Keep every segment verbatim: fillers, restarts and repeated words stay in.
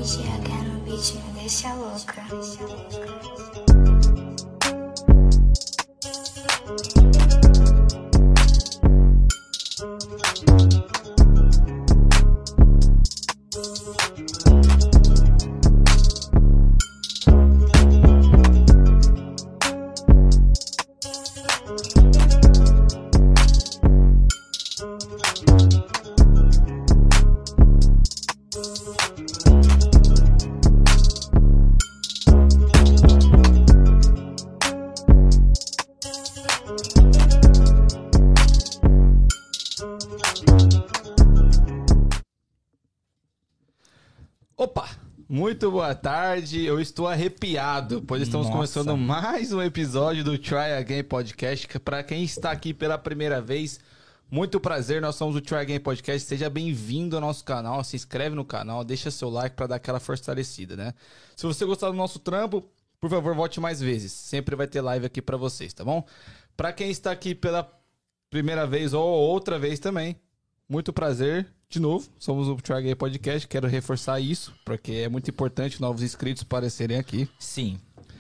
G H no beat me deixa louca. Opa! Muito boa tarde, eu estou arrepiado, pois estamos Nossa. começando mais um episódio do Try Again Podcast. Para quem está aqui pela primeira vez, muito prazer, nós somos o Try Again Podcast. Seja bem-vindo ao nosso canal, se inscreve no canal, deixa seu like para dar aquela fortalecida, né? Se você gostar do nosso trampo, por favor, volte mais vezes, sempre vai ter live aqui para vocês, tá bom? Para quem está aqui pela primeira vez ou outra vez também, muito prazer. De novo, somos o Try Again Podcast, quero reforçar isso, porque é muito importante novos inscritos aparecerem aqui. Sim.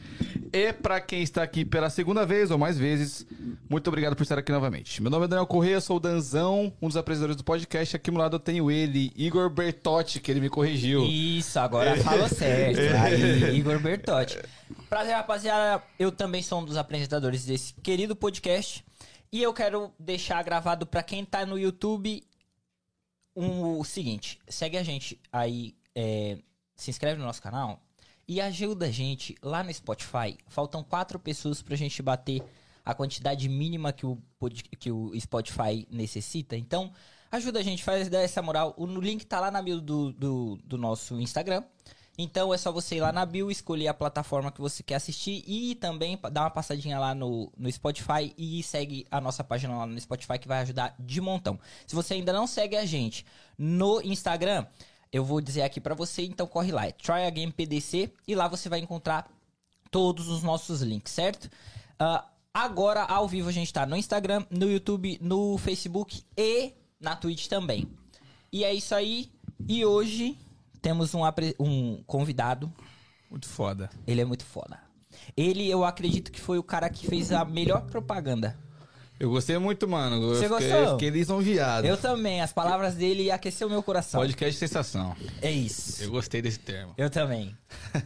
E para quem está aqui pela segunda vez ou mais vezes, muito obrigado por estar aqui novamente. Meu nome é Daniel Corrêa, sou o Danzão, um dos apresentadores do podcast. Aqui no lado eu tenho ele, Igor Bertotti, que ele me corrigiu. Isso, agora falou certo. Aí, Igor Bertotti. Prazer, rapaziada. Eu também sou um dos apresentadores desse querido podcast. E eu quero deixar gravado para quem tá no YouTube um, o seguinte. Segue a gente aí, é, se inscreve no nosso canal e ajuda a gente lá no Spotify. Faltam quatro pessoas pra gente bater a quantidade mínima que o, que o Spotify necessita. Então, ajuda a gente, faz dar essa moral. O link tá lá na bio do, do, do nosso Instagram. Então, é só você ir lá na bio, escolher a plataforma que você quer assistir e também dar uma passadinha lá no, no Spotify e segue a nossa página lá no Spotify, que vai ajudar de montão. Se você ainda não segue a gente no Instagram, eu vou dizer aqui pra você, então corre lá, é Try Again P D C, e lá você vai encontrar todos os nossos links, certo? Uh, agora, ao vivo, a gente tá no Instagram, no YouTube, no Facebook e na Twitch também. E é isso aí, e hoje temos um, um convidado. Muito foda. Ele é muito foda. Ele, eu acredito que foi o cara que fez a melhor propaganda. Eu gostei muito, mano. Eu Você fiquei, gostou? Eu fiquei lisonjeado. Eu também. As palavras dele aqueceu meu coração. Podcast sensação. É isso. Eu gostei desse termo. Eu também.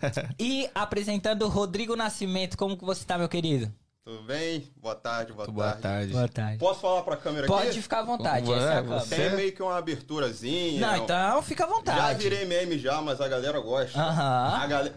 E apresentando o Rodrigo Nascimento. Como que você tá, meu querido? Tudo bem? Boa tarde, boa, Boa tarde. tarde. Boa tarde. Posso falar pra câmera Pode aqui? ficar à vontade. Ué, Essa é a câmera. você- Tem meio que uma aberturazinha. Não, então fica à Já vontade. virei meme já, mas a galera gosta. Aham. A galera...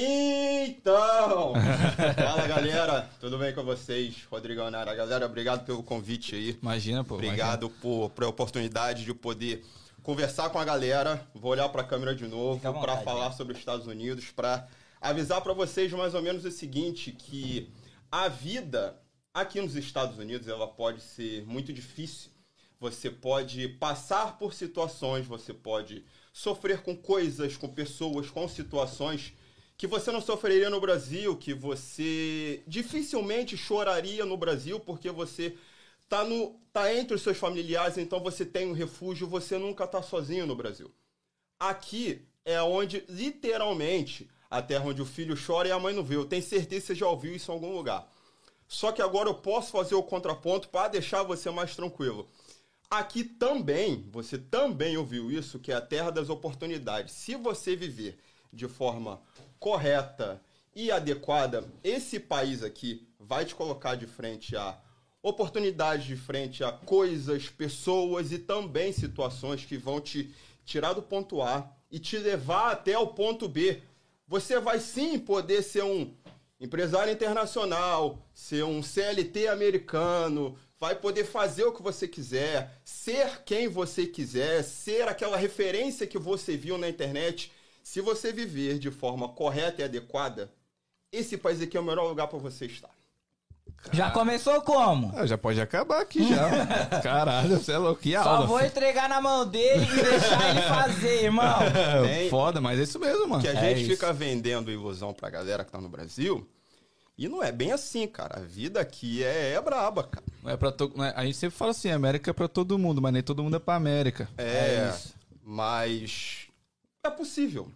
Então! Fala, galera. Tudo bem com vocês? Rodrigão Nara. Galera, obrigado pelo convite aí. Imagina, pô. Obrigado por, por a oportunidade de poder conversar com a galera. Vou olhar pra câmera de novo Fica à para vontade, falar né? sobre os Estados Unidos, para avisar pra vocês mais ou menos o seguinte, que a vida aqui nos Estados Unidos, ela pode ser muito difícil. Você pode passar por situações, você pode sofrer com coisas, com pessoas, com situações que você não sofreria no Brasil, que você dificilmente choraria no Brasil, porque você tá, no, tá entre os seus familiares, então você tem um refúgio, você nunca tá sozinho no Brasil. Aqui é onde, literalmente, a terra onde o filho chora e a mãe não vê. Eu tenho certeza que você já ouviu isso em algum lugar. Só que agora eu posso fazer o contraponto para deixar você mais tranquilo. Aqui também, você também ouviu isso, que é a terra das oportunidades. Se você viver de forma correta e adequada, esse país aqui vai te colocar de frente a oportunidades, de frente a coisas, pessoas e também situações que vão te tirar do ponto A e te levar até o ponto B. Você vai sim poder ser um empresário internacional, ser um C L T americano, vai poder fazer o que você quiser, ser quem você quiser, ser aquela referência que você viu na internet. Se você viver de forma correta e adequada, esse país aqui é o melhor lugar para você estar. Já começou como? Ah, já pode acabar aqui já. Caralho, você é louco. Que Só aula. vou entregar na mão dele e deixar ele fazer, irmão. Tem- Foda, mas é isso mesmo, mano. Que a É gente isso. fica vendendo ilusão pra galera que tá no Brasil, e não é bem assim, cara. A vida aqui é, é braba, cara. Não é pra to... não é- A gente sempre fala assim, América é pra todo mundo, mas nem todo mundo é pra América. É, isso. mas é possível.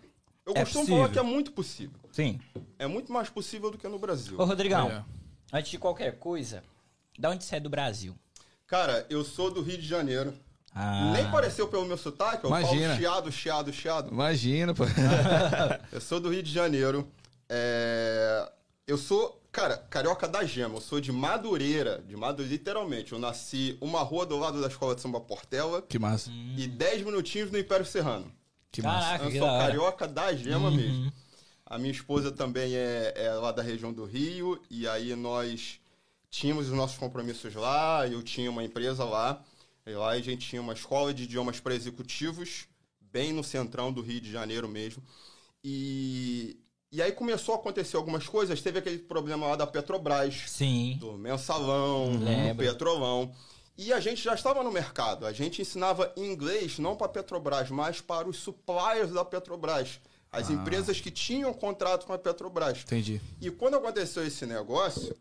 Eu É costumo possível. falar que é muito possível. Sim. É muito mais possível do que no Brasil. Ô, Rodrigão, É. antes de qualquer coisa, da onde você é do Brasil? Cara, eu sou do Rio de Janeiro. Ah. Nem pareceu pelo meu sotaque, eu Imagina. falo chiado, chiado, chiado. Imagina, pô. Eu sou do Rio de Janeiro. É... Eu sou, cara, carioca da gema. Eu sou de Madureira. De Madureira, literalmente. Eu nasci uma rua do lado da escola de samba Portela Que massa. e dez minutinhos no Império Serrano. Que massa. Caraca, Eu que sou da hora. carioca da gema mesmo. A minha esposa também é, é lá da região do Rio. E aí nós tínhamos os nossos compromissos lá. Eu tinha uma empresa lá. E lá a gente tinha uma escola de idiomas para executivos, bem no centrão do Rio de Janeiro mesmo. E, e aí começou a acontecer algumas coisas. Teve aquele problema lá da Petrobras, Sim. do mensalão, do Lembro. petrolão. E a gente já estava no mercado. A gente ensinava inglês não para a Petrobras, mas para os suppliers da Petrobras. As Ah. empresas que tinham contrato com a Petrobras. Entendi. E quando aconteceu esse negócio,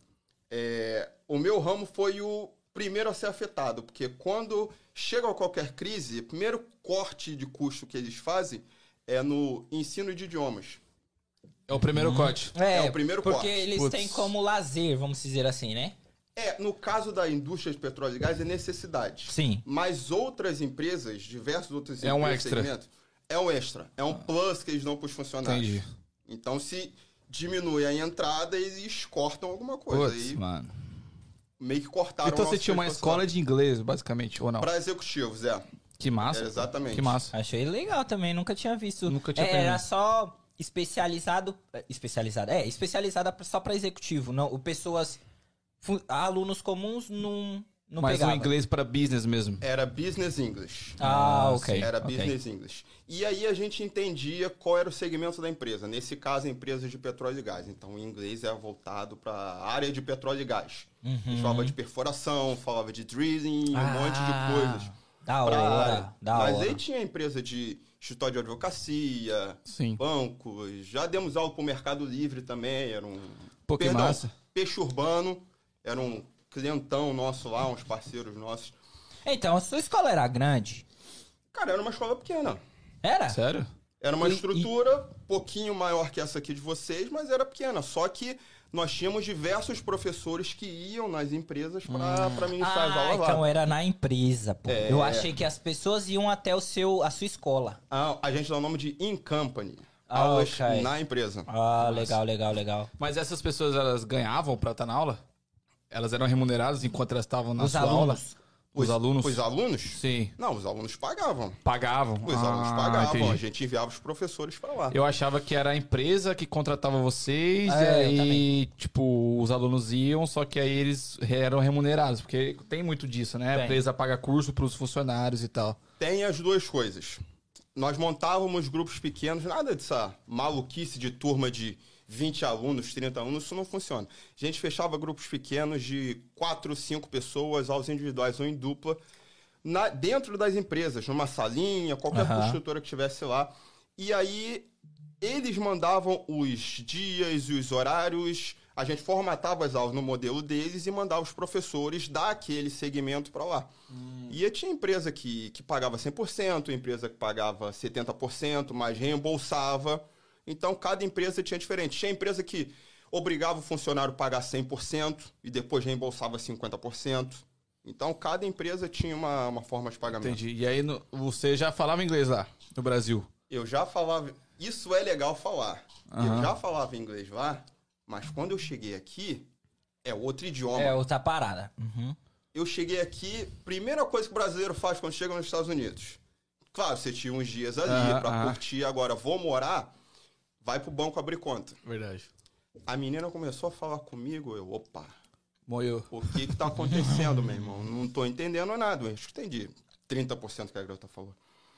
é, o meu ramo foi o primeiro a ser afetado. Porque quando chega a qualquer crise, o primeiro corte de custo que eles fazem é no ensino de idiomas. É o primeiro corte. É, É o primeiro porque corte. eles Putz. têm como lazer, vamos dizer assim, né? É, no caso da indústria de petróleo e gás, é necessidade. Sim. Mas outras empresas, diversas outras É um empresas, extra. segmentos, é um extra. É um plus que eles dão para os funcionários. Entendi. Então, se diminui a entrada, eles cortam alguma coisa. Putz, Aí mano. meio que cortaram Então o você nosso tinha uma custo escola de inglês, basicamente, ou não? para executivos, é. Que massa. É, exatamente. Que massa. Achei legal também, nunca tinha visto. Nunca tinha É, Era visto. só especializado. é, Especializado? É, especializada pra- só pra executivo. Não, o pessoas. fu- Alunos comuns não, não Mas pegava. o inglês pra business mesmo. Era Business English. Ah, Ah, ok. Era ok. Business English. E aí a gente entendia qual era o segmento da empresa. Nesse caso, a empresa de petróleo e gás. Então, o inglês era voltado para a área de petróleo e gás. A Uhum. gente falava de perfuração, falava de drilling, um Ah, monte de coisas. Da pra hora, área. da Mas hora. aí tinha empresa de escritório de advocacia, Sim. bancos. Já demos aula para o Mercado Livre também. Era um... Pô, que Perdão, massa. Peixe Urbano. Era um clientão nosso lá, uns parceiros nossos. Então, a sua escola era grande? Cara, era uma escola pequena. Era? Sério? Era uma E- estrutura um pouquinho maior que essa aqui de vocês, mas era pequena. Só que nós tínhamos diversos professores que iam nas empresas para ministrar as Ah, aulas então lá. era na empresa, pô. É. Eu achei que as pessoas iam até o seu, a sua escola. Ah, a gente dá o nome de In Company. Ah, Aulas ok. na empresa. Ah, legal, legal, legal. Mas essas pessoas, elas ganhavam pra estar na aula? Elas eram remuneradas enquanto elas estavam na Os sua alunos. aula? Os alunos? Os alunos? Sim. Não, os alunos pagavam. Pagavam? Os alunos Ah, pagavam. entendi. A gente enviava os professores para lá. Eu achava que era a empresa que contratava vocês É, eu e aí, também. tipo, os alunos iam, só que aí eles eram remunerados, porque tem muito disso, né? A Tem. empresa paga curso pros funcionários e tal. Tem as duas coisas. Nós montávamos grupos pequenos, nada dessa maluquice de turma de vinte alunos, trinta alunos, isso não funciona. A gente fechava grupos pequenos de quatro, cinco pessoas, aulas individuais ou em dupla, na- dentro das empresas, numa salinha, qualquer Aham. construtora que estivesse lá. E aí, eles mandavam os dias e os horários, a gente formatava as aulas no modelo deles e mandava os professores daquele segmento para lá. E aí tinha empresa que, que pagava cem por cento, empresa que pagava setenta por cento, mas reembolsava. Então, cada empresa tinha diferente. Tinha empresa que obrigava o funcionário a pagar cem por cento e depois reembolsava cinquenta por cento. Então, cada empresa tinha uma, uma forma de pagamento. Entendi. E aí no- você já falava inglês lá, no Brasil? Eu já falava... Isso é legal falar. Aham. Eu já falava inglês lá, mas quando eu cheguei aqui, é outro idioma. É outra parada. Uhum. Eu cheguei aqui, primeira coisa que o brasileiro faz quando chega nos Estados Unidos. Claro, você tinha uns dias ali Aham, pra aham. curtir, agora vou morar, vai pro banco abrir conta. Verdade. A menina começou a falar comigo, eu, opa, Moiou. o que que tá acontecendo, meu irmão? Não tô entendendo nada. Eu acho que entendi trinta por cento que a garota falou.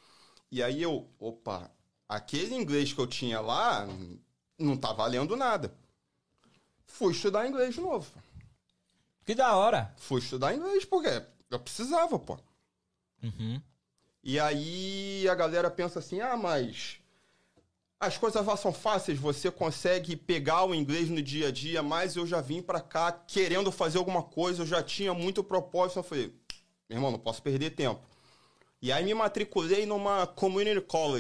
E aí eu, opa, aquele inglês que eu tinha lá não tá valendo nada. Fui estudar inglês de novo. Que da hora. Fui estudar inglês porque eu precisava, pô. Uhum. E aí a galera pensa assim, ah, mas as coisas lá são fáceis, você consegue pegar o inglês no dia a dia, mas eu já vim pra cá querendo fazer alguma coisa, eu já tinha muito propósito. Eu falei, meu irmão, não posso perder tempo. E aí me matriculei numa community college,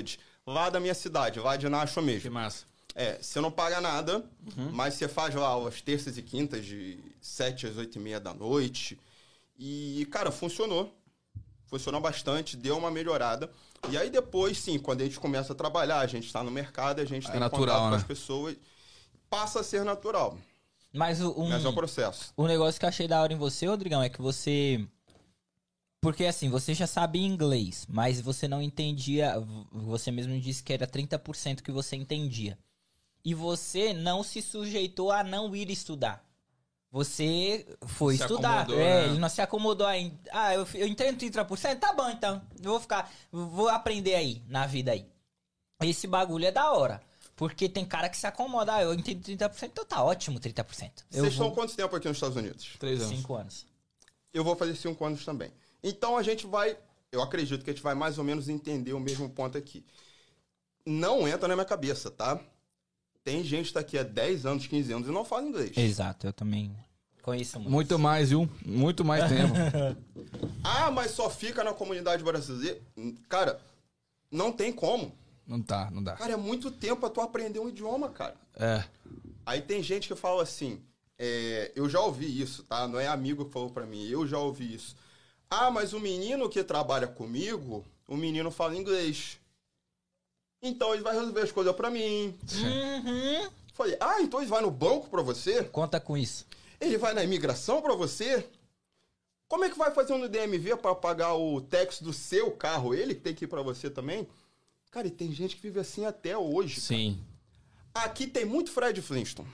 lá da minha cidade, lá de Nacho Que mesmo. massa. É, você não paga nada, Uhum. mas você faz lá as terças e quintas de sete às oito e meia da noite. E, cara, funcionou. Funcionou bastante, deu uma melhorada. E aí depois, sim, quando a gente começa a trabalhar, a gente está no mercado, a gente É tem natural, contato com né? as pessoas, passa a ser natural. Mas o, um, Mas é um processo. o negócio que eu achei da hora em você, Rodrigão, é que você... Porque assim, você já sabe inglês, mas você não entendia... Você mesmo disse que era trinta por cento que você entendia. E você não se sujeitou a não ir estudar. Você foi Se estudar. acomodou, É, né? ele não se acomodou ainda. Ah, eu, eu entendo trinta por cento? Tá bom, então. Eu vou ficar... Vou aprender aí, na vida aí. Esse bagulho é da hora. Porque tem cara que se acomoda. Ah, eu entendo trinta por cento, então tá ótimo trinta por cento. Eu Vocês estão vou... quanto tempo aqui nos Estados Unidos? Três anos. Cinco anos. Eu vou fazer cinco anos também. Então a gente vai... Eu acredito que a gente vai mais ou menos entender o mesmo ponto aqui. Não entra na minha cabeça, tá? Tem gente que tá aqui há dez anos, quinze anos e não fala inglês. Exato, eu também conheço muito. Muito mais, viu? Muito mais tempo. Ah, mas só fica na comunidade brasileira. Cara, não tem como. Não tá, não dá. Cara, é muito tempo pra tu aprender um idioma, cara. É. Aí tem gente que fala assim, é, eu já ouvi isso, tá? Não é amigo que falou pra mim, eu já ouvi isso. Ah, mas o menino que trabalha comigo, o menino fala inglês. Então ele vai resolver as coisas pra mim. Uhum. Falei, ah, então ele vai no banco pra você? Conta com isso. Ele vai na imigração pra você? Como é que vai fazer no D M V pra pagar o tax do seu carro? Ele que tem que ir pra você também? Cara, e tem gente que vive assim até hoje. Sim. Cara. Aqui tem muito Fred Flintstone.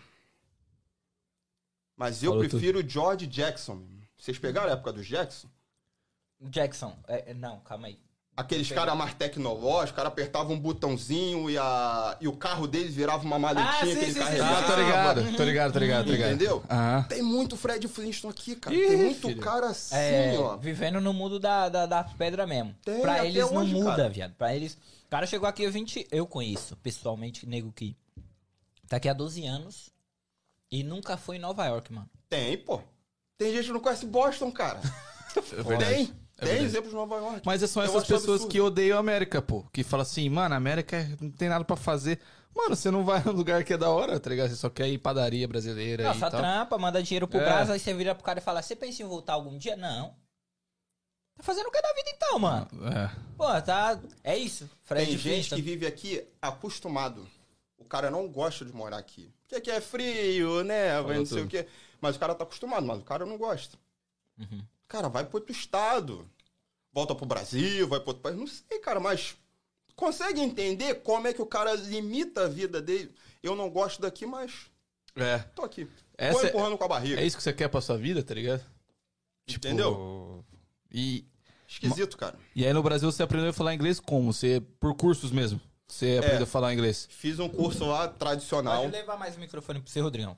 Mas eu Falou prefiro George Jackson. Vocês pegaram a época do Jackson? Jackson, é, é, não, calma aí. Aqueles caras mais tecnológicos, o cara apertava um botãozinho e, a, e o carro deles virava uma maletinha Ah, sim, que ele sim, sim, carregava. Ah, tô ligado, tô ligado, tô ligado, tô ligado. Entendeu? Aham. Tem muito Fred Flintstone aqui, cara. Ih, tem muito filho. cara assim, É, ó. vivendo no mundo da, da, da pedra mesmo. Tem, pra até eles não hoje, muda, cara. viado. Pra eles... O cara chegou aqui há vinte... Eu conheço, pessoalmente, nego que tá aqui há doze anos e nunca foi em Nova York, mano. Tem, pô. Tem gente que não conhece Boston, cara. É verdade. Tem. É tem verdade. exemplos de Nova York. Mas são Eu essas acho pessoas absurdo. que odeiam a América, pô. Que falam assim, mano, a América é- não tem nada pra fazer. Mano, você não vai num lugar que é da hora, tá ligado? Você só quer ir padaria brasileira Não, e só tal. trampa, manda dinheiro pro É. braço, aí você vira pro cara e fala, você pensa em voltar algum dia? Não. Tá fazendo o que da vida então, mano? É. Pô, tá... É isso. Fred Tem gente Flintstone. que vive aqui acostumado. O cara não gosta de morar aqui. Porque aqui é frio, né? Falou Não sei tudo. o quê. Mas o cara tá acostumado, mas o cara não gosta. Uhum. Cara, vai pro outro estado. Volta pro Brasil, vai pro outro país. Não sei, cara, mas consegue entender como é que o cara limita a vida dele? Eu não gosto daqui, mas É. tô aqui. Essa Tô é- empurrando com a barriga. É isso que você quer pra sua vida, tá ligado? Tipo, Entendeu? E, Esquisito, cara. e aí no Brasil você aprendeu a falar inglês como? Você, por cursos mesmo? Você aprendeu a falar inglês? Fiz um curso lá tradicional. Pode levar mais o microfone pro você, Rodrigão.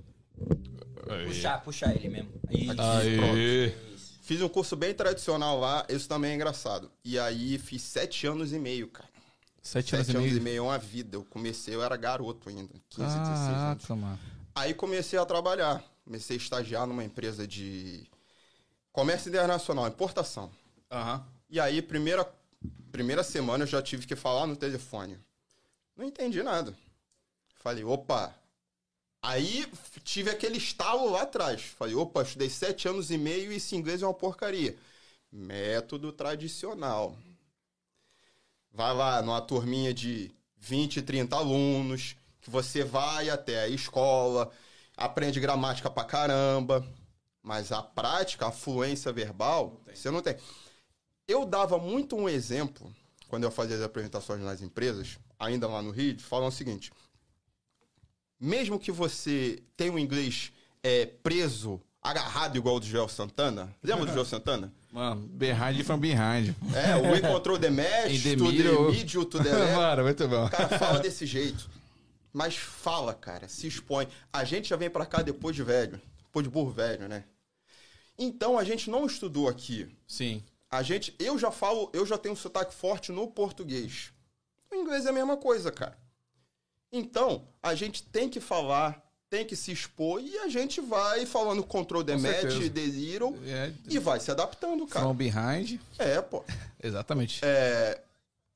Puxar, puxar ele mesmo. Isso. Aí. Isso. Fiz um curso bem tradicional lá, isso também é engraçado. E aí fiz sete anos e meio, cara. Sete, Sete anos e anos meio. e meio é uma vida. Eu comecei, eu era garoto ainda, quinze, dezesseis anos. Caraca, mano. Aí comecei a trabalhar. Comecei a estagiar numa empresa de comércio internacional, importação. Aham. E aí, primeira, primeira semana, eu já tive que falar no telefone. Não entendi nada. Falei, opa. Aí f- tive aquele estalo lá atrás. Falei, opa, estudei sete anos e meio e esse inglês é uma porcaria. Método tradicional. Vai lá numa turminha de vinte, trinta alunos, que você vai até a escola, aprende gramática pra caramba, mas a prática, a fluência verbal, você não tem. Eu dava muito um exemplo, quando eu fazia as apresentações nas empresas, ainda lá no Rio, falando o seguinte: mesmo que você tenha um inglês é, preso, agarrado igual o do Joel Santana, lembra do Joel Santana? Mano, behind from behind. É, o We Control the Match, In the to the middle. middle, to the left. Mano, muito bom. O cara fala desse jeito. Mas fala, cara, se expõe. A gente já vem pra cá depois de velho, depois de burro velho, né? Então a gente não estudou aqui. Sim. A gente, eu já falo, eu já tenho um sotaque forte no português. O inglês é a mesma coisa, cara. Então, a gente tem que falar, tem que se expor e a gente vai falando control the Com match, certeza. the zero É, e vai se adaptando, cara. from behind. É, pô. Exatamente. É,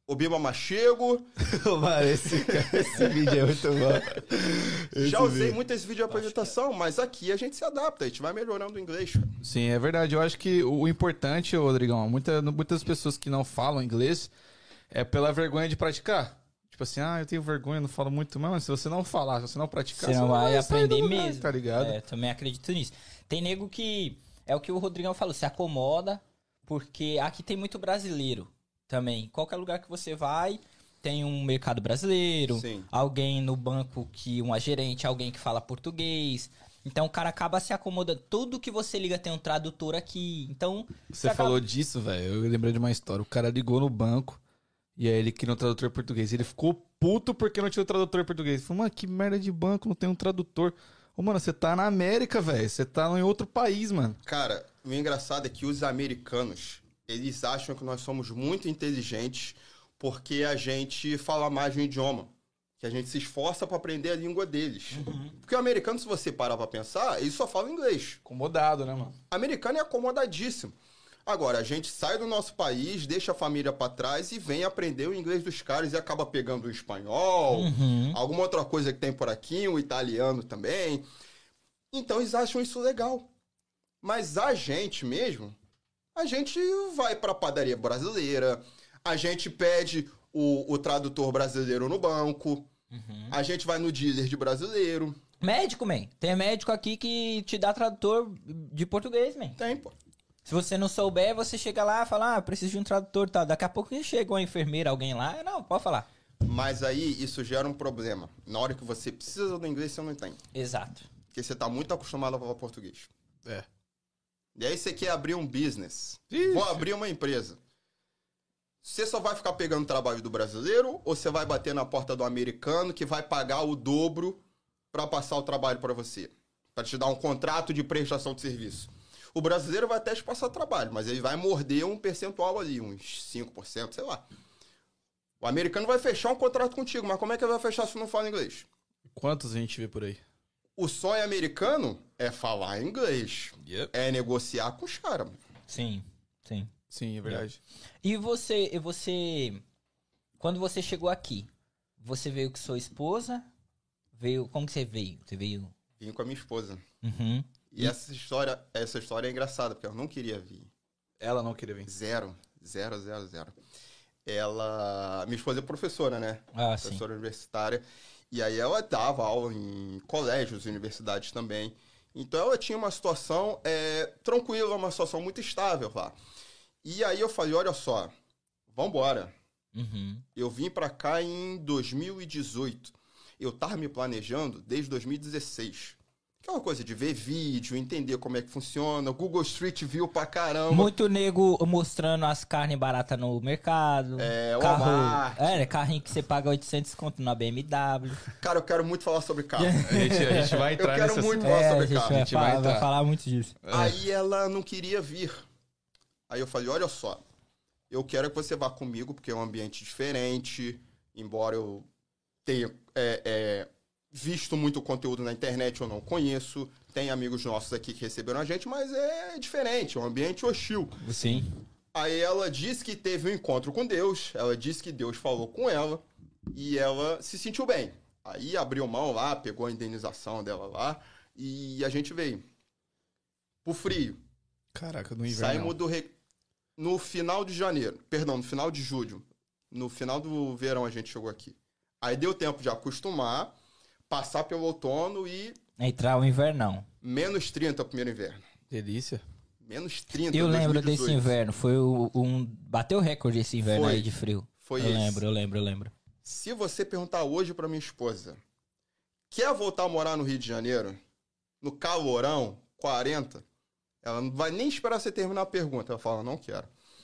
Obiba Machego. Mano, esse, esse vídeo é muito bom. Esse Já usei vídeo. muito esse vídeo de apresentação, mas aqui a gente se adapta, a gente vai melhorando o inglês, cara. Sim, é verdade. Eu acho que o importante, ô, Rodrigão, muita, muitas pessoas que não falam inglês é pela vergonha de praticar. Tipo assim, ah, eu tenho vergonha, não falo muito, mas se você não falar, se você não praticar, Você não vai sair do aprender lugar, mesmo. tá ligado? É, também acredito nisso. Tem nego que, é o que o Rodrigão falou, se acomoda, porque aqui tem muito brasileiro também. Qualquer lugar que você vai, tem um mercado brasileiro, Sim. alguém no banco, que uma gerente, alguém que fala português. Então o cara acaba se acomodando. Tudo que você liga tem um tradutor aqui. Então Você acaba- falou disso, velho. Eu lembrei de uma história. O cara ligou no banco e aí ele queria um tradutor português. Ele ficou puto porque não tinha um tradutor português. Ele falou, mano, que merda de banco, não tem um tradutor. Ô, mano, você tá na América, velho. Você tá em outro país, mano. Cara, o engraçado é que os americanos, eles acham que nós somos muito inteligentes porque a gente fala mais de um idioma. Que a gente se esforça pra aprender a língua deles. Porque o americano, se você parar pra pensar, ele só fala inglês. Acomodado, né, mano? Americano é acomodadíssimo. Agora, a gente sai do nosso país, deixa a família pra trás e vem aprender o inglês dos caras e acaba pegando o espanhol, Uhum. alguma outra coisa que tem por aqui, o italiano também. Então, eles acham isso legal. Mas a gente mesmo, a gente vai pra padaria brasileira, a gente pede o, o tradutor brasileiro no banco, a gente vai no dealer de brasileiro. Médico, man. Tem médico aqui que te dá tradutor de português, man. Tem, pô. Se você não souber, você chega lá e fala, ah, preciso de um tradutor, tá? Daqui a pouco chega uma enfermeira, alguém lá, não, pode falar. Mas aí, isso gera um problema. Na hora que você precisa do inglês, você não tem. Exato. Porque você tá muito acostumado a falar português. É. E aí você quer abrir um business. Ixi. Vou abrir uma empresa. Você só vai ficar pegando trabalho do brasileiro ou você vai bater na porta do americano que vai pagar o dobro para passar o trabalho para você? Para te dar um contrato de prestação de serviço. O brasileiro vai até te passar trabalho, mas ele vai morder um percentual ali, uns cinco por cento, sei lá. O americano vai fechar um contrato contigo, mas como é que ele vai fechar se não fala inglês? Quantos a gente vê por aí? O sonho americano é falar inglês. Yep. É negociar com os caras. Sim, sim. Sim, é verdade. E você, e você, quando você chegou aqui, você veio com sua esposa? Veio, como que você veio? Você veio... Vim com a minha esposa. Uhum. E essa história, essa história é engraçada, porque eu não queria vir. Ela não queria vir. Zero. Zero, zero, zero. Ela... Minha esposa é professora, né? Ah, sim. Professora universitária. E aí ela dava aula em colégios, universidades também. Então ela tinha uma situação é, tranquila, uma situação muito estável lá. E aí eu falei, olha só, vambora. Uhum. Eu vim pra cá em dois mil e dezoito. Eu tava me planejando desde dois mil e dezesseis. Que é uma coisa de ver vídeo, entender como é que funciona, Google Street View pra caramba. Muito nego mostrando as carnes baratas no mercado. É, o carro, Walmart. é, né, carrinho que você paga oitocentos conto na B M W. Cara, eu quero muito falar sobre carro. A gente, a gente vai Eu entrar quero nesse muito assunto. falar É, sobre a gente carro. vai, gente vai falar, vai entrar. falar muito disso. Aí ela não queria vir. Aí eu falei, olha só, eu quero que você vá comigo, porque é um ambiente diferente, embora eu tenha é, é, visto muito conteúdo na internet, eu não conheço. Tem amigos nossos aqui que receberam a gente, mas é diferente, é um ambiente hostil. Sim. Aí ela disse que teve um encontro com Deus, ela disse que Deus falou com ela, e ela se sentiu bem. Aí abriu mão lá, pegou a indenização dela lá, e a gente veio pro frio. Caraca, no inverno. Saímos do... Re... No final de janeiro, perdão, no final de julho. No final do verão a gente chegou aqui. Aí deu tempo de acostumar, passar pelo outono e Entrar o invernão. menos trinta o primeiro inverno. Delícia. Menos trinta. Eu lembro dois mil e desse dezoito. inverno. Foi o, um. Bateu recorde esse inverno Foi. aí de frio. Foi eu esse. lembro, eu lembro, eu lembro. Se você perguntar hoje pra minha esposa, quer voltar a morar no Rio de Janeiro? No calorão, quarenta? Ela não vai nem esperar você terminar a pergunta. Ela fala, não quero.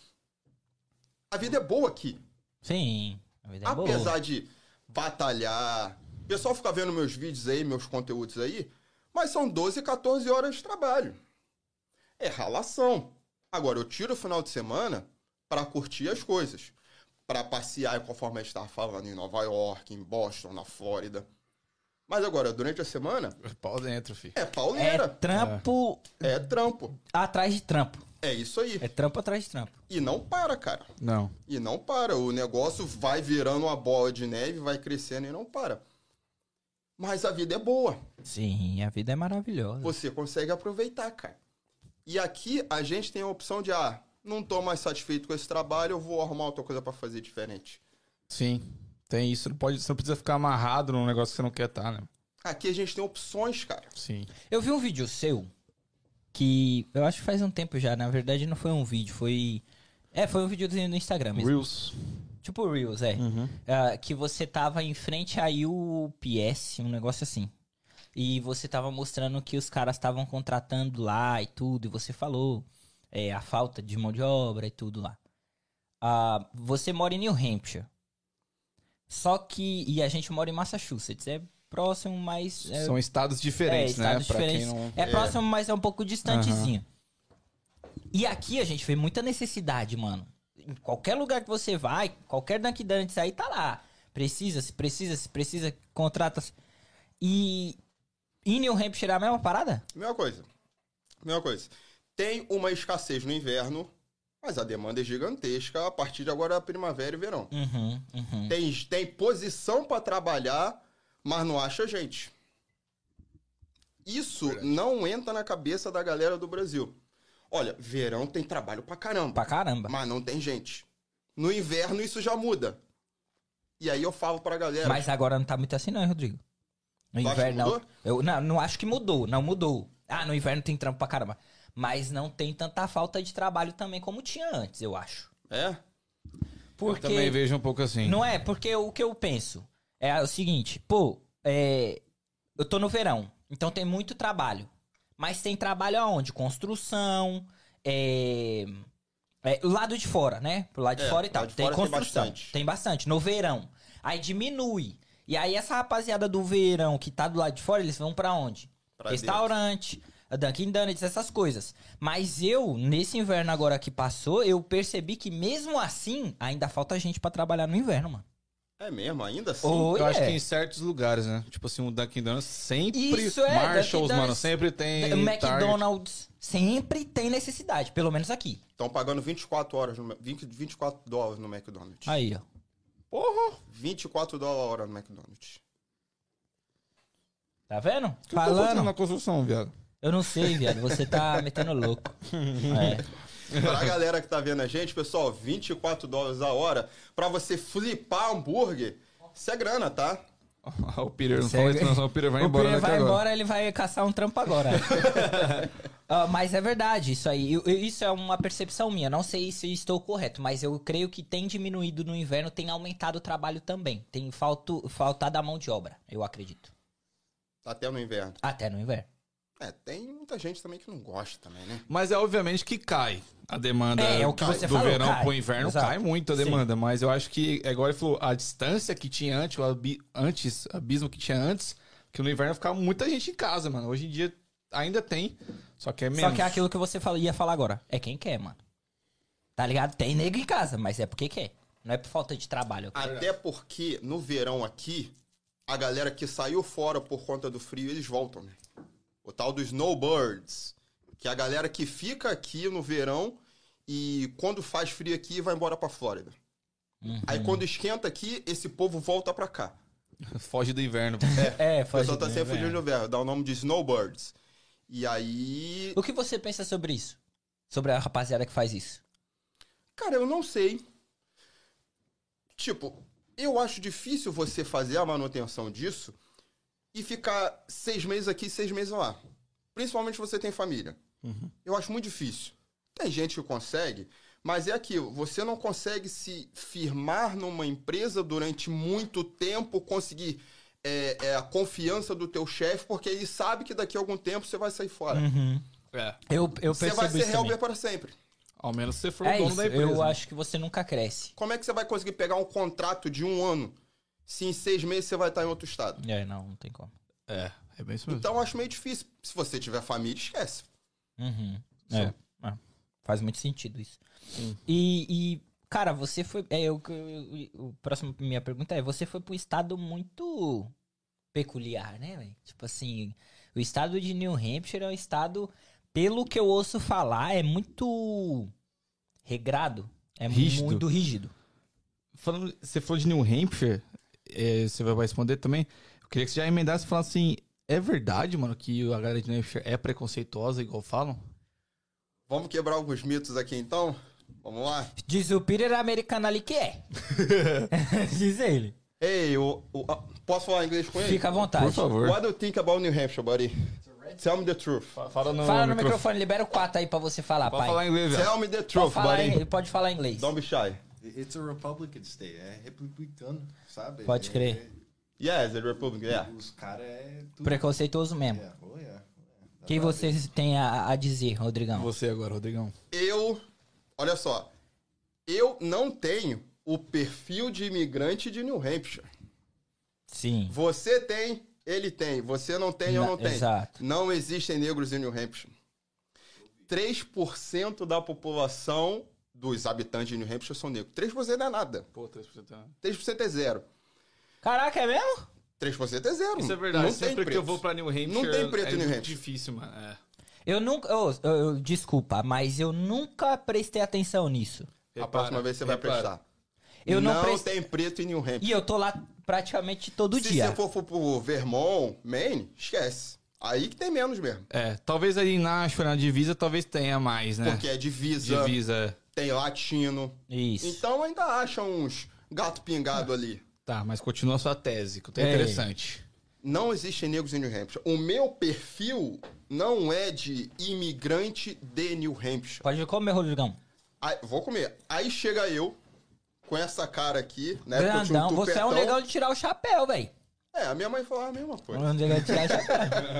A vida é boa aqui. Sim, a vida é boa. Apesar de batalhar, o pessoal fica vendo meus vídeos aí, meus conteúdos aí, mas são doze, quatorze horas de trabalho. É ralação. Agora, eu tiro o final de semana para curtir as coisas. Para passear, conforme a gente estava falando, em Nova York, em Boston, na Flórida. Mas agora, durante a semana, Pau dentro, filho. é É pauleira. trampo É, trampo. atrás de trampo. É isso aí. É trampo atrás de trampo. E não para, cara. Não. E não para. O negócio vai virando uma bola de neve, vai crescendo e não para. Mas a vida é boa. Sim, a vida é maravilhosa. Você consegue aproveitar, cara. E aqui a gente tem a opção de, ah, não tô mais satisfeito com esse trabalho, eu vou arrumar outra coisa pra fazer diferente. Sim, tem isso. Não pode, você não precisa ficar amarrado num negócio que você não quer estar, né? Aqui a gente tem opções, cara. Sim. Eu vi um vídeo seu que eu acho que faz um tempo já. Na verdade, não foi um vídeo, foi. É, foi um videozinho no Instagram mesmo. Reels. Tipo Reels, é. Uhum. Ah, que você tava em frente a U P S, um negócio assim. E você tava mostrando que os caras estavam contratando lá e tudo. E você falou é, a falta de mão de obra e tudo lá. Ah, você mora em New Hampshire. Só que. E a gente mora em Massachusetts. É próximo, mas. É, São estados diferentes, é, né? estados Pra diferentes. quem não... É próximo, mas é um pouco distantezinho. E aqui a gente vê muita necessidade, mano. Em qualquer lugar que você vai, qualquer Dunkin' Donuts aí tá lá. Precisa, se precisa, se precisa, contrata. E em New Hampshire é a mesma parada? Mesma coisa. Mesma coisa. Tem uma escassez no inverno, mas a demanda é gigantesca a partir de agora primavera e verão. Uhum, uhum. Tem, tem posição pra trabalhar, mas não acha gente. Isso Verdade. não entra na cabeça da galera do Brasil. Olha, verão tem trabalho pra caramba. Pra caramba. Mas não tem gente. No inverno isso já muda. E aí eu falo pra galera... Mas agora não tá muito assim não, hein, Rodrigo? No Tu acha que inverno não. mudou? Eu não, não acho que mudou, não mudou. Ah, no inverno tem trampo pra caramba. Mas não tem tanta falta de trabalho também como tinha antes, eu acho. É? Porque Eu também vejo um pouco assim. não é, porque o que eu penso é o seguinte, pô, é, eu tô no verão, então tem muito trabalho. Mas tem trabalho aonde? Construção, é, é, o lado de fora, né? Pro lado de É, fora e tal. lado de Tem fora tem construção. bastante. Tem bastante. No verão. Aí diminui. E aí essa rapaziada do verão que tá do lado de fora, eles vão pra onde? Pra Restaurante, Dunkin' Donuts, essas coisas. Mas eu, nesse inverno agora que passou, eu percebi que mesmo assim, ainda falta gente pra trabalhar no inverno, mano. É mesmo, ainda assim? Ô, Eu acho é. que em certos lugares, né? Tipo assim, o Dunkin' Donuts sempre... Isso é, Marshalls, Dunkin' mano, Donuts, sempre tem... O Target. McDonald's sempre tem necessidade, pelo menos aqui. Estão pagando vinte e quatro horas, no, vinte, vinte e quatro dólares no McDonald's. Aí, ó. Porra! vinte e quatro dólares a hora no McDonald's. Tá vendo? O que eu tô fazendo Falando. na construção, viado? Eu não sei, viado. Você tá metendo louco. É. Pra galera que tá vendo a gente, pessoal, vinte e quatro dólares a hora pra você flipar hambúrguer, isso é grana, tá? o Peter não Sério? fala isso, não. O Peter vai O embora Peter daqui vai agora. embora, ele vai caçar um trampo agora. Ah, mas é verdade, isso aí. Eu- eu- isso é uma percepção minha. Não sei se estou correto, mas eu creio que tem diminuído no inverno, tem aumentado o trabalho também. Tem falto, faltado a mão de obra, eu acredito. Até no inverno. Até no inverno. É, tem muita gente também que não gosta também, né? Mas é obviamente que cai a demanda É, é o que cai. você do falou, verão cai. pro inverno, Exato. cai muito a Sim. demanda. Mas eu acho que, é igual ele falou, a distância que tinha antes, o abi- antes, abismo que tinha antes, que no inverno ficava muita gente em casa, mano. Hoje em dia ainda tem, só que é menos. Só que é aquilo que você fala- ia falar agora. É quem quer, mano. Tá ligado? Tem nego em casa, mas é porque quer. Não é por falta de trabalho. Até porque no verão aqui, a galera que saiu fora por conta do frio, eles voltam, né? O tal dos snowbirds, que é a galera que fica aqui no verão e quando faz frio aqui vai embora pra Flórida. Uhum. Aí quando esquenta aqui, esse povo volta pra cá. Foge do inverno. É, O faz pessoal tá de- sempre fugindo do inverno, dá o nome de snowbirds. E aí... O que você pensa sobre isso? Sobre a rapaziada que faz isso? Cara, eu não sei. Tipo, eu acho difícil você fazer a manutenção disso e ficar seis meses aqui, seis meses lá. Principalmente se você tem família. Uhum. Eu acho muito difícil. Tem gente que consegue, mas é aquilo. Você não consegue se firmar numa empresa durante muito tempo, conseguir é, é, a confiança do teu chefe, porque ele sabe que daqui a algum tempo você vai sair fora. É. Eu, eu Você percebo vai ser isso também. Helber para sempre. Ao menos se você for É o dono isso, da empresa. eu né? acho que você nunca cresce. Como é que você vai conseguir pegar um contrato de um ano se em seis meses você vai estar em outro estado? É, não, não tem como. É, é bem isso mesmo. Então eu acho meio difícil. Se você tiver família, esquece. Uhum. Sim. É, é. Faz muito sentido isso. E, e, cara, você foi... É, eu, eu, o próximo minha pergunta é, você foi pra um estado muito peculiar, né, velho? Tipo assim, o estado de New Hampshire é um estado pelo que eu ouço falar, é muito regrado. É Rígido. muito rígido. Falando, você falou de New Hampshire, é, você vai responder também. Eu queria que você já emendasse e falasse assim, é verdade, mano, que a galera de New Hampshire é preconceituosa, igual falam? Vamos quebrar alguns mitos aqui, então? Vamos lá? Diz o Peter americano ali que é. Diz ele. Ei, o, o, ah, posso falar inglês com ele? Fica à vontade. Por favor. What do you think about New Hampshire, buddy? Tell me the truth. Fala no, Fala no microfone. microfone, libera o quatro aí pra você falar, Pode pai. falar inglês, velho. Tell me the Pode truth, falar, buddy. em, pode falar inglês. Don't be shy. It's a Republican state, é republicano, sabe? Pode É- crer. Yes, the Republican, yeah. Os caras é tudo... Preconceituoso mesmo. Yeah, oh, yeah. O que você tem a, a dizer, Rodrigão? Você agora, Rodrigão. Eu, olha só, eu não tenho o perfil de imigrante de New Hampshire. Sim. Você tem, ele tem. Você não tem, eu Na- não tenho. exato. Não existem negros em New Hampshire. três por cento da população dos habitantes de New Hampshire são negros. três por cento não é nada. Pô, três por cento. três por cento é zero. Caraca, é mesmo? três por cento é zero. Isso é verdade. Não Sempre tem que eu preto. vou pra New Hampshire, Não tem preto é em New muito Hampshire. difícil, mano. É. Eu nunca. ô, eu- eu- desculpa, mas eu nunca prestei atenção nisso. A próxima vez você vai repara. prestar. Eu não não prestei- tem preto em New Hampshire. E eu tô lá praticamente todo Se dia. você for, for pro Vermont, Maine, esquece. Aí que tem menos mesmo. É, talvez aí em Nashville, na divisa, talvez tenha mais, né? Porque é divisa, Divisa. tem latino. Isso. Então ainda acha uns gato pingado ali. Tá, mas continua a sua tese, que é É. interessante. Não existem negros em New Hampshire. O meu perfil não é de imigrante de New Hampshire. Pode comer, Rodrigão. Aí, vou comer. Aí chega eu, com essa cara aqui, né? porque eu tinha Grandão, você é um tupetão. negão de tirar o chapéu, velho. É, a minha mãe falava a mesma coisa. Um negão de tirar o chapéu.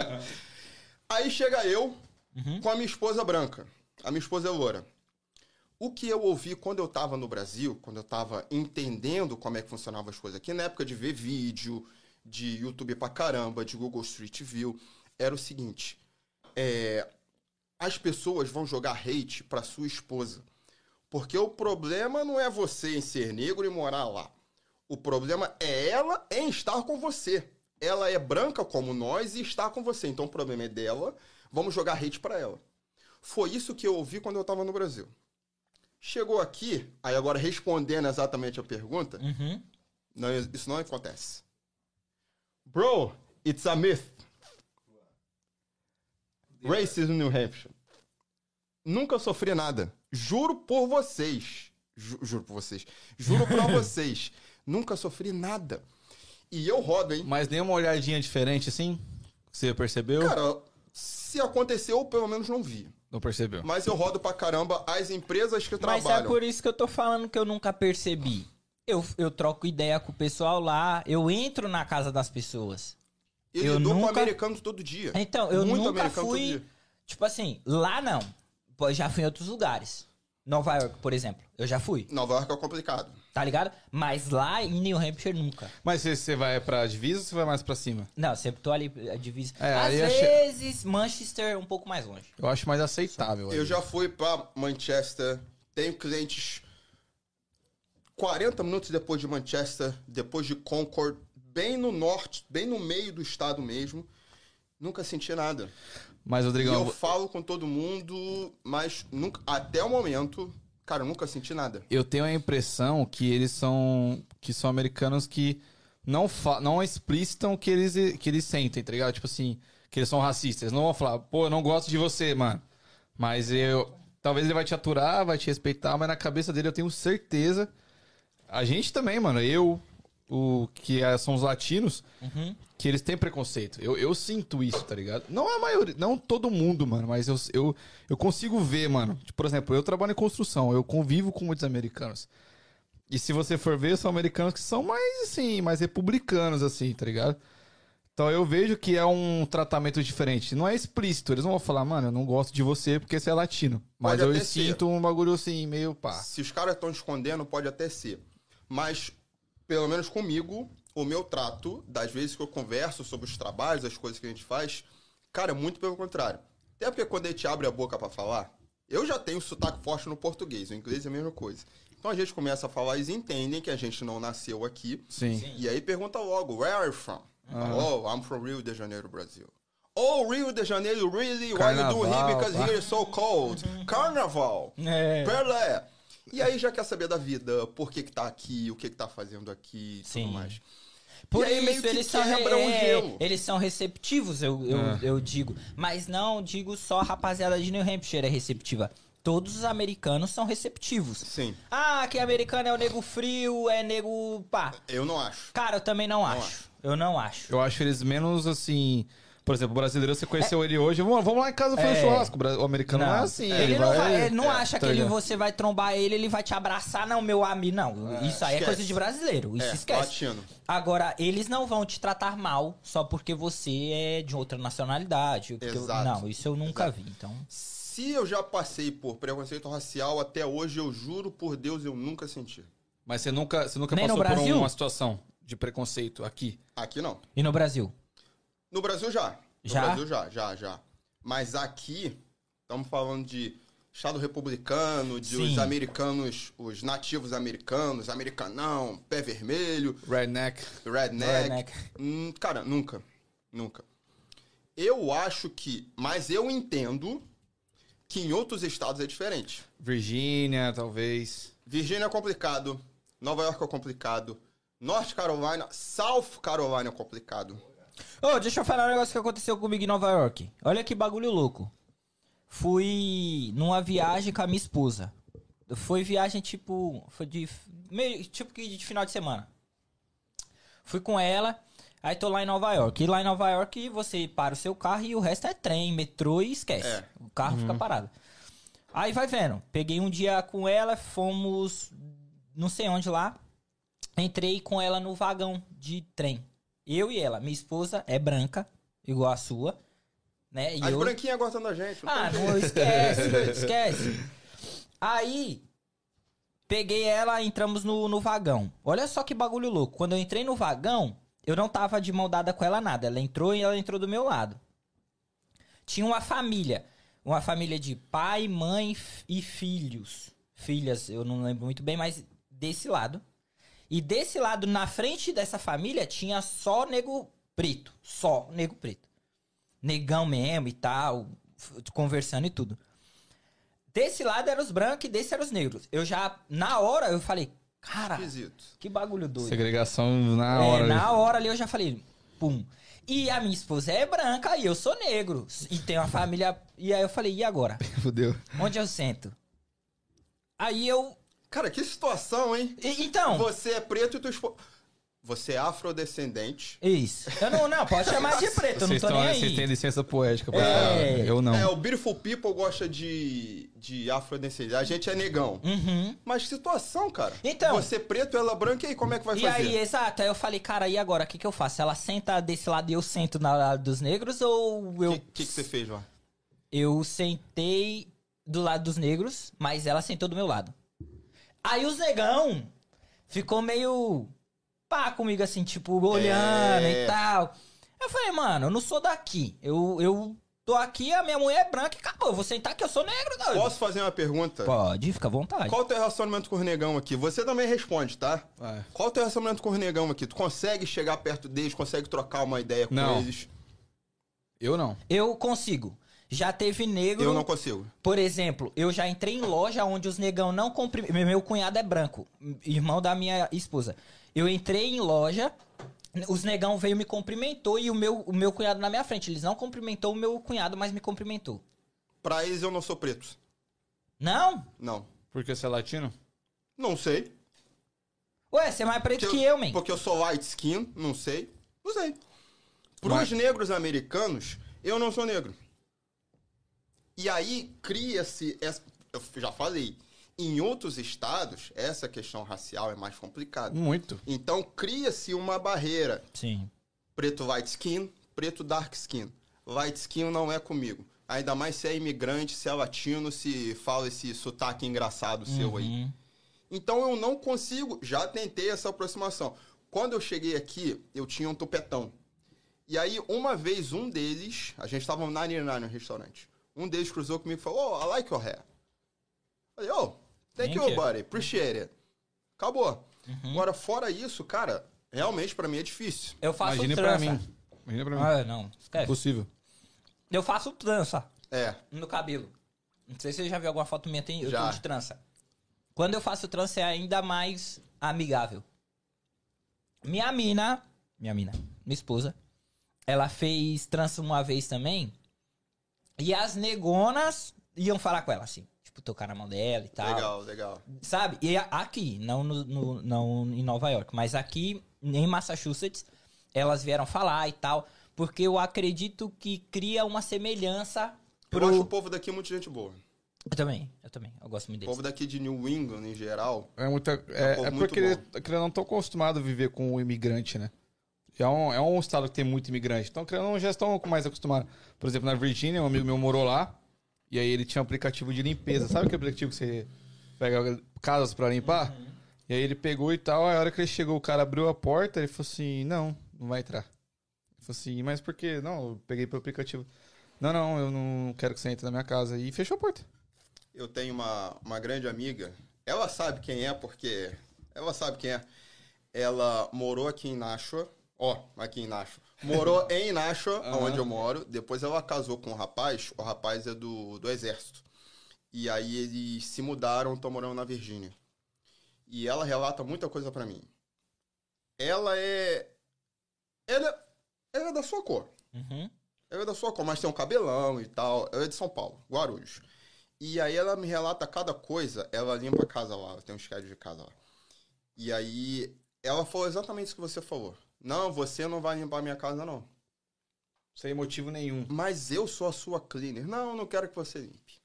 Aí chega eu Uhum. com a minha esposa branca. A minha esposa é loura. O que eu ouvi quando eu tava no Brasil, quando eu tava entendendo como é que funcionavam as coisas aqui, na época de ver vídeo, de YouTube pra caramba, de Google Street View, era o seguinte. É, as pessoas vão jogar hate pra sua esposa. Porque o problema não é você em ser negro e morar lá. O problema é ela em estar com você. Ela é branca como nós e está com você. Então o problema é dela. Vamos jogar hate pra ela. Foi isso que eu ouvi quando eu tava no Brasil. Chegou aqui, aí agora respondendo exatamente a pergunta, Uhum. não, isso não acontece. Bro, it's a myth. Racism in New Hampshire. Nunca sofri nada. Juro por vocês. Ju- juro por vocês. Juro pra vocês. Nunca sofri nada. E eu rodo, hein? Mas nenhuma olhadinha diferente assim? Você percebeu? Cara, se aconteceu, eu pelo menos não vi. Não percebeu. Mas eu rodo pra caramba as empresas que Mas é trabalham. por isso que eu tô falando que eu nunca percebi. Eu, eu troco ideia com o pessoal lá, eu entro na casa das pessoas. Eu, eu lido com nunca- americanos todo dia. Então, eu Muito nunca americano todo fui. dia. Tipo assim, lá não. Pô, já fui em outros lugares. Nova York, por exemplo. Eu já fui, Nova York é complicado. tá ligado? Mas lá em New Hampshire nunca. Mas você- você vai pra divisa ou você vai mais pra cima? Não, sempre tô ali, a divisa. É, Às aí eu achei- vezes, Manchester um pouco mais longe. Eu acho mais aceitável. Eu ali. já fui pra Manchester, tenho clientes quarenta minutos depois de Manchester, depois de Concord, bem no norte, bem no meio do estado mesmo. Nunca senti nada. Mas, E Rodrigão, eu falo com todo mundo, mas nunca, até o momento, cara, eu nunca senti nada. eu tenho a impressão que eles são que são americanos que não fa não explicitam que eles que eles sentem, tá ligado? Tipo assim, que eles são racistas. Eles não vão falar, pô, eu não gosto de você, mano. Mas eu talvez ele vai te aturar, vai te respeitar, mas na cabeça dele eu tenho certeza. A gente também, mano. Eu, o que é- são os latinos, Uhum. que eles têm preconceito. Eu, eu sinto isso, tá ligado? Não a maioria, não todo mundo, mano, mas eu, eu, eu consigo ver, mano. Tipo, por exemplo, eu trabalho em construção, eu convivo com muitos americanos. E se você for ver, são americanos que são mais, assim, mais republicanos, assim, tá ligado? Então eu vejo que é um tratamento diferente. Não é explícito, eles não vão falar, mano, eu não gosto de você porque você é latino. Mas Pode eu até ser. sinto um bagulho assim, meio pá. Se os caras estão escondendo, pode até ser. Mas, pelo menos comigo, o meu trato, das vezes que eu converso sobre os trabalhos, as coisas que a gente faz, cara, é muito pelo contrário. Até porque quando a gente abre a boca pra falar, eu já tenho sotaque forte no português, o inglês é a mesma coisa. Então a gente começa a falar, eles entendem que a gente não nasceu aqui. Sim. Sim. E aí pergunta logo, where are you from? Oh, I'm from Rio de Janeiro, Brasil. Oh, Rio de Janeiro, really? Why you do here? Carnaval, Because pá. here is so cold. Carnaval. É. Pelé. E aí já quer saber da vida, por que que tá aqui, o que que tá fazendo aqui e Sim. tudo mais. Por E aí isso, meio que eles, são, quebra um é, gelo. eles são receptivos, eu, eu, É. eu digo. Mas não digo só a rapaziada de New Hampshire é receptiva. Todos os americanos são receptivos. Sim, Ah, que americano é o nego frio, é nego... Pá. eu não acho. Cara, eu também não, acho. acho. Eu não acho. Eu acho eles menos assim. Por exemplo, o brasileiro, você conheceu ele hoje, vamos, vamos lá em casa fazer um É. churrasco. O bra- O americano não, é assim. Ele, não, vai, ele não é, acha tá que ele, ligado? você vai trombar ele, ele vai te abraçar, não, meu amigo. Não, isso aí é esquece. coisa de brasileiro. Isso É, esquece. latino. Agora, eles não vão te tratar mal só porque você é de outra nacionalidade. porque- Exato. Não, isso eu nunca Exato. vi. Então, Se eu já passei por preconceito racial, até hoje eu juro por Deus eu nunca senti. Mas você nunca, você nunca Nem no passou por Brasil? uma situação de preconceito aqui? Aqui não. e no Brasil? No Brasil já. No Já? Brasil já, já, já. Mas aqui, estamos falando de Estado republicano, de os Sim. americanos, os nativos americanos, americanão, pé vermelho, Redneck. redneck. Redneck. Hum, cara, nunca. Nunca. Eu acho que. Mas eu entendo que em outros estados é diferente. Virgínia, talvez. Virgínia é complicado. Nova York é complicado. North Carolina, South Carolina é complicado. Ô, deixa eu falar um negócio que aconteceu comigo em Nova York. Olha que bagulho louco. Fui numa viagem com a minha esposa. Foi viagem tipo. Foi de. Meio, tipo que de final de semana. Fui com ela. Aí tô lá em Nova York. E lá em Nova York você para o seu carro e o resto é trem, metrô e esquece. É. O carro fica parado. Aí vai vendo. Peguei um dia com ela, fomos não sei onde lá. Entrei com ela no vagão de trem. Eu e ela. Minha esposa é branca, igual a sua. Né? E As eu... branquinhas gostam da gente. Não Ah, tem não jeito. esquece, esquece. Aí, peguei ela, entramos no, no vagão. Olha só que bagulho louco. Quando eu entrei no vagão, eu não tava de mão dada com ela nada. Ela entrou e ela entrou do meu lado. Tinha uma família. Uma família de pai, mãe f- e filhos. Filhas, eu não lembro muito bem, mas desse lado. E desse lado, na frente dessa família, tinha só nego preto. Só nego preto. Negão mesmo e tal, f- conversando e tudo. Desse lado eram os brancos e desse eram os negros. Eu já, na hora, eu falei, cara, Esquisito. que bagulho doido. Segregação na É, hora. na hora ali eu já falei, pum. E a minha esposa é branca e eu sou negro. E tem uma família... E aí eu falei, e agora? Fudeu. Onde eu sento? Aí eu... Cara, que situação, hein? E- então... Você é preto e tu esposa... Você é afrodescendente. Isso. Eu não, não, pode chamar de preto, eu não Vocês, tô tão, nem vocês têm aí. licença poética pra É. falar. Eu não. É, o Beautiful People gosta de, de afrodescendente. A gente é negão. Uhum. Mas que situação, cara. Então- Você é preto, ela branca, e aí como é que vai E fazer? aí, exato, aí eu falei, cara, e agora, o que que eu faço? Ela senta desse lado e eu sento na lado dos negros ou O eu... que, que, que você fez lá? Eu sentei do lado dos negros, mas ela sentou do meu lado. Aí os negão ficou meio pá comigo, assim, tipo, olhando É. e tal. Eu falei, mano, eu não sou daqui. Eu, eu tô aqui, a minha mulher é branca e acabou. Eu vou sentar aqui, eu sou negro, doido. Posso fazer uma pergunta? Pode, fica à vontade. Qual o teu relacionamento com os negão aqui? Você também responde, tá? Vai. Qual o teu relacionamento com os negão aqui? Tu consegue chegar perto deles, consegue trocar uma ideia com Não. eles? Eu não. Eu consigo. Já teve negro... Eu não consigo. Por exemplo, eu já entrei em loja onde os negão não cumprimentam. Meu cunhado é branco, irmão da minha esposa. Eu entrei em loja, os negão veio me cumprimentou e o meu, o meu cunhado na minha frente. Eles não cumprimentou o meu cunhado, mas me cumprimentou. Pra eles eu não sou preto. Não? Não. Porque você é latino? Não sei. Ué, você é mais preto Porque que eu, man. Porque eu sou light skin, não sei. Não sei. Pros Mas- negros americanos, eu não sou negro. E aí cria-se, essa- eu já falei, em outros estados, essa questão racial é mais complicada. Muito. Então cria-se uma barreira. Sim. Preto light skin, preto dark skin. Light skin não é comigo. Ainda mais se é imigrante, se é latino, se fala esse sotaque engraçado seu aí. Uhum. Então eu não consigo, já tentei essa aproximação. Quando eu cheguei aqui, eu tinha um tupetão. E aí, uma vez, um deles, a gente tava na Nina no restaurante, um deles cruzou comigo e falou, oh, I like your hair. Falei, oh, thank, Thank you, you. buddy, appreciate it. Acabou. Uhum. Agora, fora isso, cara, realmente pra mim é difícil. Eu faço Imagine trança. pra mim. Imagina pra mim. Ah, não. Esquece. Impossível. Eu faço trança É. no cabelo. Não sei se você já viu alguma foto minha, tem, eu Já. tô de trança. Quando eu faço trança é ainda mais amigável. Minha mina, minha mina, minha esposa, ela fez trança uma vez também. E as negonas iam falar com ela, assim. Tipo, tocar na mão dela e tal. Legal, legal. Sabe? E a- aqui, não, no, no- não em Nova York, mas aqui em Massachusetts, elas vieram falar e tal. Porque eu acredito que cria uma semelhança Eu pro... acho o povo daqui muito gente boa. Eu também, eu também. Eu gosto muito O deles. povo daqui de New England, em geral, É, muita, um é, povo é muito porque bom. ele, que ele não estão acostumados a viver com o imigrante, né? É um, é um estado que tem muito imigrante. Então, querendo ou não, já estão mais acostumados. Por exemplo, na Virgínia, um amigo meu morou lá. E aí ele tinha um aplicativo de limpeza. Sabe aquele aplicativo que você pega casas pra limpar? Uhum. E aí ele pegou e tal. Aí a hora que ele chegou, o cara abriu a porta. Ele falou assim: não, não vai entrar. Ele falou assim: mas por quê? Não, eu peguei pelo aplicativo. Não, não, eu não quero que você entre na minha casa. E fechou a porta. eu tenho uma, uma grande amiga. Ela sabe quem é, porque... Ela sabe quem é. Ela morou aqui em Nashua. Ó, aqui em Nashua. Morou em Nashua, Aham. onde eu moro. Depois ela casou com um rapaz. O rapaz é do, do exército. E aí eles se mudaram, estão morando na Virgínia. E ela relata muita coisa pra mim. Ela é... Ela, ela é da sua cor. Uhum. Ela é da sua cor, mas tem um cabelão e tal. Ela é de São Paulo, Guarulhos. E aí ela me relata cada coisa. Ela limpa a casa lá, ela tem um schedule de casa lá. E aí ela falou exatamente isso que você falou. Não, você não vai limpar minha casa, não. Sem motivo nenhum. Mas eu sou a sua cleaner. Não, não quero que você limpe.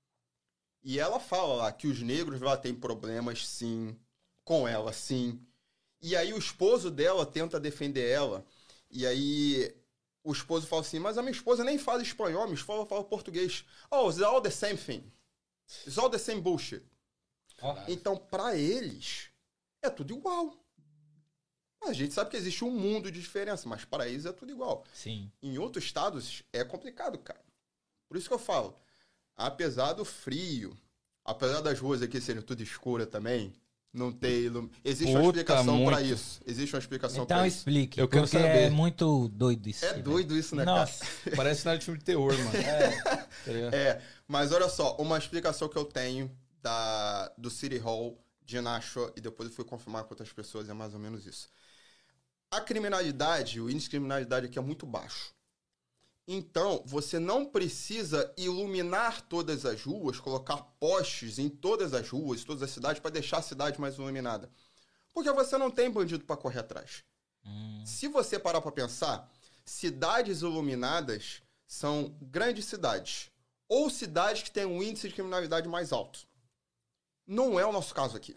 E ela fala lá que os negros lá têm problemas, sim. Com ela, sim. E aí o esposo dela tenta defender ela. E aí o esposo fala assim, mas a minha esposa nem fala espanhol, minha esposa fala português. Oh, it's all the same thing. It's all the same bullshit. Então, pra eles, é tudo igual. A gente sabe que existe um mundo de diferença, mas para eles é tudo igual. Sim. Em outros estados é complicado, cara. Por isso que eu falo, apesar do frio, apesar das ruas aqui serem tudo escuras também, não tem ilum... Existe uma Puta, explicação pra muito. isso. Existe uma explicação Então pra isso. explique. Eu quero porque saber. é muito doido isso. É aí, doido isso, né, velho. Nossa. Parece cenário de filme de terror, mano. Tá ligado? É, mas olha só, uma explicação que eu tenho da, do City Hall de Nashua, e depois eu fui confirmar com outras pessoas, é mais ou menos isso. A criminalidade, o índice de criminalidade aqui é muito baixo. Então, você não precisa iluminar todas as ruas, colocar postes em todas as ruas, todas as cidades, para deixar a cidade mais iluminada. Porque você não tem bandido para correr atrás. Hum. Se você parar para pensar, cidades iluminadas são grandes cidades. Ou cidades que têm um índice de criminalidade mais alto. Não é o nosso caso aqui.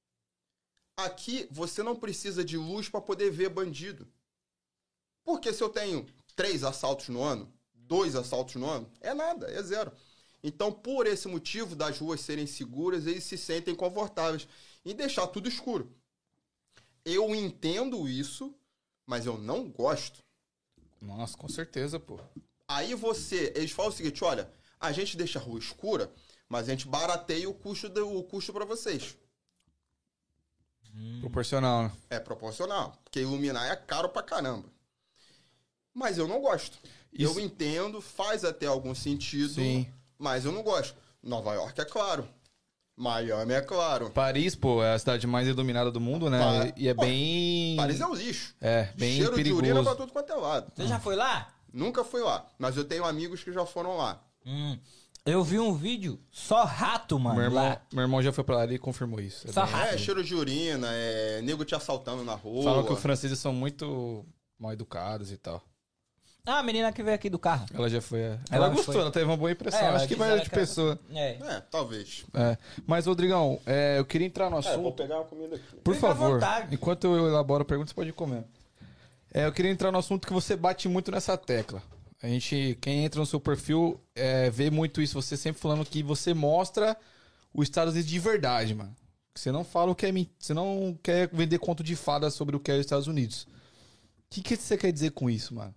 Aqui, você não precisa de luz para poder ver bandido. Porque se eu tenho três assaltos no ano, dois assaltos no ano, é nada, é zero. Então, por esse motivo das ruas serem seguras, eles se sentem confortáveis em deixar tudo escuro. Eu entendo isso, mas eu não gosto. Nossa, com certeza, pô. Aí você, eles falam o seguinte, olha, a gente deixa a rua escura, mas a gente barateia o custo, do, o custo para vocês. Proporcional, né? É proporcional, porque iluminar é caro pra caramba. Mas eu não gosto. Isso- Eu entendo, faz até algum sentido, Sim. mas eu não gosto. Nova York é claro. Miami é claro. Paris, pô, é a cidade mais iluminada do mundo, né? Pa- E é Pô, bem... Paris é um lixo. É, bem Cheiro perigoso. de urina pra tudo quanto é lado. Você já foi lá? Nunca fui lá, mas eu tenho amigos que já foram lá. Hum. Eu vi um vídeo, só rato, mano. Meu irmão, lá. meu irmão já foi pra lá e confirmou isso. É Só bem- rato. É, cheiro de urina, é nego te assaltando na rua. Falam que os franceses são muito mal educados e tal. Ah, a menina que veio aqui do carro. Ela já foi... é. Ela Ela, gostou, foi- ela teve uma boa impressão. É, ela Acho que disse vai ela de que ela- pessoa. É. É, talvez. É. Mas, Rodrigão, é, eu queria entrar no É, vou assunto. pegar uma comida aqui. Por Fica à favor, vontade. enquanto eu elaboro a pergunta, você pode ir comendo. É, eu queria entrar no assunto que você bate muito nessa tecla. A gente, quem entra no seu perfil, é, vê muito isso. Você sempre falando que você mostra os Estados Unidos de verdade, mano. Você não fala o que é... men- Você não quer vender conto de fada sobre o que é os Estados Unidos. O que, que você quer dizer com isso, mano?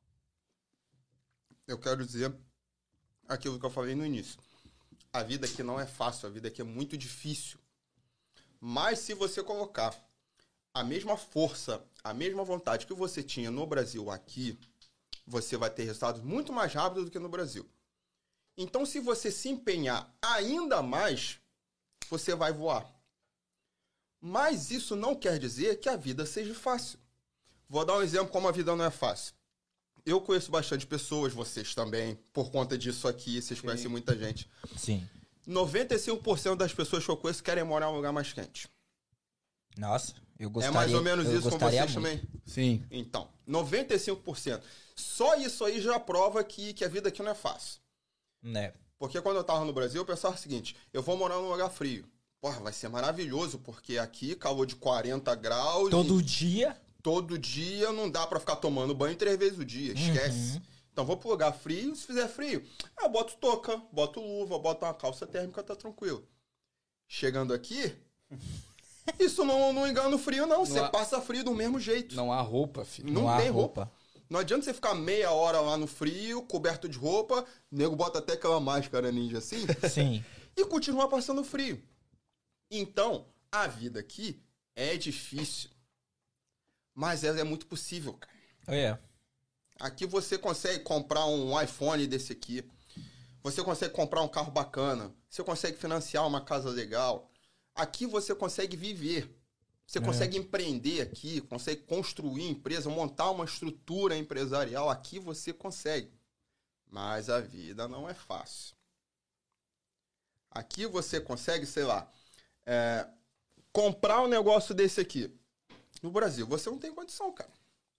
Eu quero dizer aquilo que eu falei no início. A vida aqui não é fácil, a vida aqui é muito difícil. Mas se você colocar a mesma força, a mesma vontade que você tinha no Brasil aqui, você vai ter resultados muito mais rápidos do que no Brasil. Então, se você se empenhar ainda mais, você vai voar. Mas isso não quer dizer que a vida seja fácil. Vou dar um exemplo como a vida não é fácil. Eu conheço bastante pessoas, vocês também, por conta disso aqui, vocês Sim. conhecem muita gente. Sim. noventa e cinco por cento das pessoas que eu conheço querem morar em um lugar mais quente. Nossa, eu gostaria. É mais ou menos eu isso com gostaria vocês muito. também? Sim. Então, noventa e cinco por cento. Só isso aí já prova que, que a vida aqui não é fácil. Né? Porque quando eu tava no Brasil, eu pensava o seguinte, eu vou morar num lugar frio. Porra, vai ser maravilhoso, porque aqui calor de quarenta graus. Todo e dia. todo dia não dá pra ficar tomando banho três vezes o dia, esquece. Uhum. Então vou pro lugar frio, se fizer frio, eu boto touca, boto luva, boto uma calça térmica, tá tranquilo. Chegando aqui, isso não, não engana o frio, não. Você há- passa frio do mesmo jeito. Não há roupa, filho. Não, há tem roupa. Não adianta você ficar meia hora lá no frio, coberto de roupa, o nego bota até aquela máscara ninja assim, Sim. e continua passando frio. Então, a vida aqui é difícil, mas ela é muito possível, cara. É. Aqui você consegue comprar um iPhone desse aqui, você consegue comprar um carro bacana, você consegue financiar uma casa legal. Aqui você consegue viver. Você É. consegue empreender aqui, consegue construir empresa, montar uma estrutura empresarial. Aqui você consegue. Mas a vida não é fácil. Aqui você consegue, sei lá, é, comprar um negócio desse aqui. No Brasil, você não tem condição, cara.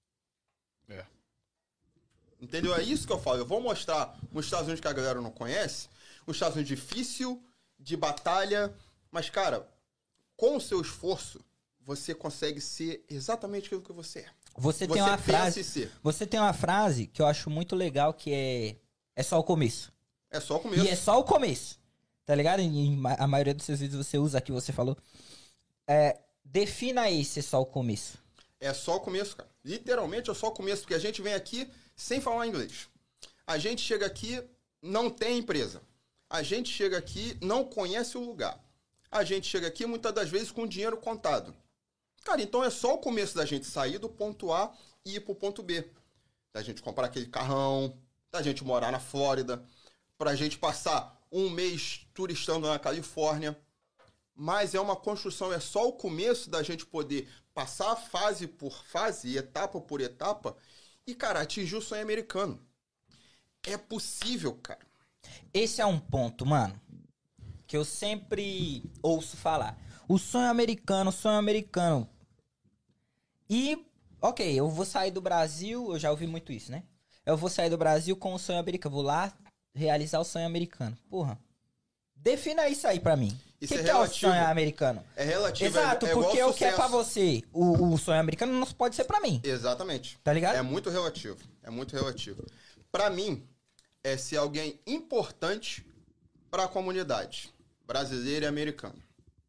É. Entendeu? É isso que eu falo. Eu vou mostrar os Estados Unidos que a galera não conhece. Os Estados Unidos difícil, de batalha. Mas, cara, com o seu esforço, você consegue ser exatamente aquilo que você é. Você, Você tem uma pensa frase. em ser. Você tem uma frase que eu acho muito legal que é. É só o começo. É só o começo. E é só o começo. Tá ligado? Em, em ma- a maioria dos seus vídeos você usa aqui, você falou. É, defina aí se é só o começo. É só o começo, cara. Literalmente é só o começo, porque a gente vem aqui sem falar inglês. A gente chega aqui, não tem empresa. A gente chega aqui, não conhece o lugar. A gente chega aqui, muitas das vezes, com dinheiro contado. Cara, então é só o começo da gente sair do ponto A e ir pro ponto B. Da gente comprar aquele carrão, da gente morar na Flórida, pra gente passar um mês turistando na Califórnia. Mas é uma construção, é só o começo da gente poder passar fase por fase, etapa por etapa, e, cara, atingir o sonho americano. É possível, cara. Esse é um ponto, mano, que eu sempre ouço falar. O sonho americano, o sonho americano. E, ok, eu vou sair do Brasil, eu já ouvi muito isso, né? Eu vou sair do Brasil com o sonho americano, vou lá realizar o sonho americano. Porra, defina isso aí pra mim. O Isso que, é que é o relativo. sonho americano? É relativo, Exato, é, é igual porque o que é sucesso. pra você, o, o sonho americano não pode ser pra mim, Exatamente. tá ligado? É muito relativo. É muito relativo. Pra mim, é ser alguém importante pra comunidade brasileira e americana.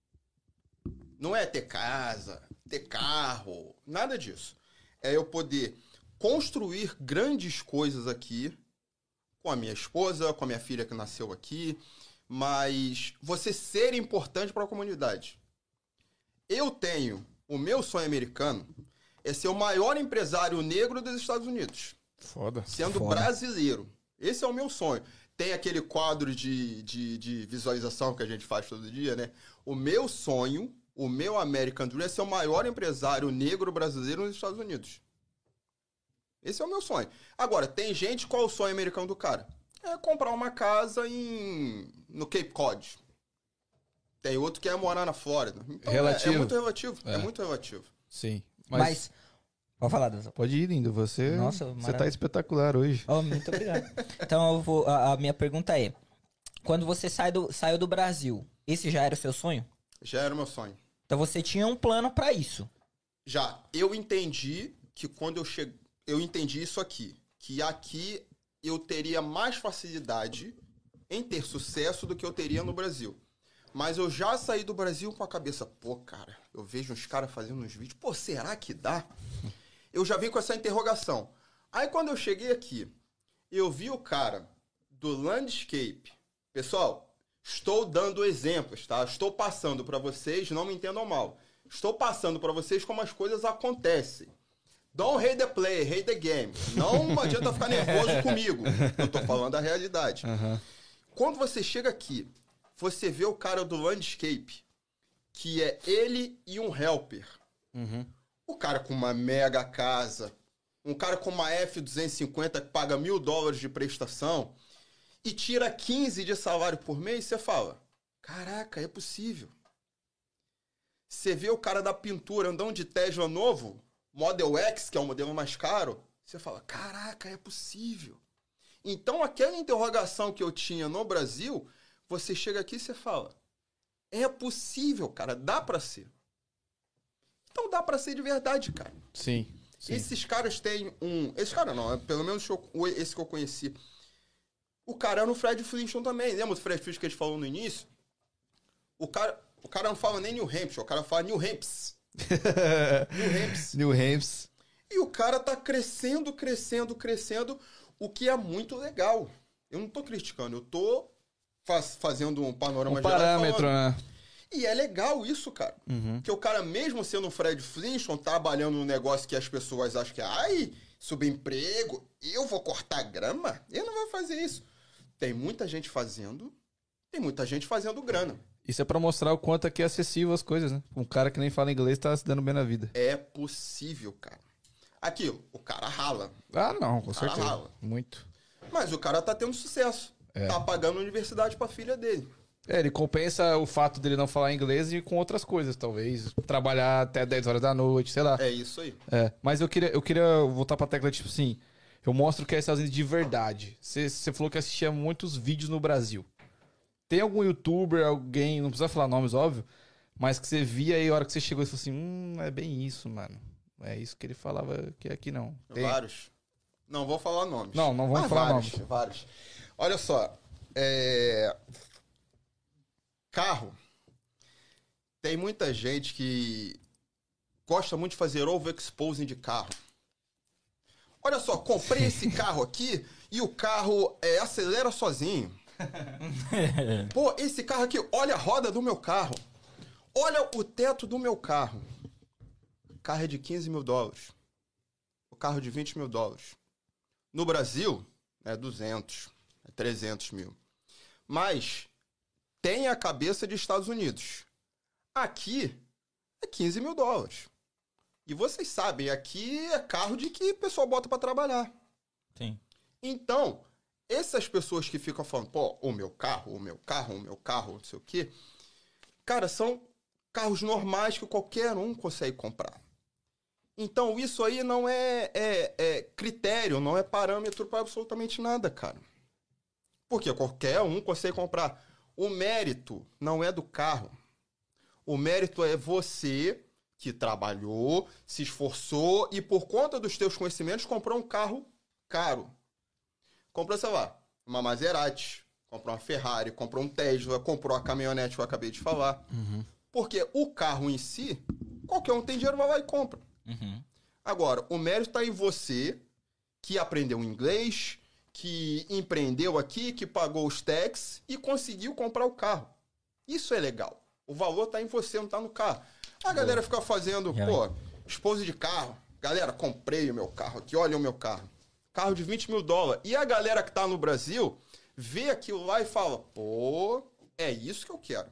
Não é ter casa, ter carro, nada disso. É eu poder construir grandes coisas aqui com a minha esposa, com a minha filha que nasceu aqui, mas você ser importante para a comunidade. Eu tenho, o meu sonho americano é ser o maior empresário negro dos Estados Unidos, Foda. sendo Foda. brasileiro. Esse é o meu sonho. Tem aquele quadro de, de, de visualização que a gente faz todo dia, né? O meu sonho, o meu American Dream é ser o maior empresário negro brasileiro nos Estados Unidos. Esse é o meu sonho. Agora, tem gente, qual é o sonho americano do cara? É comprar uma casa em no Cape Cod. Tem outro que é morar na Flórida. Então, é- Relativo. É, muito relativo. É. É. muito relativo. Sim. Mas, Mas, pode falar, Deus. pode ir, lindo. Você, Nossa, você tá maravilha. espetacular hoje. Oh, muito obrigado. Então, eu vou, a, a minha pergunta é: quando você sai do, saiu do Brasil, esse já era o seu sonho? Já era o meu sonho. Então você tinha um plano pra isso. Já. Eu entendi que quando eu cheguei... Eu entendi isso aqui. Que aqui eu teria mais facilidade em ter sucesso do que eu teria no Brasil. Mas eu já saí do Brasil com a cabeça, pô, cara, eu vejo uns caras fazendo uns vídeos, pô, será que dá? Eu já vim com essa interrogação. Aí quando eu cheguei aqui, eu vi o cara do landscape. Pessoal, estou dando exemplos, tá? Estou passando para vocês, não me entendam mal. Estou passando para vocês como as coisas acontecem. Don't hate the play, hate the game. Não adianta ficar nervoso comigo. Eu tô falando a realidade. Aham. Quando você chega aqui, você vê o cara do landscape, que é ele e um helper. Uhum. O cara com uma mega casa, um cara com uma F duzentos e cinquenta que paga mil dólares de prestação e tira quinze de salário por mês, você fala, caraca, é possível. Você vê o cara da pintura andando de Tesla novo, Model X, que é o modelo mais caro, você fala, caraca, é possível. Então, aquela interrogação que eu tinha no Brasil, você chega aqui e você fala, é possível, cara, dá pra ser. Então dá pra ser de verdade, cara. Sim, sim. Esses caras têm um... Esse cara não, é pelo menos esse que eu conheci. O cara era o Fred Flintstone também. Lembra do Fred Flintstone que a gente falou no início? O cara, o cara não fala nem New Hampshire, o cara fala New Hampshire. New Hampshire. New Hampshire. E o cara tá crescendo, crescendo, crescendo, o que é muito legal. Eu não tô criticando, eu tô faz, fazendo um panorama Um geral. parâmetro, falando. né? E é legal isso, cara. Uhum. Porque o cara, mesmo sendo um Fred Flintstone, trabalhando num negócio que as pessoas acham que, ai, subemprego, eu vou cortar grama? Eu não vou fazer isso. Tem muita gente fazendo, tem muita gente fazendo grana. Isso é pra mostrar o quanto aqui é acessível as coisas, né? Um cara que nem fala inglês tá se dando bem na vida. É possível, cara. Aquilo, o cara rala. Ah, não, com O cara certeza. rala. Muito. Mas o cara tá tendo sucesso. É. Tá pagando universidade pra filha dele. É, ele compensa o fato dele não falar inglês e com outras coisas, talvez. Trabalhar até dez horas da noite, sei lá. É isso aí. É, mas eu queria, eu queria voltar pra tecla, tipo assim, eu mostro que é Estados Unidos de verdade. Você você falou que assistia muitos vídeos no Brasil. Tem algum youtuber, alguém, não precisa falar nomes, óbvio, mas que você via aí a hora que você chegou e falou assim, hum, é bem isso, mano. É isso que ele falava que aqui não. Tem... Vários. Não vou falar nomes. Não, não vamos Ah, falar vários, nomes. Vários. Olha só, é... carro. Tem muita gente que gosta muito de fazer overexposing de carro. Olha só, comprei esse carro aqui e o carro é, acelera sozinho. Pô, esse carro aqui, olha a roda do meu carro. Olha o teto do meu carro. O carro é de quinze mil dólares. O carro de vinte mil dólares. No Brasil, é duzentos, é trezentos mil. Mas tem a cabeça de Estados Unidos. Aqui é quinze mil dólares. E vocês sabem, aqui é carro de que o pessoal bota para trabalhar. Sim. Então, essas pessoas que ficam falando, pô, o meu carro, o meu carro, o meu carro, não sei o quê. Cara, são carros normais que qualquer um consegue comprar. Então, isso aí não é, é, é critério, não é parâmetro para absolutamente nada, cara. Porque qualquer um consegue comprar. O mérito não é do carro. O mérito é você que trabalhou, se esforçou e por conta dos teus conhecimentos comprou um carro caro. Comprou, sei lá, uma Maserati, comprou uma Ferrari, comprou um Tesla, comprou a caminhonete que eu acabei de falar. Uhum. Porque o carro em si, qualquer um tem dinheiro, vai lá e compra. Uhum. Agora, o mérito está em você que aprendeu inglês, que empreendeu aqui, que pagou os taxes e conseguiu comprar o carro. Isso é legal. O valor está em você, não está no carro. A galera fica fazendo, Já pô, esposa de carro. Galera, comprei o meu carro aqui, olha o meu carro. Carro de vinte mil dólares. E a galera que tá no Brasil vê aquilo lá e fala, pô, é isso que eu quero.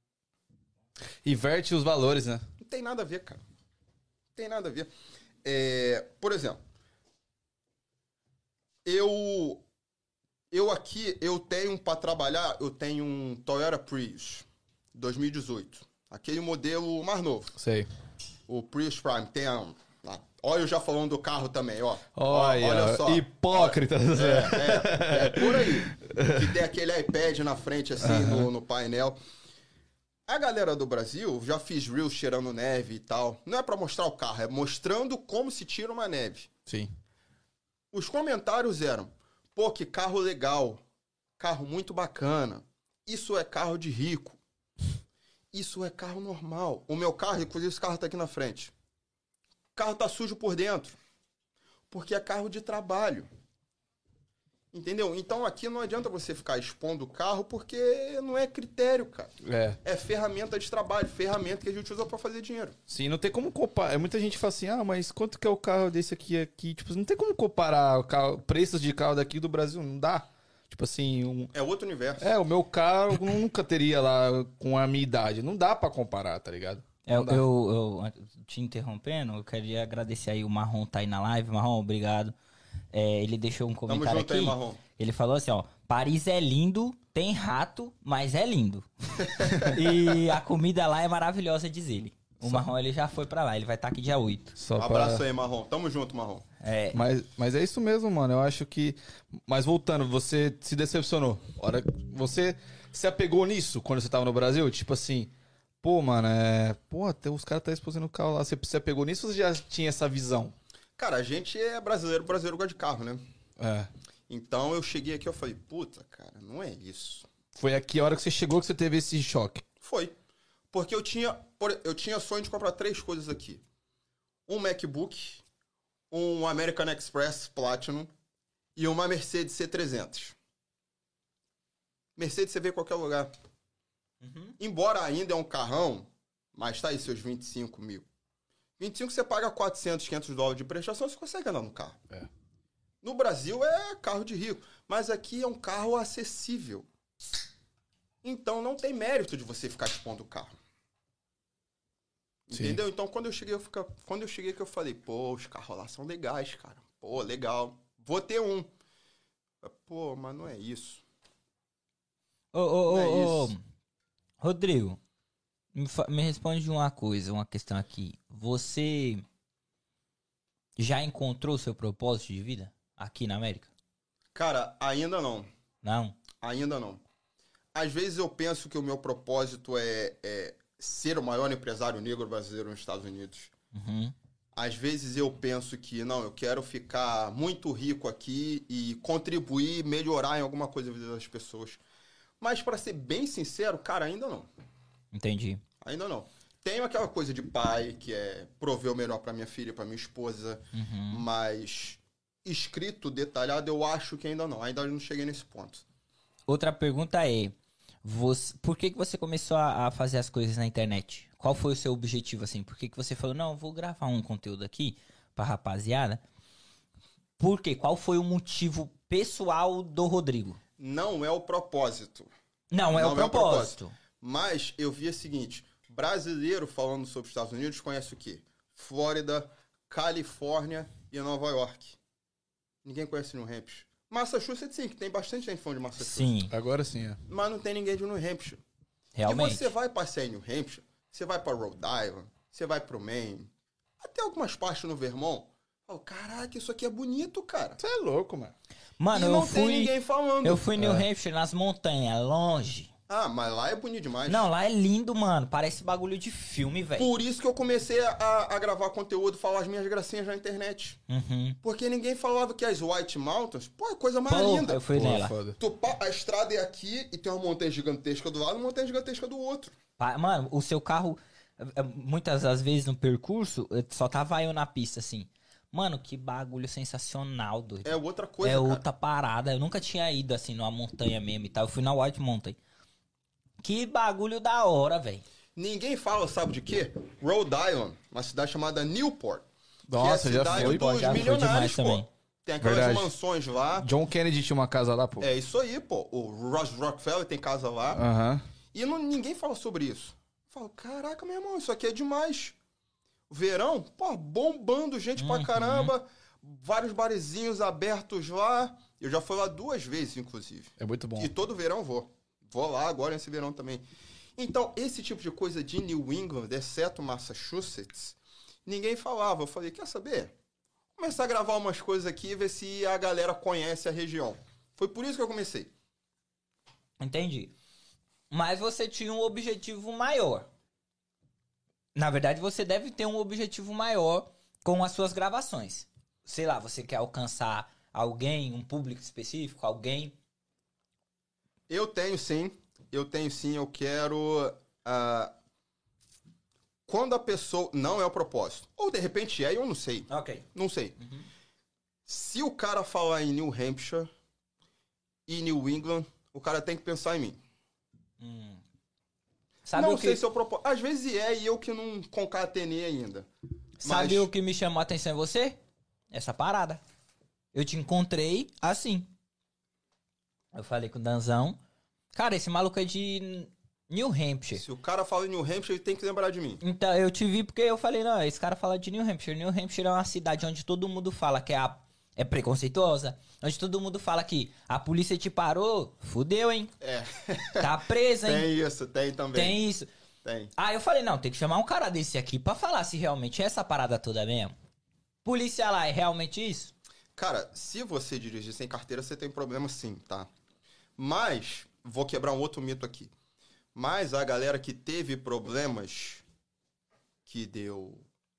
Inverte os valores, né? Não tem nada a ver, cara. Não tem nada a ver. É, por exemplo, eu, eu aqui, eu tenho para trabalhar, eu tenho um Toyota Prius dois mil e dezoito. Aquele modelo mais novo. Sei. O Prius Prime. Tem a... Olha eu já falando do carro também, ó. Olha, Olha só. hipócritas. É, é, é por aí. Que tem aquele iPad na frente, assim, Uhum. no, no painel. A galera do Brasil, já fiz reels cheirando neve e tal. Não é pra mostrar o carro, é mostrando como se tira uma neve. Sim. Os comentários eram, pô, que carro legal. Carro muito bacana. Isso é carro de rico. Isso é carro normal. O meu carro, inclusive esse carro tá aqui na frente. O carro tá sujo por dentro. Porque é carro de trabalho. Entendeu? Então aqui não adianta você ficar expondo o carro porque não é critério, cara. É. É ferramenta de trabalho, ferramenta que a gente usa pra fazer dinheiro. Sim, não tem como comparar. Muita gente fala assim, ah, mas quanto que é o carro desse aqui aqui? Tipo, não tem como comparar o carro, preços de carro daqui do Brasil, não dá. Tipo assim, um... É outro universo. É, o meu carro eu nunca teria lá com a minha idade. Não dá pra comparar, tá ligado? É, Não eu, dá. eu, te interrompendo, eu queria agradecer aí o Marrom tá aí na live. Marrom, obrigado. É, ele deixou um Tamo comentário junto aqui. aí, Marrom. Ele falou assim, ó, Paris é lindo, tem rato, mas é lindo. E a comida lá é maravilhosa, diz ele. O Só- Marrom, ele já foi pra lá, ele vai estar aqui dia oito. Só Um pra- abraço aí, Marrom. Tamo junto, Marrom. É, Mas, mas é isso mesmo, mano. Eu acho que. Mas voltando, você se decepcionou. Hora... Você se apegou nisso quando você tava no Brasil? Tipo assim, pô, mano, é. Pô, até os caras tá exposando o carro lá. Você se apegou nisso ou você já tinha essa visão? Cara, a gente é brasileiro, brasileiro gosta de carro, né? É. Então eu cheguei aqui e falei, puta, cara, não é isso. Foi aqui a hora que você chegou que você teve esse choque. Foi. Porque eu tinha, por- eu tinha sonho de comprar três coisas aqui. Um MacBook, um American Express Platinum e uma Mercedes C trezentos. Mercedes você vê em qualquer lugar. Embora ainda é um carrão, mas tá aí seus vinte e cinco mil. vinte e cinco você paga quatrocentos, quinhentos dólares de prestação, você consegue andar no carro. É. No Brasil é carro de rico, mas aqui é um carro acessível. Então não tem mérito de você ficar expondo o carro. Sim. Entendeu? Então quando eu cheguei, eu fica... quando eu cheguei que eu falei, pô, os carros lá são legais, cara. Pô, legal. Vou ter um. Pô, mas não é isso. Ô, ô, ô, Não é ô, isso. Rodrigo, me, fa- me responde uma coisa, uma questão aqui. Você já encontrou o seu propósito de vida aqui na América? Cara, ainda não. Não? Ainda não. Às vezes eu penso que o meu propósito é, é ser o maior empresário negro brasileiro nos Estados Unidos. Uhum. Às vezes eu penso que, não, eu quero ficar muito rico aqui e contribuir, melhorar em alguma coisa na vida das pessoas. Mas, pra ser bem sincero, cara, ainda não. Entendi. Ainda não. Tenho aquela coisa de pai, que é prover o melhor pra minha filha, pra minha esposa, Uhum. mas escrito, detalhado, eu acho que ainda não. Ainda não cheguei nesse ponto. Outra pergunta é, você, por que, que você começou a, a fazer as coisas na internet? Qual foi o seu objetivo, assim? Por que, que você falou, não, vou gravar um conteúdo aqui pra rapaziada? Por quê? Qual foi o motivo pessoal do Rodrigo? Não é o propósito. Não, é Não o é o propósito. Mas eu vi o seguinte, brasileiro falando sobre os Estados Unidos conhece o quê? Flórida, Califórnia e Nova York. Ninguém conhece New Hampshire. Massachusetts sim, que tem bastante gente falando de Massachusetts. Sim, Agora sim, é. Mas não tem ninguém de New Hampshire. realmente. E você vai passear em New Hampshire, você vai para Rhode Island, você vai pro Maine, até algumas partes no Vermont. Fala, caraca, isso aqui é bonito, cara. Você é louco, mano. Mano, e não eu tem fui, ninguém falando. eu fui em New É. Hampshire, nas montanhas, longe. Ah, mas lá é bonito demais. Não, lá é lindo, mano. Parece bagulho de filme, velho. Por isso que eu comecei a, a gravar conteúdo, falar as minhas gracinhas na internet. Uhum. Porque ninguém falava que as White Mountains, pô, é a coisa mais Pô, linda. eu fui Pô, nela. foda. Tu pa- a estrada é aqui e tem uma montanha gigantesca do lado e uma montanha gigantesca do outro. Pa- Mano, o seu carro, eh, muitas das vezes no percurso, eh, só tava eu na pista, assim. Mano, que bagulho sensacional, doido. É outra coisa, É cara. outra parada. Eu nunca tinha ido, assim, numa montanha mesmo e tal. Eu fui na White Mountain. Que bagulho da hora, velho. Ninguém fala, sabe de quê? Rhode Island, uma cidade chamada Newport. Nossa, que é a já cidade foi, pô, dos já fui milionários, demais pô. também. Tem aquelas Verdade. mansões lá. John Kennedy tinha uma casa lá, pô. É isso aí, pô. O Ross Rockefeller tem casa lá. Aham. E não- ninguém fala sobre isso. Eu falo, caraca, meu irmão, isso aqui é demais. Verão, pô, bombando gente pra caramba. Vários barezinhos abertos lá. Eu já fui lá duas vezes, inclusive. É muito bom. E todo verão vou. Vou lá agora nesse verão também. Então, esse tipo de coisa de New England, exceto Massachusetts, ninguém falava. Eu falei, quer saber? Vou começar a gravar umas coisas aqui e ver se a galera conhece a região. Foi por isso que eu comecei. Entendi. Mas você tinha um objetivo maior. Na verdade, você deve ter um objetivo maior com as suas gravações. Sei lá, você quer alcançar alguém, um público específico, alguém. Eu tenho sim, eu tenho sim, eu quero... ah, quando a pessoa... Não é o propósito. Ou de repente é, eu não sei. Ok. Não sei. Se o cara falar em New Hampshire, e New England, o cara tem que pensar em mim. Hum. Sabe não o que... sei se eu propor... Às vezes é e eu que não concatenei ainda. Sabe Mas- o que me chamou a atenção em você? Essa parada. Eu te encontrei assim. Eu falei com o Danzão. Cara, esse maluco é de New Hampshire. Se o cara fala em New Hampshire, ele tem que lembrar de mim. Então, eu te vi porque eu falei, não, esse cara fala de New Hampshire. New Hampshire é uma cidade onde todo mundo fala que é, a, é preconceituosa. Onde todo mundo fala que a polícia te parou, fudeu, hein? É. Tá presa, hein? Tem isso, tem também. Tem isso. Tem. Aí eu falei, não, tem que chamar um cara desse aqui pra falar se realmente é essa parada toda mesmo. Polícia lá, é realmente isso? Cara, se você dirigir sem carteira, você tem problema sim, tá? Mas, vou quebrar um outro mito aqui. Mas a galera que teve problemas, que deu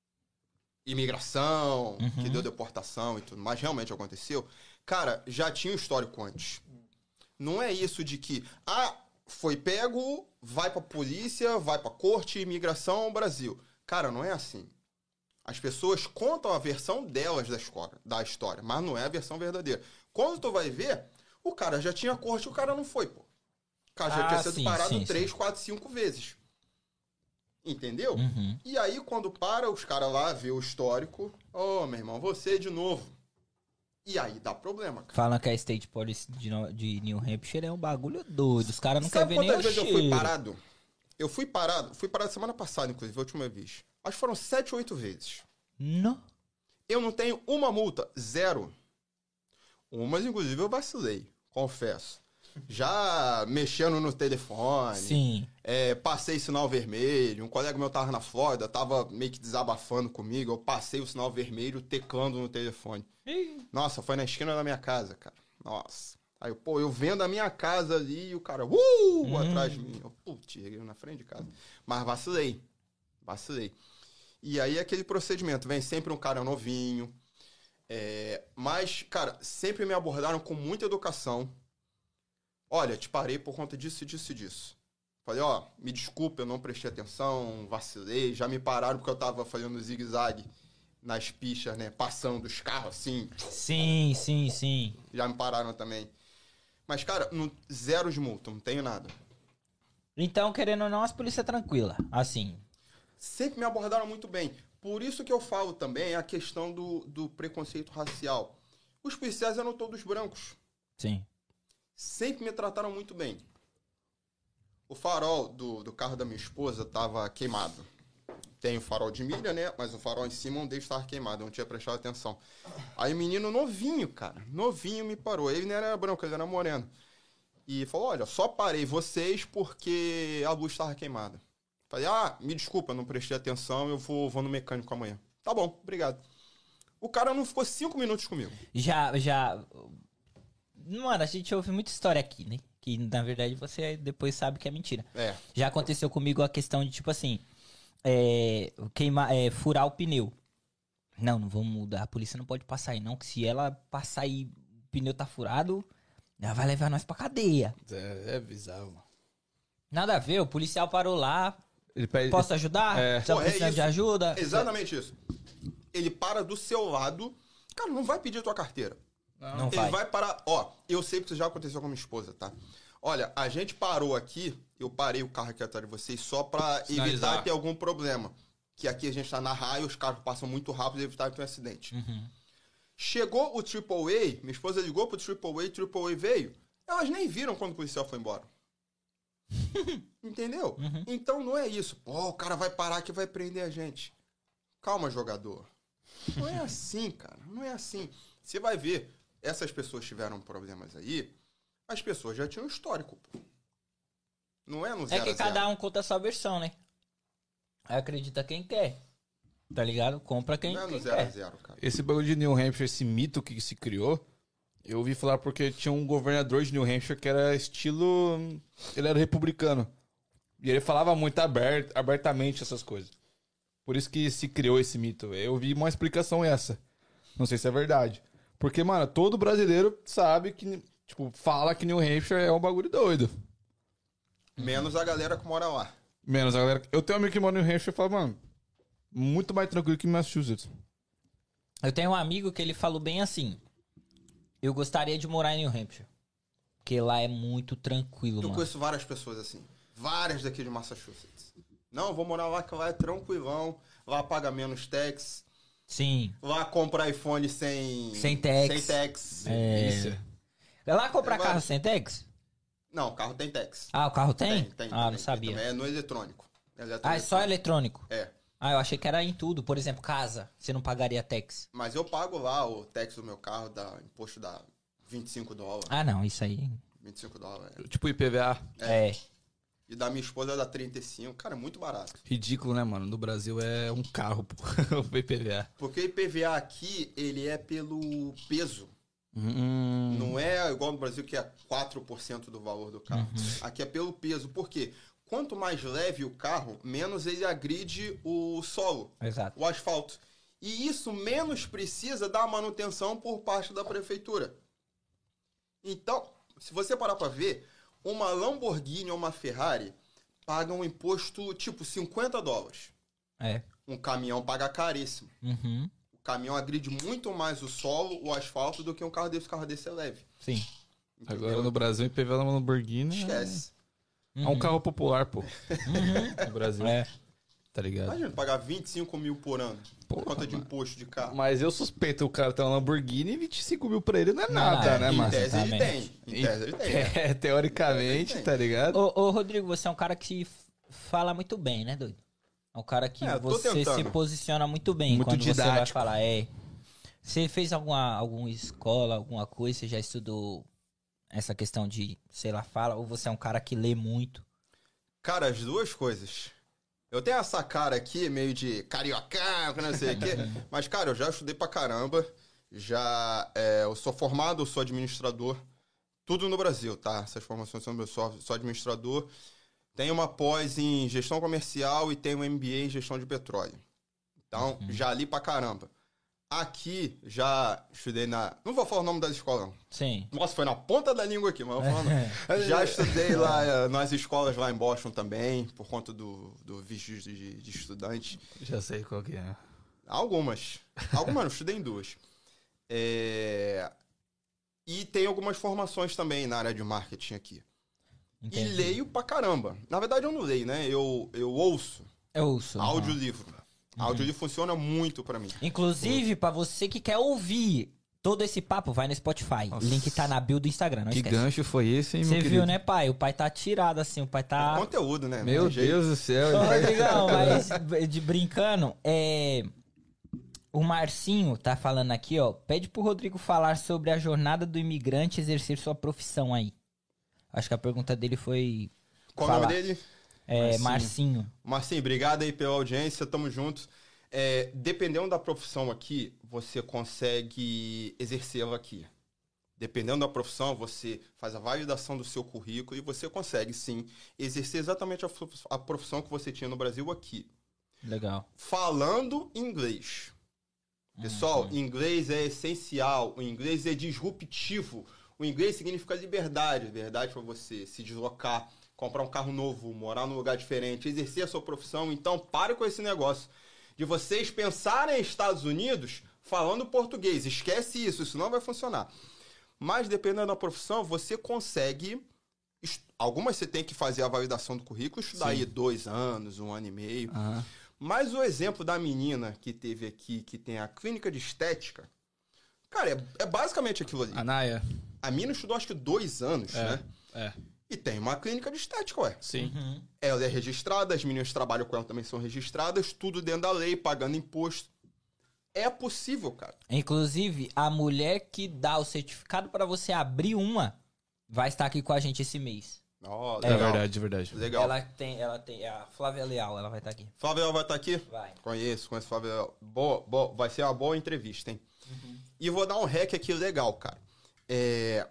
imigração, Uhum. que deu deportação e tudo mais, realmente aconteceu, cara, já tinha o histórico antes. Não é isso de que, ah, foi pego, vai pra polícia, vai pra corte, imigração, Brasil. Cara, não é assim. As pessoas contam a versão delas da história, da história, mas não é a versão verdadeira. Quando tu vai ver, o cara já tinha corte e o cara não foi, pô. O cara já Ah, tinha sido sim, parado sim, três, sim. quatro, cinco vezes. Entendeu? Uhum. E aí, quando para, os caras lá vê o histórico. Ô, meu irmão, você de novo. E aí dá problema, cara. Falam que a State Police de, No- de New Hampshire é um bagulho doido. Os caras não querem Sabe ver nem quantas o vezes eu cheiro. fui parado? Eu fui parado, fui parado semana passada, inclusive, a última vez. Acho que foram sete, oito vezes. Não. Eu não tenho uma multa, zero. Umas, inclusive, eu vacilei, confesso. Já mexendo no telefone, Sim. é, passei sinal vermelho, um colega meu tava na Flórida, tava meio que desabafando comigo, eu passei o sinal vermelho teclando no telefone. Nossa, foi na esquina da minha casa, cara. Nossa. Aí, pô, eu vendo a minha casa ali e o cara, uh, Hum. atrás de mim. Eu, putz, na frente de casa. Mas vacilei, vacilei. E aí aquele procedimento, vem sempre um cara novinho. É, mas, cara, sempre me abordaram com muita educação. Olha, te parei por conta disso, disso e disso. Falei, ó, me desculpa, eu não prestei atenção, vacilei. Já me pararam porque eu tava fazendo zigue-zague nas pistas, né? Passando os carros assim. Sim, sim, sim. Já me pararam também. Mas, cara, no, zero de multa, não tenho nada. Então, querendo ou não, as polícias tranquila. Assim. Sempre me abordaram muito bem. Por isso que eu falo também a questão do, do preconceito racial. Os policiais eram todos brancos. Sim. Sempre me trataram muito bem. O farol do, do carro da minha esposa estava queimado. Tem o farol de milha, né? Mas o farol em cima não deve estar queimado. Eu não tinha prestado atenção. Aí o menino novinho, cara. Novinho me parou. Ele não era branco, ele era moreno. E falou, olha, só parei vocês porque a luz estava queimada. Falei, ah, me desculpa, não prestei atenção, eu vou, vou no mecânico amanhã. Tá bom, obrigado. O cara não ficou cinco minutos comigo. Já, já... Mano, a gente ouve muita história aqui, né? Que, na verdade, você depois sabe que é mentira. É. Já aconteceu comigo a questão de, tipo assim... É, queimar, é, furar o pneu. Não, não vamos mudar. A polícia não pode passar aí, não. Que se ela passar aí, o pneu tá furado, ela vai levar nós pra cadeia. É, é bizarro, mano. Nada a ver, o policial parou lá. Ele pede... Posso ajudar? É. Você tá Pô, é precisando de isso. ajuda? Exatamente isso. Ele para do seu lado. Cara, não vai pedir tua carteira. Não Ele vai. vai parar. Ó, eu sei que isso já aconteceu com a minha esposa, tá? Olha, a gente parou aqui. Eu parei o carro aqui atrás de vocês só pra Sinalizar. evitar ter algum problema. Que aqui a gente tá na raia, os carros passam muito rápido e evitar ter um acidente. Uhum. Chegou o Triple A, minha esposa ligou pro Triple A, Triple A veio. Elas nem viram quando o policial foi embora. Entendeu? Uhum. Então não é isso. Pô, o cara vai parar que vai prender a gente. Calma, jogador. Não é assim, cara. Não é assim. Você vai ver, essas pessoas tiveram problemas aí, as pessoas já tinham histórico, pô. Não é no É zero que a zero. cada um conta a sua versão, né? Aí acredita quem quer. Tá ligado? Compra quem, Não é no quem zero a quer. zero, cara. Esse bagulho de New Hampshire, esse mito que se criou, eu ouvi falar porque tinha um governador de New Hampshire que era estilo... Ele era republicano. E ele falava muito aberto, abertamente essas coisas. Por isso que se criou esse mito. Eu vi uma explicação essa. Não sei se é verdade. Porque, mano, todo brasileiro sabe que... Tipo, fala que New Hampshire é um bagulho doido. Menos a galera que mora lá. Menos a galera... Eu tenho um amigo que mora em New Hampshire e fala, mano... Muito mais tranquilo que Massachusetts. Eu tenho um amigo que ele falou bem assim. Eu gostaria de morar em New Hampshire. Porque lá é muito tranquilo, Eu mano. conheço várias pessoas assim. Várias daqui de Massachusetts. Não, eu vou morar lá que lá é tranquilão. Lá paga menos tax. Sim. Lá compra iPhone sem... Sem tax. Sem tax. É. Isso. Lá comprar Tem carro vários. sem tax? Não, o carro tem tax. Ah, o carro tem? Tem, tem. Ah, tem, não sabia. tem. É no eletrônico. Eletrônico. Ah, é só eletrônico? É. Ah, eu achei que era em tudo. Por exemplo, casa. Você não pagaria tax. Mas eu pago lá o tax do meu carro, dá imposto dá vinte e cinco dólares. Ah, não. Isso aí... vinte e cinco dólares. é. Tipo I P V A. É. E da minha esposa dá trinta e cinco. Cara, é muito barato. Ridículo, né, mano? No Brasil é um carro, pô. O I P V A. Porque o I P V A aqui, ele é pelo peso. Hum. Não é igual no Brasil que é quatro por cento do valor do carro. Aqui é pelo peso. Por quê? Quanto mais leve o carro, menos ele agride o solo, Exato. o asfalto. E isso menos precisa da manutenção por parte da prefeitura. Então, se você parar para ver, uma Lamborghini ou uma Ferrari pagam um imposto tipo cinquenta dólares. É. Um caminhão paga caríssimo. Uhum. O caminhão agride muito mais o solo, o asfalto, do que um carro desse. O carro desse é leve. Sim. Entendeu? Agora no Brasil, I P V A da Lamborghini Esquece. é um carro popular, pô. No Brasil. É. Tá ligado? Imagina, pagar vinte e cinco mil por ano por Porra, conta de mano. imposto de carro. Mas eu suspeito o cara ter uma Lamborghini e vinte e cinco mil pra ele não é Não, nada, é. né, Em mano? tese ele tem. Exatamente. Em tese ele tem. é. É, teoricamente, tá ligado? Ô, ô, Rodrigo, você é um cara que f- fala muito bem, né, doido? É um cara que É, eu tô você se tentando. posiciona muito bem Muito quando você vai didático. falar. É. Você fez alguma, alguma escola, alguma coisa? Você já estudou essa questão de, sei lá, fala? Ou você é um cara que lê muito? Cara, as duas coisas. Eu tenho essa cara aqui, meio de cariocão, que não sei o quê. Mas, cara, eu já estudei pra caramba. Já, é, eu sou formado, eu sou administrador. Tudo no Brasil, tá? Essas formações são eu sou, sou administrador. Tenho uma pós em gestão comercial e tenho um M B A em gestão de petróleo. Então, já li pra caramba. Aqui, já estudei na... Não vou falar o nome das escolas, não. Sim. Nossa, foi na ponta da língua aqui, mas eu vou falar não. Já estudei lá eh, nas escolas lá em Boston também, por conta do, do visto de, de estudante. Já sei qual que é. Algumas. Algumas, não, estudei em duas. É, E tem algumas formações também na área de marketing aqui. Entendi. E leio pra caramba. Na verdade, eu não leio, né? Eu, eu ouço Eu ouço. aham. audiolivro. Audiolivro funciona muito pra mim. Inclusive, pra você que quer ouvir todo esse papo, vai no Spotify. Nossa. Link tá na bio do Instagram, não Que esquece. gancho foi esse, hein, meu Você querido? viu, né, pai? O pai tá tirado assim, o pai tá... Conteúdo, né? Meu Não tem jeito. Deus do céu. Ô, Rodrigão, mas de brincando, é... o Marcinho tá falando aqui, ó. Pede pro Rodrigo falar sobre a jornada do imigrante exercer sua profissão aí. Acho que a pergunta dele foi... Qual o falar. nome dele? É, Marcinho. Marcinho. Marcinho, obrigado aí pela audiência, tamo junto. É, dependendo da profissão aqui, você consegue exercê-la aqui. Dependendo da profissão, você faz a validação do seu currículo e você consegue, sim, exercer exatamente a prof- a profissão que você tinha no Brasil aqui. Legal. Falando inglês. Pessoal, inglês é essencial, o inglês é disruptivo. O inglês significa liberdade, liberdade para você se deslocar, comprar um carro novo, morar num lugar diferente, exercer a sua profissão. Então, pare com esse negócio de vocês pensarem em Estados Unidos falando português. Esquece isso, isso não vai funcionar. Mas, dependendo da profissão, você consegue... est- Algumas você tem que fazer a validação do currículo, estudar Sim. aí dois anos, um ano e meio. Aham. Mas o exemplo da menina que teve aqui, que tem a clínica de estética, cara, é, é basicamente aquilo ali. A Naya. A menina estudou acho que dois anos, É, né? é. E tem uma clínica de estética, ué. Sim. Uhum. Ela é registrada, as meninas que trabalham com ela também são registradas, tudo dentro da lei, pagando imposto. É possível, cara. Inclusive, a mulher que dá o certificado pra você abrir uma vai estar aqui com a gente esse mês. Ó, É legal. verdade, é verdade. Legal. Ela tem, ela tem, é a Flávia Leal, ela vai estar aqui. Flávia vai estar aqui? Vai. Conheço, conheço Flávia. Boa, boa, vai ser uma boa entrevista, hein? E vou dar um hack aqui legal, cara. É,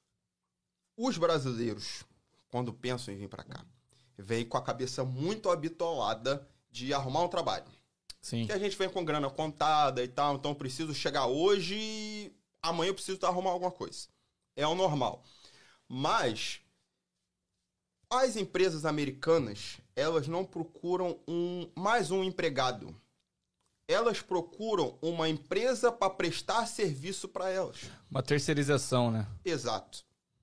Os brasileiros, quando pensam em vir pra cá, vêm com a cabeça muito habitolada de arrumar um trabalho. Sim. Que a gente vem com grana contada e tal, então eu preciso chegar hoje e amanhã eu preciso arrumar alguma coisa. É o normal. Mas as empresas americanas, elas não procuram um, mais um empregado. Elas procuram uma empresa para prestar serviço para elas. Uma terceirização, né? Exato.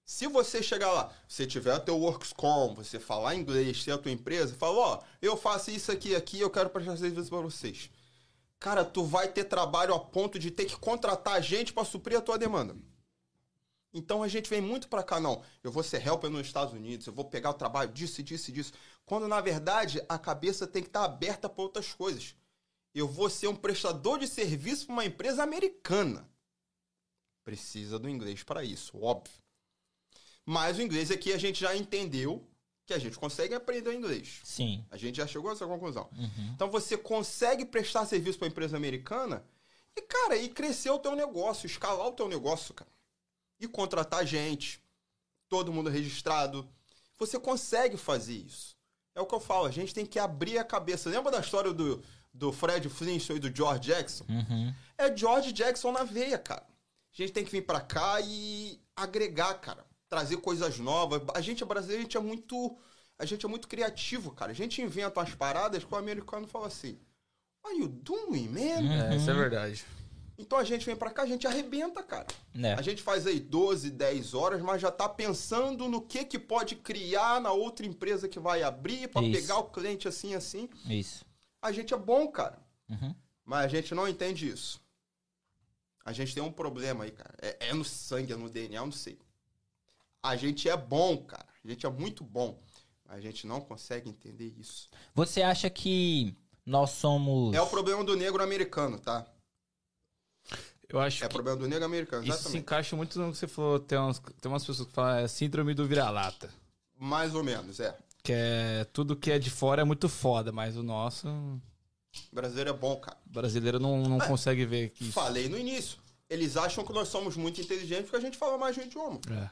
Se você chegar lá, você tiver o teu WorksCom, você falar inglês, ter a tua empresa, fala, ó, eu faço isso aqui aqui, eu quero prestar serviço para vocês. Cara, tu vai ter trabalho a ponto de ter que contratar gente para suprir a tua demanda. Então a gente vem muito para cá, não, eu vou ser helper nos Estados Unidos, eu vou pegar o trabalho disso, disso e disso. Quando, na verdade, a cabeça tem que estar aberta para outras coisas. Eu vou ser um prestador de serviço para uma empresa americana. Precisa do inglês para isso, óbvio. Mas o inglês aqui a gente já entendeu que a gente consegue aprender o inglês. Sim. A gente já chegou a essa conclusão. Uhum. Então você consegue prestar serviço para uma empresa americana e, cara, e crescer o teu negócio, escalar o teu negócio, cara. E contratar gente, todo mundo registrado. Você consegue fazer isso. É o que eu falo, a gente tem que abrir a cabeça. Lembra da história do, do Fred Flintstone e do George Jackson? Uhum. É George Jackson na veia, cara. A gente tem que vir pra cá e agregar, cara. Trazer coisas novas. A gente brasileiro, a gente é muito, a gente é muito criativo, cara. A gente inventa umas paradas que o americano fala assim, what are you doing, man? É, isso é verdade. Então a gente vem pra cá, a gente arrebenta, cara. É. A gente faz aí doze, dez horas, mas já tá pensando no que que pode criar na outra empresa que vai abrir pra Isso. pegar o cliente assim, assim. Isso. A gente é bom, cara. Uhum. Mas a gente não entende isso. A gente tem um problema aí, cara. É, é no sangue, é no D N A, eu não sei. A gente é bom, cara. A gente é muito bom. Mas a gente não consegue entender isso. Você acha que nós somos... É o problema do negro americano, tá? Eu acho É o que problema do negro americano, isso se exatamente. encaixa muito no que você falou. Tem umas, tem umas pessoas que falam é síndrome do vira-lata. Mais ou menos, é. Que é tudo que é de fora é muito foda, mas o nosso... O brasileiro é bom, cara. O brasileiro não, não É. consegue ver que isso... Falei no início. Eles acham que nós somos muito inteligentes porque a gente fala mais de um idioma. É.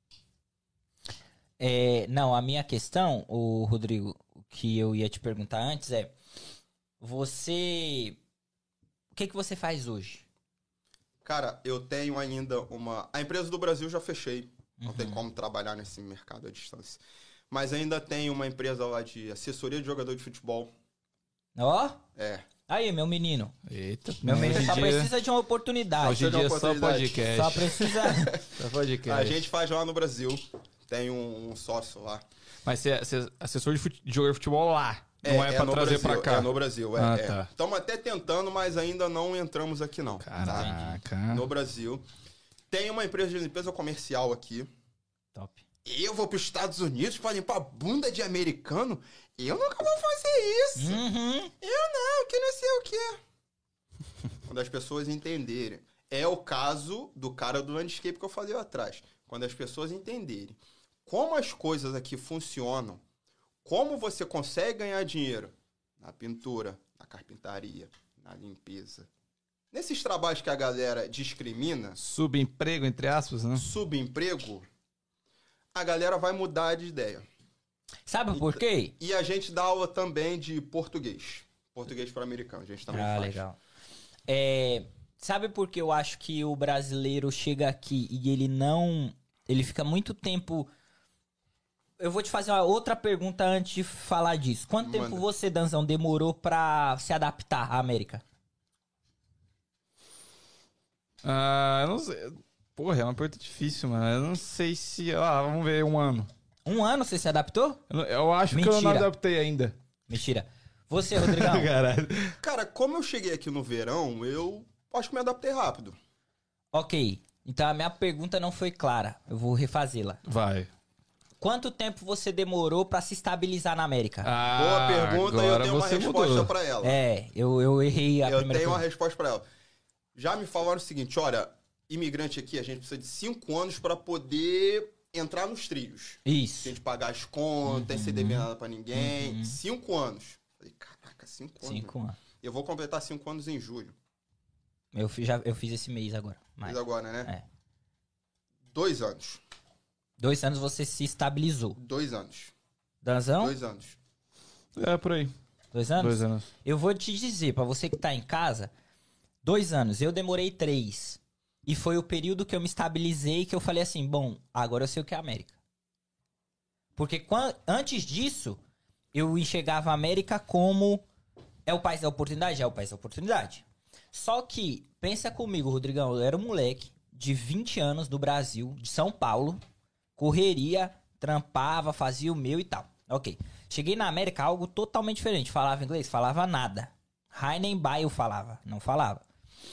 É, não, a minha questão, o Rodrigo, o que eu ia te perguntar antes é... Você... O que que você faz hoje? Cara, eu tenho ainda uma... A empresa do Brasil já fechei. Não Uhum. tem como trabalhar nesse mercado à distância. Mas ainda tenho uma empresa lá de assessoria de jogador de futebol. Ó, É. aí, meu menino. Eita. Meu menino hoje só em dia, precisa de uma oportunidade. hoje em Chega uma dia é só oportunidade. podcast. Só precisa... Só podcast. A gente faz lá no Brasil. Tem um, um sócio lá. Mas você é, você é assessor de, fute... de jogador de futebol lá. Não é, pra no trazer Brasil, pra cá. É no Brasil, é. Ah, é. tá. Estamos até tentando, mas ainda não entramos aqui não. tá? Caraca. No Brasil. Tem uma empresa de limpeza comercial aqui. Top. Eu vou para os Estados Unidos para limpar a bunda de americano? Eu nunca vou fazer isso. Uhum. Eu não, que não sei o quê. Quando as pessoas entenderem. É o caso do cara do landscape que eu falei lá atrás. Quando as pessoas entenderem como as coisas aqui funcionam, como você consegue ganhar dinheiro na pintura, na carpintaria, na limpeza. Nesses trabalhos que a galera discrimina, Subemprego, entre aspas, né? subemprego, a galera vai mudar de ideia. Sabe por quê? E a gente dá aula também de português. Português para americano, a gente também Ah, faz. legal. É, sabe por que eu acho que o brasileiro chega aqui e ele não... Ele fica muito tempo... Eu vou te fazer uma outra pergunta antes de falar disso. Quanto Manda. tempo você, Danzão, demorou pra se adaptar à América? Ah, eu não sei. Porra, é uma pergunta difícil, mano. Eu não sei se... Ah, vamos ver, um ano. Um ano você se adaptou? Eu, não- eu acho que eu não Mentira. adaptei ainda. Mentira. Você, Rodrigão? Caralho. Cara, como eu cheguei aqui no verão, eu acho que me adaptei rápido. Ok. Então a minha pergunta não foi clara. Eu vou refazê-la. Vai. Quanto tempo você demorou pra se estabilizar na América? Ah, Boa pergunta e eu agora tenho uma você resposta mudou. para ela. É, eu, eu errei a eu primeira tenho uma pergunta. resposta para ela. Já me falaram o seguinte, olha, imigrante aqui, a gente precisa de cinco anos para poder entrar nos trilhos. Isso. Sem de pagar as contas, Uhum. sem dever nada para ninguém. Cinco anos. Falei, caraca, cinco anos. Cinco anos. Eu vou completar cinco anos em julho. Eu, fi- já, eu fiz esse mês agora. Mas Fiz agora, né? É. Dois anos. dois anos você se estabilizou. Dois anos. Danzão? Dois anos. É, por aí. Dois anos? Dois anos. Eu vou te dizer, pra você que tá em casa, dois anos. Eu demorei três. E foi o período que eu me estabilizei que eu falei assim, bom, agora eu sei o que é a América. Porque quan- antes disso, eu enxergava a América como é o país da oportunidade? É o país da oportunidade. Só que, pensa comigo, Rodrigão, eu era um moleque de vinte anos do Brasil, de São Paulo, correria, trampava, fazia o meu e tal. Ok. Cheguei na América, algo totalmente diferente. Falava inglês? Falava nada. Hi nem bye eu falava. Não falava.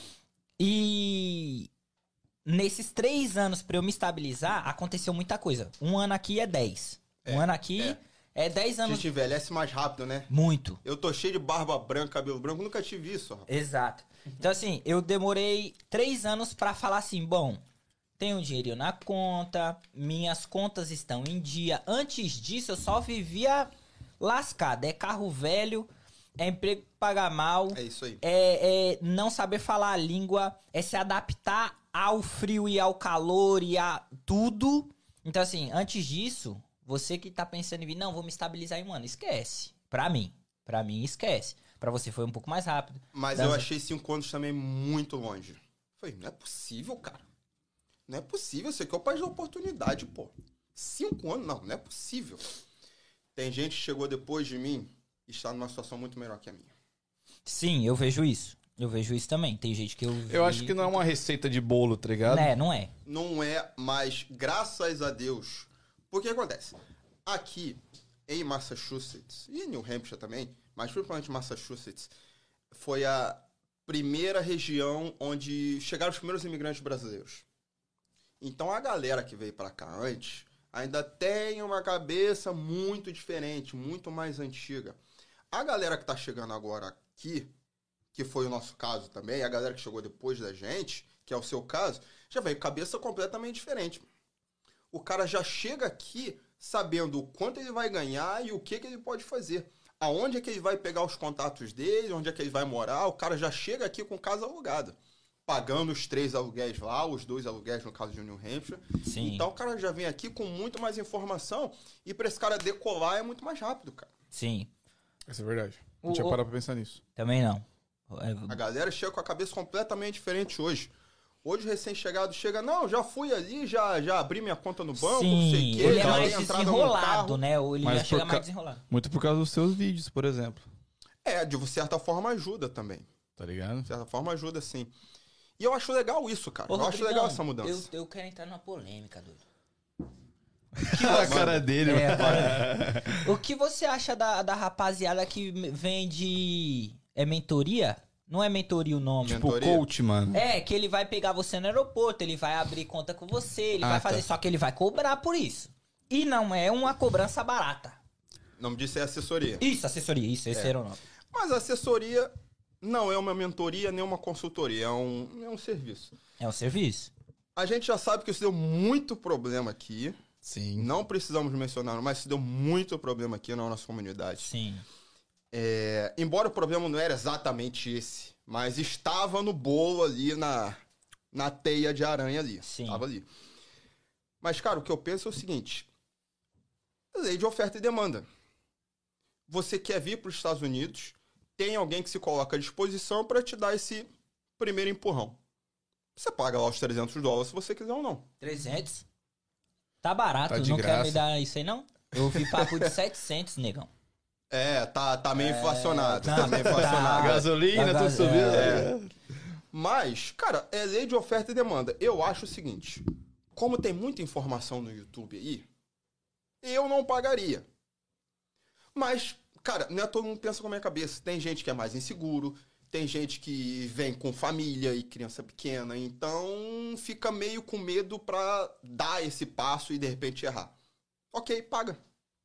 E nesses três anos pra eu me estabilizar, aconteceu muita coisa. Um ano aqui é dez. É, um ano aqui é. é dez A anos. gente envelhece mais rápido, né? Muito. Eu tô cheio de barba branca, cabelo branco, nunca tive isso, rapaz. Exato. Então, assim, eu demorei três anos pra falar assim, bom, tenho um dinheirinho na conta, minhas contas estão em dia. Antes disso, eu só vivia lascado. É carro velho, é emprego que paga mal, É isso aí. é, é não saber falar a língua, é se adaptar ao frio e ao calor e a tudo. Então, assim, antes disso, você que tá pensando em vir, não, vou me estabilizar em um ano, esquece. Pra mim, pra mim, esquece. Pra você foi um pouco mais rápido. Mas Das- eu achei cinco anos também muito longe. Falei, não é possível, cara. Não é possível. Isso aqui é o país da oportunidade, pô. Cinco anos? Não, não é possível. Tem gente que chegou depois de mim e está numa situação muito melhor que a minha. Sim, eu vejo isso. Eu vejo isso também. Tem gente que eu Eu vi- acho que não é uma receita de bolo, tá ligado? É, não é. Não é, mas graças a Deus. Porque acontece? Aqui em Massachusetts, e em New Hampshire também, mas principalmente Massachusetts, foi a primeira região onde chegaram os primeiros imigrantes brasileiros. Então a galera que veio pra cá antes ainda tem uma cabeça muito diferente, muito mais antiga. A galera que tá chegando agora aqui, que foi o nosso caso também, a galera que chegou depois da gente, que é o seu caso, já veio com cabeça completamente diferente. O cara já chega aqui sabendo o quanto ele vai ganhar e o que, que ele pode fazer. Aonde é que ele vai pegar os contatos dele, onde é que ele vai morar, o cara já chega aqui com casa alugada. Pagando os três aluguéis lá, os dois aluguéis no caso de New Hampshire. Sim. Então o cara já vem aqui com muito mais informação e pra esse cara decolar é muito mais rápido, cara. Sim. Isso é verdade. O- Não tinha o- parado pra pensar nisso. Também não. A galera chega com a cabeça completamente diferente hoje. Hoje o recém-chegado chega, não, já fui ali, já, já abri minha conta no banco, não sei o Sim, quê, ele é já mais dei entrada no desenrolado, carro. né? Ou ele Mas já chega por mais ca- desenrolado. Muito por causa dos seus vídeos, por exemplo. É, de certa forma ajuda também. Tá ligado? De certa forma ajuda, sim. E eu acho legal isso, cara. Ô, eu acho Rodrigão, legal essa mudança. Eu, eu quero entrar numa polêmica, doido. a cara dele, É, mano. agora- o que você acha da, da rapaziada que vem de... É mentoria? Não é mentoria o nome. Mentor- Tipo, Mentoria. coach, mano. É, que ele vai pegar você no aeroporto, ele vai abrir conta com você, ele Ah, vai fazer, tá. só que ele vai cobrar por isso. E não é uma cobrança barata. O nome disso é assessoria. Isso, assessoria, isso, esse É. era o nome. Mas a assessoria não é uma mentoria nem uma consultoria, é um, é um serviço. É um serviço. A gente já sabe que isso deu muito problema aqui. Sim. Não precisamos mencionar, mas isso deu muito problema aqui na nossa comunidade. Sim. É, embora o problema não era exatamente esse, mas estava no bolo ali, na, na teia de aranha ali. Sim. Estava ali. Mas, cara, o que eu penso é o seguinte. Lei de oferta e demanda. Você quer vir para os Estados Unidos, tem alguém que se coloca à disposição para te dar esse primeiro empurrão. Você paga lá os trezentos dólares se você quiser ou não. trezentos? Tá barato, Tá de não quer graça. me dar isso aí não? Eu ouvi papo de setecentos, negão. É, tá, tá meio inflacionado. tá- Tá meio tá. inflacionado. Gasolina, Tá tudo gas- subindo. é. né? Mas, cara, é lei de oferta e demanda. Eu acho o seguinte, como tem muita informação no YouTube aí, eu não pagaria. Mas, cara, não é todo mundo pensa com a minha cabeça. Tem gente que é mais inseguro, tem gente que vem com família e criança pequena, então fica meio com medo pra dar esse passo e de repente errar. Ok, paga.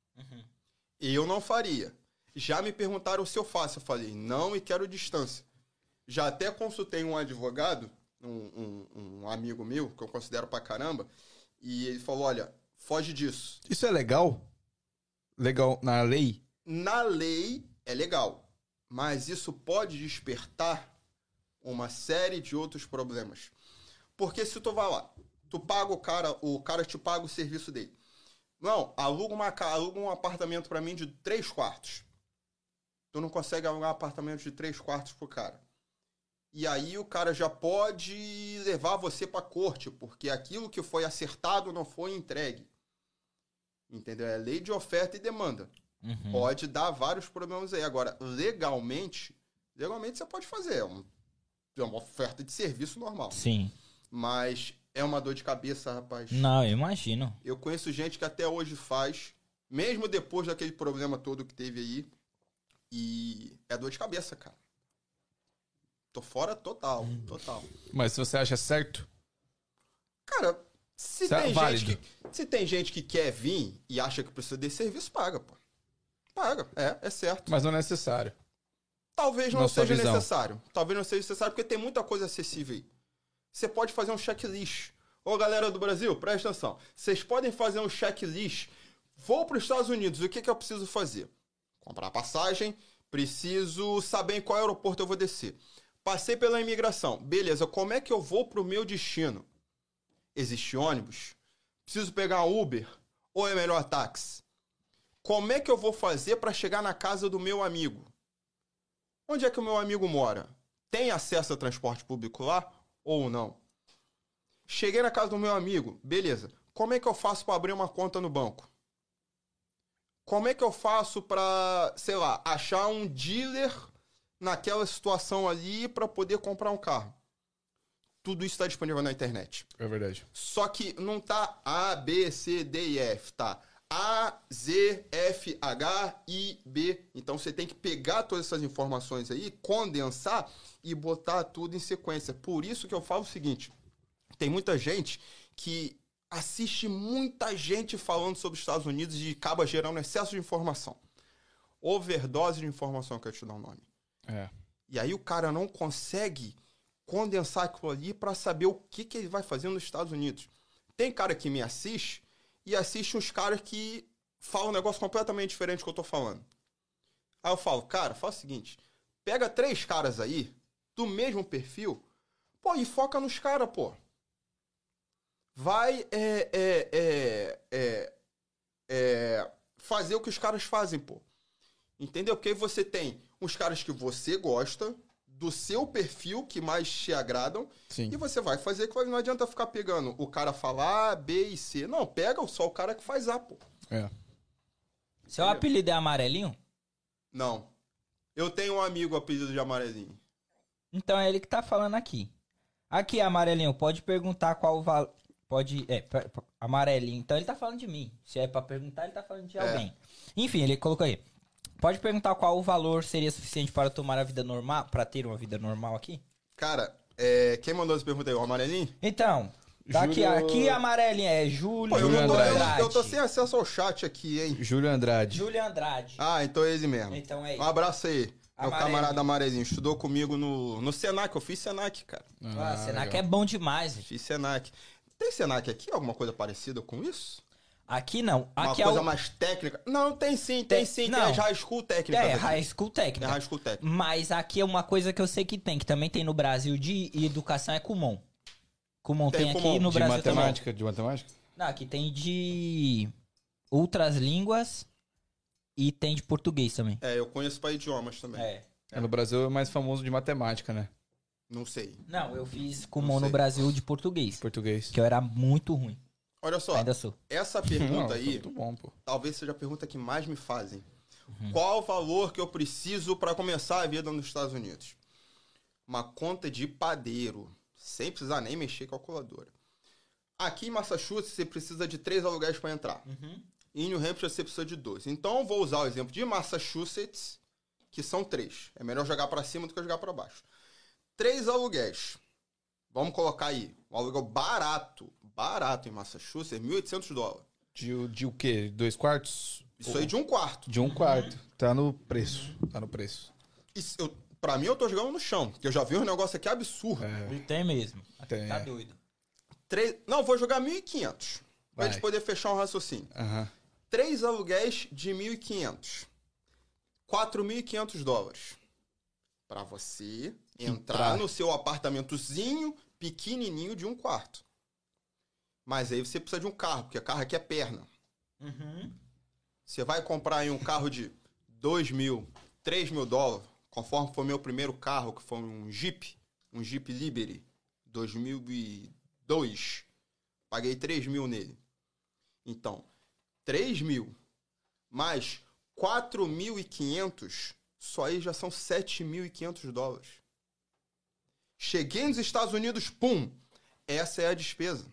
Eu não faria. Já me perguntaram se eu faço. Eu falei, não, e quero distância. Já até consultei um advogado, um, um, um amigo meu, que eu considero pra caramba, e ele falou, olha, foge disso. Isso é legal? Legal na lei? Na lei é legal, mas isso pode despertar uma série de outros problemas. Porque se tu vai lá, tu paga o cara, o cara te paga o serviço dele. Não, aluga, uma, ca- aluga um apartamento pra mim de três quartos. Tu não consegue alugar um apartamento de três quartos pro cara. E aí o cara já pode levar você pra corte, porque aquilo que foi acertado não foi entregue. Entendeu? É lei de oferta e demanda. Uhum. Pode dar vários problemas aí. Agora, legalmente, legalmente você pode fazer. É, um- é uma oferta de serviço normal. Sim. Mas é uma dor de cabeça, rapaz. Não, eu imagino. Eu conheço gente que até hoje faz, mesmo depois daquele problema todo que teve aí. E é dor de cabeça, cara. Tô fora total, total. Mas se você acha certo, Cara, se Isso é tem, válido. gente que, se tem gente que quer vir e acha que precisa desse serviço, paga, pô. Paga, é, é certo. mas não é necessário. Talvez não Na sua seja visão. necessário. Talvez não seja necessário, porque tem muita coisa acessível aí. Você pode fazer um checklist. Ô, galera do Brasil, presta atenção. Vocês podem fazer um checklist. Vou para os Estados Unidos, o que, que eu preciso fazer? Comprar passagem, preciso saber em qual aeroporto eu vou descer. Passei pela imigração. Beleza, como é que eu vou para o meu destino? Existe ônibus? Preciso pegar um Uber? Ou é melhor táxi? Como é que eu vou fazer para chegar na casa do meu amigo? Onde é que o meu amigo mora? Tem acesso a transporte público lá ou não? Cheguei na casa do meu amigo, beleza. Como é que eu faço para abrir uma conta no banco? Como é que eu faço para, sei lá, achar um dealer naquela situação ali para poder comprar um carro? Tudo isso está disponível na internet. É verdade. Só que não tá A, B, C, D e F, tá? A, Z, F, H, I, B. Então você tem que pegar todas essas informações aí, condensar e botar tudo em sequência. Por isso que eu falo o seguinte: tem muita gente que assiste muita gente falando sobre os Estados Unidos e acaba gerando excesso de informação. Overdose de informação, que eu te dar um nome. É. E aí o cara não consegue condensar aquilo ali para saber o que, que ele vai fazer nos Estados Unidos. Tem cara que me assiste e assiste uns caras que falam um negócio completamente diferente do que eu tô falando. Aí eu falo, cara, faz o seguinte, pega três caras aí, do mesmo perfil, pô, e foca nos caras, pô. Vai é, é, é, é, é, fazer o que os caras fazem, pô. Entendeu? Porque aí você tem os caras que você gosta, do seu perfil, que mais te agradam, Sim. e você vai fazer que não adianta ficar pegando o cara falar A, B e C. Não, pega só o cara que faz A, pô. É. Seu apelido é Amarelinho? Não. Eu tenho um amigo apelido de Amarelinho. Então é ele que tá falando aqui. Aqui, Amarelinho, pode perguntar qual o valor... Pode... É, per- per- Amarelinho. Então ele tá falando de mim. Se é pra perguntar, ele tá falando de É. alguém. Enfim, ele colocou aí. Pode perguntar qual o valor seria suficiente para tomar a vida normal, para ter uma vida normal aqui? Cara, é, quem mandou essa pergunta aí? O Amarelinho? Então, tá aqui, Júlio- aqui Amarelinho, é Júlio Pô, eu, Júlio não tô, eu, Andrade. eu tô sem acesso ao chat aqui, hein? Júlio Andrade. Júlio Andrade. Ah, então é ele mesmo. Então é ele. Um abraço aí. Meu Amarelinho. camarada Amarelinho. Estudou comigo no, no Senac. Eu fiz Senac, cara. Ah, Senac legal. é bom demais. Fiz Senac. Tem Senac aqui? Alguma coisa parecida com isso? Aqui não. Uma Aqui é coisa o... mais técnica? Não, tem sim, tem, Tem- sim. não. Tem as high school técnicas. É, aqui. high school Tem técnica. high school técnica. Mas aqui é uma coisa que eu sei que tem, que também tem no Brasil de educação, é Kumon. Kumon tem, Tem aqui Kumon. no De Brasil matemática, de matemática? também. Não, aqui tem de outras línguas e tem de português também. É, eu conheço para idiomas também. É. É, no Brasil é mais famoso de matemática, né? Não sei. Não, eu fiz Não Kumon no sei. Brasil de português, Português. que eu era muito ruim. Olha só, Ainda sou. essa Não, pergunta aí, Muito bom, pô. talvez seja a pergunta que mais me fazem. Uhum. Qual o valor que eu preciso para começar a vida nos Estados Unidos? Uma conta de padeiro, sem precisar nem mexer calculadora. Aqui em Massachusetts, você precisa de três aluguéis para entrar. Uhum. E em New Hampshire, você precisa de dois. Então, eu vou usar o exemplo de Massachusetts, que são três. É melhor jogar para cima do que jogar para baixo. Três aluguéis. Vamos colocar aí. Um aluguel barato, barato em Massachusetts, mil e oitocentos dólares. De, de o quê? Dois quartos? Isso aí de um quarto. De um quarto. Tá no preço. Tá no preço. Isso, eu, pra mim, eu tô jogando no chão, porque eu já vi um negócio aqui absurdo. É. Tem mesmo. Aqui Tem, tá é. doido. Três, não, vou jogar mil e quinhentos. Pra Vai. gente poder fechar um raciocínio. Aham. Três aluguéis de mil e quinhentos. quatro mil e quinhentos dólares. Pra você entrar Entrar. no seu apartamentozinho pequenininho de um quarto. Mas aí você precisa de um carro, porque carro aqui é perna. Uhum. Você vai comprar aí um carro de dois mil, três mil dólares, conforme foi meu primeiro carro, que foi um Jeep, um Jeep Liberty, dois mil e dois. Paguei três mil nele. Então, três mil mais quatro mil e quinhentos, só aí já são sete mil e quinhentos dólares. Cheguei nos Estados Unidos, pum! Essa é a despesa.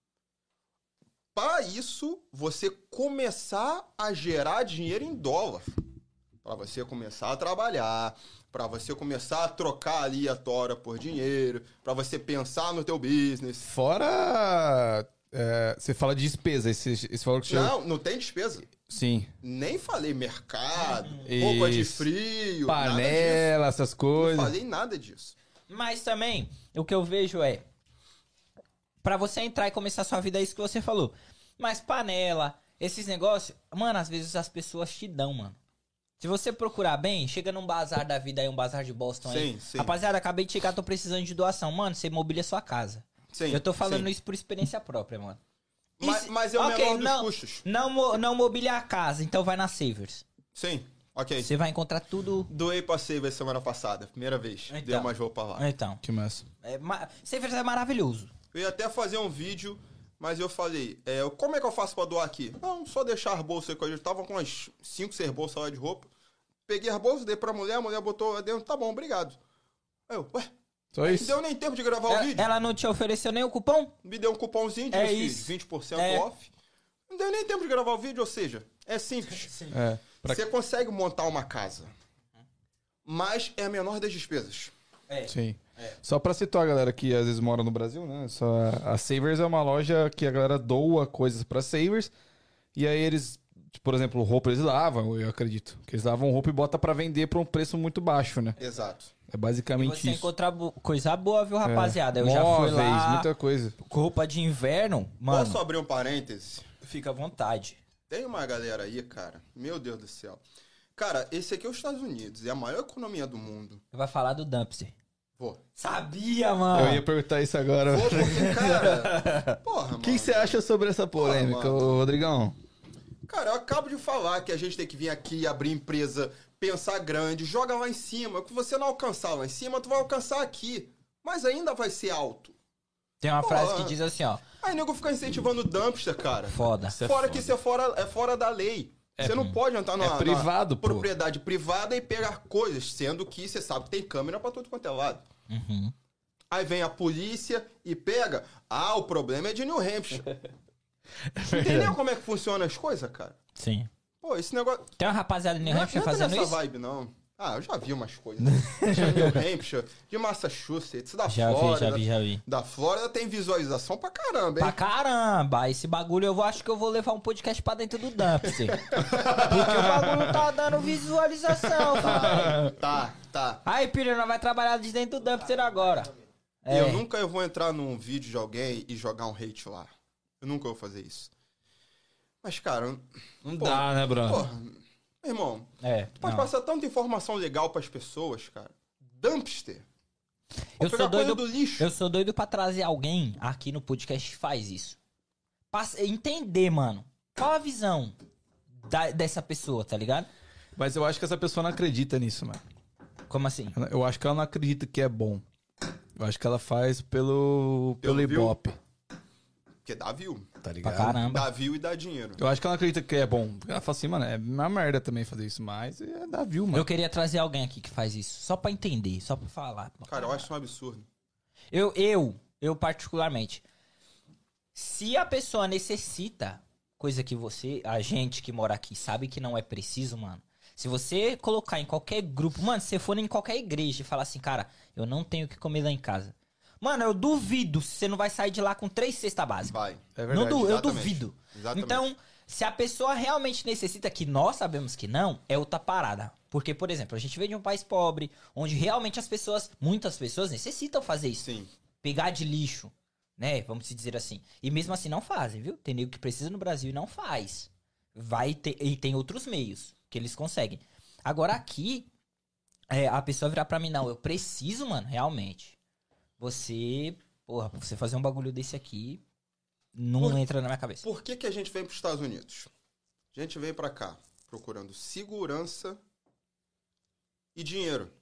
Para isso, você começar a gerar dinheiro em dólar. Para você começar a trabalhar, para você começar a trocar ali a tora por dinheiro, para você pensar no teu business. Fora... é, você fala de despesa, esse, esse valor que chegou... Não, não tem despesa. Sim. Nem falei mercado, roupa de Isso. frio, Panela, nada disso. essas coisas. Não falei nada disso. Mas também, o que eu vejo é... Pra você entrar e começar a sua vida, é isso que você falou. Mas panela, esses negócios... Mano, às vezes as pessoas te dão, mano. Se você procurar bem, chega num bazar da vida aí, um bazar de Boston aí. Sim, sim. Rapaziada, acabei de chegar, tô precisando de doação. Mano, você mobília sua casa. Sim, eu tô falando sim. isso por experiência própria, mano. E Mas, se- mas é o Ok, menor dos não, custos. Não, mo- não mobília a casa, então vai na Savers. Sim, ok. Você vai encontrar tudo... Doei pra Savers semana passada, primeira vez. Então. Dei umas roupas lá. Então, Que massa. é, ma- Savers é maravilhoso. Eu ia até fazer um vídeo, mas eu falei, é, como é que eu faço pra doar aqui? Não, só deixar as bolsas aí com a gente. Tava com umas cinco, seis bolsas lá de roupa. Peguei as bolsas, dei pra mulher, a mulher botou lá dentro, tá bom, obrigado. Aí eu, ué, Só não isso? deu nem tempo de gravar o Ela, vídeo. ela não te ofereceu nem o cupom? Me deu um cupomzinho de É meus filhos, isso. vinte por cento É. off. Não deu nem tempo de gravar o vídeo, ou seja, é simples. É. Pra... Você consegue montar uma casa, mas é a menor das despesas. É. Sim. Só pra situar a galera que às vezes mora no Brasil, né? Só a Savers é uma loja que a galera doa coisas pra Savers. E aí eles, tipo, por exemplo, roupa eles lavam, eu acredito. Que eles lavam roupa e botam pra vender por um preço muito baixo, né? Exato. É E basicamente você isso. encontrar bo- coisa boa, viu, É. rapaziada? Eu já fui Móveis, lá, muita coisa. com roupa de inverno, mano, Posso abrir um parêntese? fica à vontade. Tem uma galera aí, cara, meu Deus do céu. Cara, esse aqui é os Estados Unidos, é a maior economia do mundo. Vai falar do dumpster. Vou. Sabia, mano. Eu ia perguntar isso agora. Vou porque, cara... Porra, mano. O que você acha sobre essa polêmica, mano. ô, Rodrigão? Cara, eu acabo de falar que a gente tem que vir aqui, abrir empresa, pensar grande, joga lá em cima. O que você não alcançar lá em cima, tu vai alcançar aqui. Mas ainda vai ser alto. Tem uma Pô, frase que é. diz assim, ó. Aí nego fica incentivando o dumpster, cara. Foda. Isso é fora foda. que isso é fora, é fora da lei. Você não pode entrar numa, é privado, numa pô. propriedade privada e pegar coisas, sendo que você sabe que tem câmera pra tudo quanto é lado. Uhum. Aí vem a polícia e pega. Ah, o problema é de New Hampshire. Entendeu como é que funcionam as coisas, cara? Sim. Pô, esse negócio... Tem uma rapaziada em New Não, Hampshire não é fazendo nessa isso? vibe, não. Ah, eu já vi umas coisas. De New Hampshire, de Massachusetts, da Já vi, Flórida. já vi, já vi. Da Flórida tem visualização pra caramba, hein? Pra caramba, esse bagulho eu vou- acho que eu vou levar um podcast pra dentro do dumpster. Porque o bagulho tá dando visualização, cara. Tá, tá. Aí, Pira, nós vai trabalhar de dentro do dumpster agora. E É. eu nunca eu vou entrar num vídeo de alguém e jogar um hate lá. Eu nunca vou fazer isso. Mas, cara, Não Pô, dá, né, Bruno? porra, meu irmão, É, pode não. passar tanta informação legal pras pessoas, cara. Dumpster. Eu Vou sou pegar coisa doido, do lixo. eu sou doido pra trazer alguém aqui no podcast que faz isso. Pra entender, mano, qual a visão da- dessa pessoa, tá ligado? Mas eu acho que essa pessoa não acredita nisso, mano. Como assim? Eu acho que ela não acredita que é bom. Eu acho que ela faz pelo, pelo Pelo view? Ibope, Porque dá view. tá Pra ligado? caramba. Dá view e dá dinheiro. Eu acho que ela não acredita que é bom. Ela fala assim, mano, é uma merda também fazer isso, mas é dar view, mano. Eu queria trazer alguém aqui que faz isso, só pra entender, só pra falar. Cara, eu acho isso um absurdo. Eu, eu, eu particularmente, se a pessoa necessita, coisa que você, a gente que mora aqui sabe que não é preciso, mano. Se você colocar em qualquer grupo, mano, se você for em qualquer igreja e falar assim, cara, eu não tenho o que comer lá em casa. Mano, eu duvido se você não vai sair de lá com três cestas básicas. Vai. É Não verdade. du- eu exatamente. duvido. Exatamente. Então, se a pessoa realmente necessita, que nós sabemos que não, é outra parada. Porque, por exemplo, a gente vem de um país pobre, onde realmente as pessoas, muitas pessoas necessitam fazer isso. Sim. Pegar de lixo, né? Vamos se dizer assim. E mesmo assim não fazem, viu? Tem nego que precisa no Brasil e não faz. Vai ter, e tem outros meios que eles conseguem. Agora aqui, é, a pessoa virar pra mim, não, eu preciso, mano, realmente. Você, porra, pra você fazer um bagulho desse aqui, não Por- entra na minha cabeça. Por que, que a gente vem para os Estados Unidos? A gente vem para cá procurando segurança e dinheiro.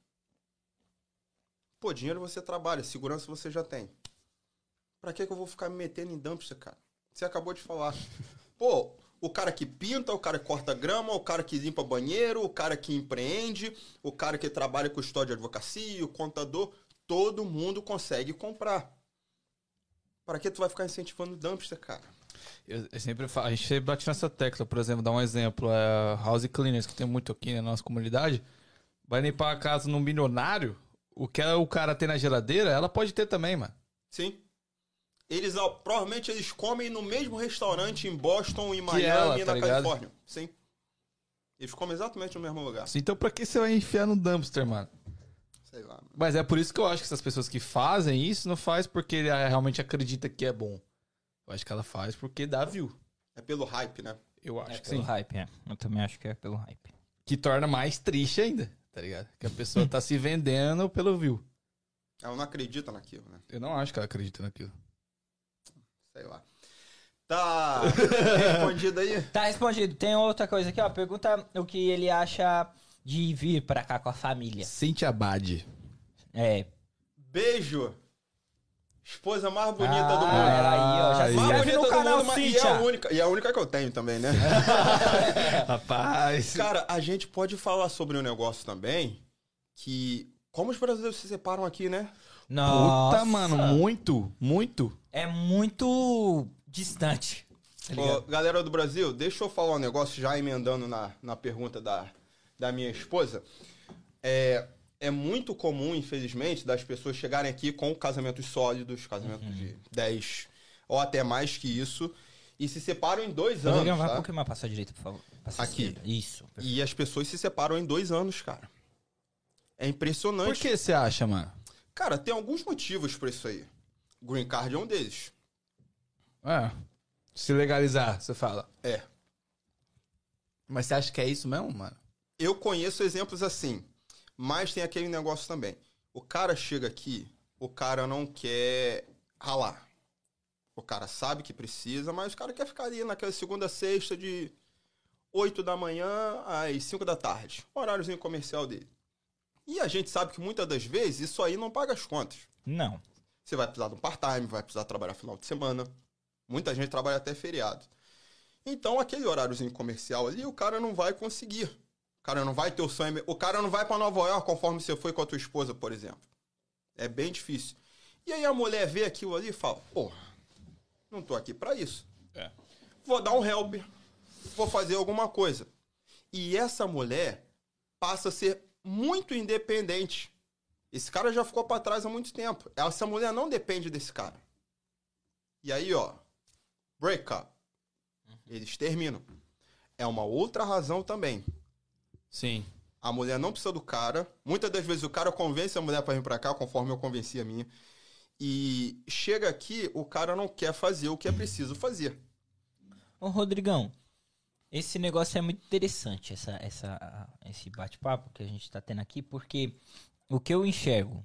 Pô, dinheiro você trabalha, segurança você já tem. Pra que, que eu vou ficar me metendo em dumpster, cara? Você acabou de falar. Pô, o cara que pinta, o cara que corta grama, o cara que limpa banheiro, o cara que empreende, o cara que trabalha com história de advocacia, o contador, todo mundo consegue comprar. Para que tu vai ficar incentivando o dumpster, cara? Eu, eu sempre falo, a gente sempre bate nessa tecla, por exemplo, dar um exemplo, é, house cleaners, que tem muito aqui na nossa comunidade, vai limpar a casa num milionário, o que o cara tem na geladeira, ela pode ter também, mano. Sim. Eles, ó, provavelmente, eles comem no mesmo restaurante em Boston, em Miami ela, e tá na ligado? Califórnia. Sim. Eles comem exatamente no mesmo lugar. Então pra que você vai enfiar no dumpster, mano? Sei lá. Mano. Mas é por isso que eu acho que essas pessoas que fazem isso não faz porque ele realmente acredita que é bom. Eu acho que ela faz porque dá view. É pelo hype, né? Eu acho É que pelo sim. hype, é. Eu também acho que é pelo hype. Que torna mais triste ainda, tá ligado? Que a pessoa tá se vendendo pelo view. Ela não acredita naquilo, né? Eu não acho que ela acredita naquilo. Sei lá. Tá respondido aí? Tá respondido. Tem outra coisa aqui, ó. Pergunta o que ele acha de vir pra cá com a família. Cintia Bade. É. Beijo. Esposa mais bonita Ah, do mundo. galera aí, ó. Já se Ai. Mais inscreve bonita no do canal, mundo, mas- e é a Cíntia. única, e é a única que eu tenho também, né? Rapaz. Cara, a gente pode falar sobre um negócio também que... Como os brasileiros se separam aqui, né? Nossa. Puta, mano, muito, muito. É muito distante. Tá Ó, ligado? galera do Brasil, deixa eu falar um negócio já emendando na, na pergunta da, da minha esposa. É, é muito comum, infelizmente, das pessoas chegarem aqui com casamentos sólidos, casamentos Uhum. de dez ou até mais que isso, e se separam em dois Rodrigão, anos, vai um tá? pouquinho mais pra sua direita, por favor. Passa Aqui. esquerda. Isso. E as pessoas se separam em dois anos, cara. É impressionante. Por que você acha, mano? Cara, tem alguns motivos pra isso aí. Green Card é um deles. É. Se legalizar, você fala. É. Mas você acha que é isso mesmo, mano? Eu conheço exemplos assim, mas tem aquele negócio também. O cara chega aqui, o cara não quer ralar. O cara sabe que precisa, mas o cara quer ficar ali naquela segunda sexta de oito da manhã às cinco da tarde. Horáriozinho comercial dele. E a gente sabe que muitas das vezes isso aí não paga as contas. Não. Você vai precisar de um part-time, vai precisar trabalhar final de semana. Muita gente trabalha até feriado. Então, aquele horáriozinho comercial ali, o cara não vai conseguir. O cara não vai ter o sonho... O cara não vai pra Nova York conforme você foi com a tua esposa, por exemplo. É bem difícil. E aí a mulher vê aquilo ali e fala, porra, não tô aqui pra isso. É. Vou dar um help. Vou fazer alguma coisa. E essa mulher passa a ser muito independente. Esse cara já ficou pra trás há muito tempo. Essa mulher não depende desse cara. E aí, ó, break up. Eles terminam. É uma outra razão também. Sim. A mulher não precisa do cara. Muitas das vezes o cara convence a mulher pra vir pra cá, conforme eu convenci a minha. E chega aqui, o cara não quer fazer o que é preciso fazer. Ô, Rodrigão, esse negócio é muito interessante, essa, essa, esse bate-papo que a gente tá tendo aqui, porque o que eu enxergo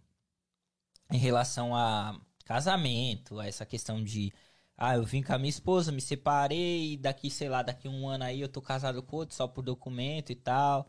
em relação a casamento, a essa questão de, ah, eu vim com a minha esposa, me separei, e daqui, sei lá, daqui um ano aí eu tô casado com outro, só por documento e tal.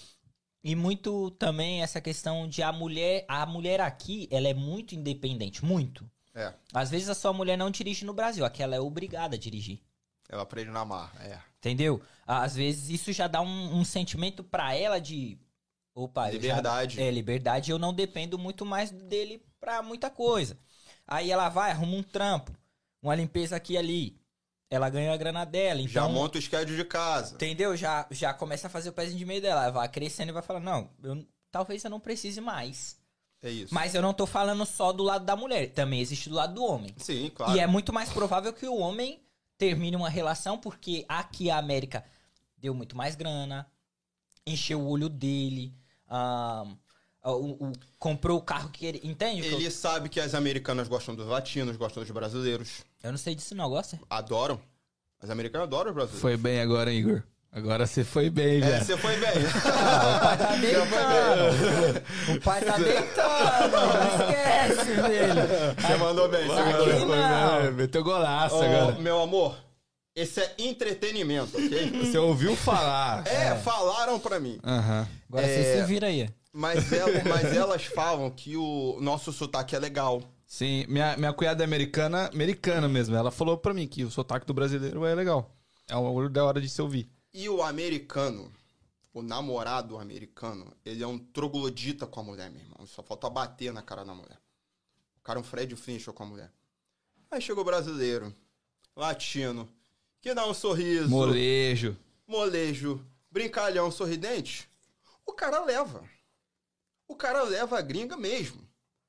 E muito também essa questão de a mulher, a mulher aqui, ela é muito independente, muito. É, Às vezes a sua mulher não dirige no Brasil, aqui ela é obrigada a dirigir. ela aprende na marra, é. Entendeu? Às vezes isso já dá um, um sentimento pra ela de... Opa, eu já- Liberdade. é, liberdade. Eu não dependo muito mais dele pra muita coisa. Aí ela vai, arruma um trampo, uma limpeza aqui e ali. Ela ganha a grana dela, então... Já monta o schedule de casa. Entendeu? Já, já começa a fazer o pezinho de meio dela. Ela vai crescendo e vai falar, não, eu, talvez eu não precise mais. É isso. Mas eu não tô falando só do lado da mulher. Também existe do lado do homem. Sim, claro. E é muito mais provável que o homem termine uma relação, porque aqui a América deu muito mais grana, encheu o olho dele, ah, o, o- comprou o carro que ele... Entende? o que eu- Ele sabe que as americanas gostam dos latinos, gostam dos brasileiros. Eu não sei disso não, gosta? Adoram. As americanas adoram os brasileiros. Foi bem agora, hein, Igor? Agora você foi bem, É, velho. você foi bem. O pai tá deitando! O pai tá deitando! Não esquece, filho! Você mandou bem. Você Aqui mandou bem. não. Meteu golaço Ô, agora. meu amor, esse é entretenimento, ok? Você ouviu falar. É, falaram pra mim. Aham. Agora É. você se vira aí. Mas, ela- mas elas falam que o nosso sotaque é legal. Sim, minha, minha cunhada é americana, americana mesmo. Ela falou pra mim que o sotaque do brasileiro é legal. É um olho da hora de se ouvir. E o americano, o namorado americano, ele é um troglodita com a mulher, meu irmão. Só falta bater na cara da mulher. O cara é um Fred Flintstone com a mulher. Aí chega o brasileiro, latino, que dá um sorriso, Molejo. molejo, brincalhão, sorridente. O cara leva. O cara leva a gringa mesmo.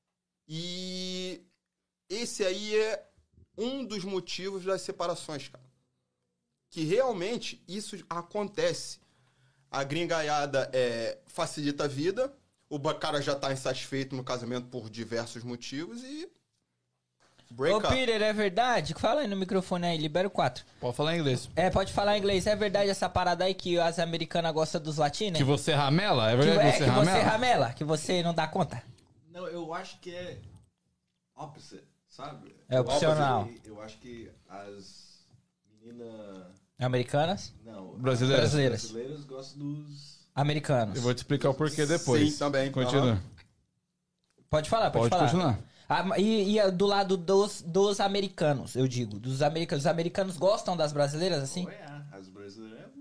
E esse aí é um dos motivos das separações, cara. Que realmente isso acontece. A gringaiada é, facilita a vida, o cara já tá insatisfeito no casamento por diversos motivos e... break Ô, up. Peter, é verdade? Fala aí no microfone aí, libera o quatro. Pode falar em inglês. É, pode falar em inglês. É verdade essa parada aí que as americanas gostam dos latinos? Que você ramela? É Que, verdade é, que você que ramela? você ramela, que você não dá conta. Não, eu acho que é opposite, sabe? É opcional. Eu, eu acho que as meninas... Americanas? Não, Brasileiras. as Brasileiras. brasileiras gostam dos... Americanos. Eu vou te explicar o porquê depois. Sim, também. Continua. Aham. Pode falar, pode, Pode falar. continuar. Ah, e, e do lado dos, dos americanos, eu digo. Dos americanos. Os americanos gostam das brasileiras, assim? Oh, é, as brasileiras...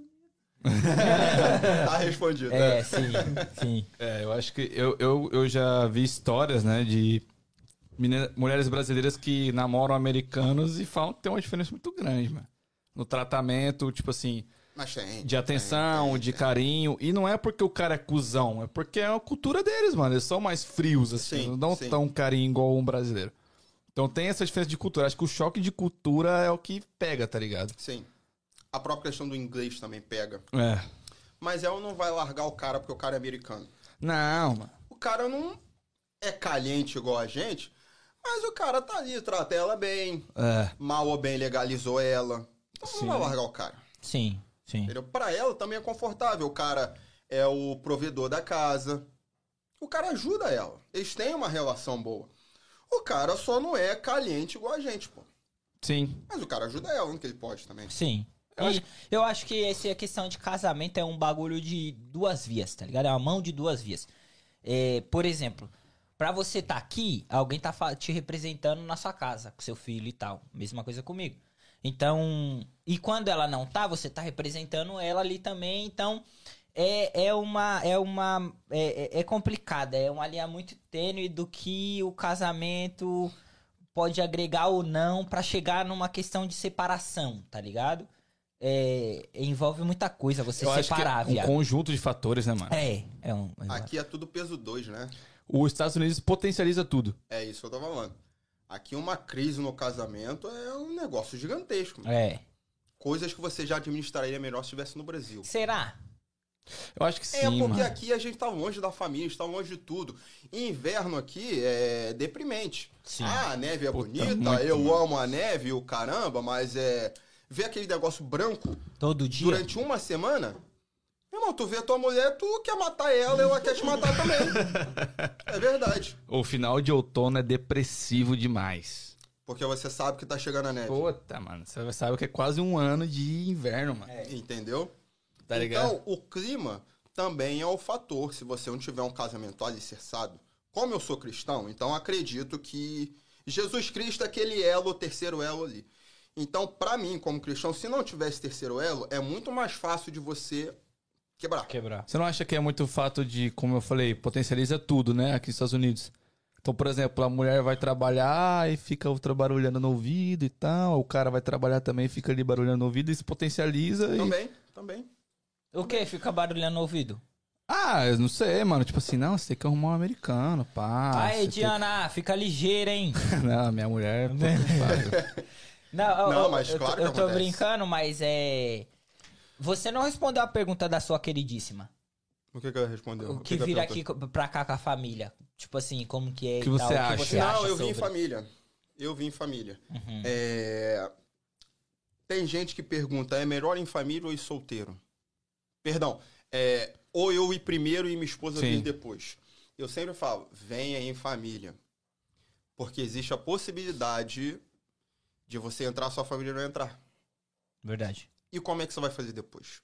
Tá respondido. É, É. sim, sim. É, eu acho que eu, eu, eu já vi histórias, né, de menina- mulheres brasileiras que namoram americanos e falam que tem uma diferença muito grande, mano. No tratamento, tipo assim, Mas tem. de atenção, tem, tem, de tem. carinho. E não é porque o cara é cuzão, é porque é a cultura deles, mano. Eles são mais frios, assim, Sim, não dão sim. tão carinho igual um brasileiro. Então tem essa diferença de cultura. Acho que o choque de cultura é o que pega, tá ligado? Sim. A própria questão do inglês também pega. É. Mas ela não vai largar o cara porque o cara é americano. Não, mano. O cara não é caliente igual a gente, mas o cara tá ali, trata ela bem, É. mal ou bem legalizou ela. Então Sim. não vai largar o cara. Sim, sim. Entendeu? Pra ela também é confortável. O cara é o provedor da casa. O cara ajuda ela. Eles têm uma relação boa. O cara só não é caliente igual a gente, pô. Sim. Mas o cara ajuda ela no que ele pode também. Sim. Eu E acho- eu acho que essa questão de casamento é um bagulho de duas vias, tá ligado? É uma mão de duas vias. É, por exemplo, pra você tá aqui, alguém tá fa- te representando na sua casa, com seu filho e tal. Mesma coisa comigo. Então, e quando ela não tá, você tá representando ela ali também. Então, é, é uma. É uma. É, é- é complicada. É uma linha muito tênue do que o casamento pode agregar ou não pra chegar numa questão de separação, tá ligado? É, envolve muita coisa você Eu acho que separar, é um viado. conjunto de fatores, né, mano? É, é um. é um- Aqui é tudo peso dois, né? Os Estados Unidos potencializa tudo. É isso que eu tô falando. Aqui uma crise no casamento é um negócio gigantesco. É. Coisas que você já administraria melhor se estivesse no Brasil. Será? Eu acho que sim, É porque mano. aqui a gente tá longe da família, está longe de tudo. Inverno aqui é deprimente. Sim. Ah, a neve é Puta, bonita, muito, eu mano. amo a neve, o caramba, mas é. Ver aquele negócio branco Todo dia? durante uma semana. Meu irmão, tu vê a tua mulher, tu quer matar ela, ela quer te matar também. É verdade. O final de outono é depressivo demais. Porque você sabe que tá chegando a neve. Puta, mano. Você sabe que é quase um ano de inverno, mano. Entendeu? Tá ligado? Então, o clima também é o fator. Se você não tiver um casamento alicerçado, como eu sou cristão, então acredito que Jesus Cristo é aquele elo, o terceiro elo ali. Então, pra mim, como cristão, se não tivesse terceiro elo, é muito mais fácil de você quebrar. Quebrar. Você não acha que é muito o fato de, como eu falei, potencializa tudo, né? Aqui nos Estados Unidos. Então, por exemplo, a mulher vai trabalhar e fica barulhando no ouvido e tal. O cara vai trabalhar também e fica ali barulhando no ouvido. Isso potencializa e... Também, também. O que? Fica barulhando no ouvido? Ah, eu não sei, mano. Tipo assim, não, você tem que arrumar um americano, pá. Aí, você tem Diana, fica ligeira, hein? que- Não, minha mulher... puta que pariu. Não, eu- Não, eu- mas eu, claro tô- que eu tô acontece. brincando, mas é... Você não respondeu a pergunta da sua queridíssima. O que que ela respondeu? O que ela vir perguntou? aqui co- pra cá com a família. Tipo assim, como que é O que e você tal, acha? O que você Não, acha eu vim em sobre? família. Eu vim em família. Uhum. É... Tem gente que pergunta, é melhor ir em família ou ir solteiro? Perdão, é... ou eu ir primeiro e minha esposa Sim. vir depois. Eu sempre falo, venha em família. Porque existe a possibilidade de você entrar, sua família não entrar. Verdade. E como é que você vai fazer depois?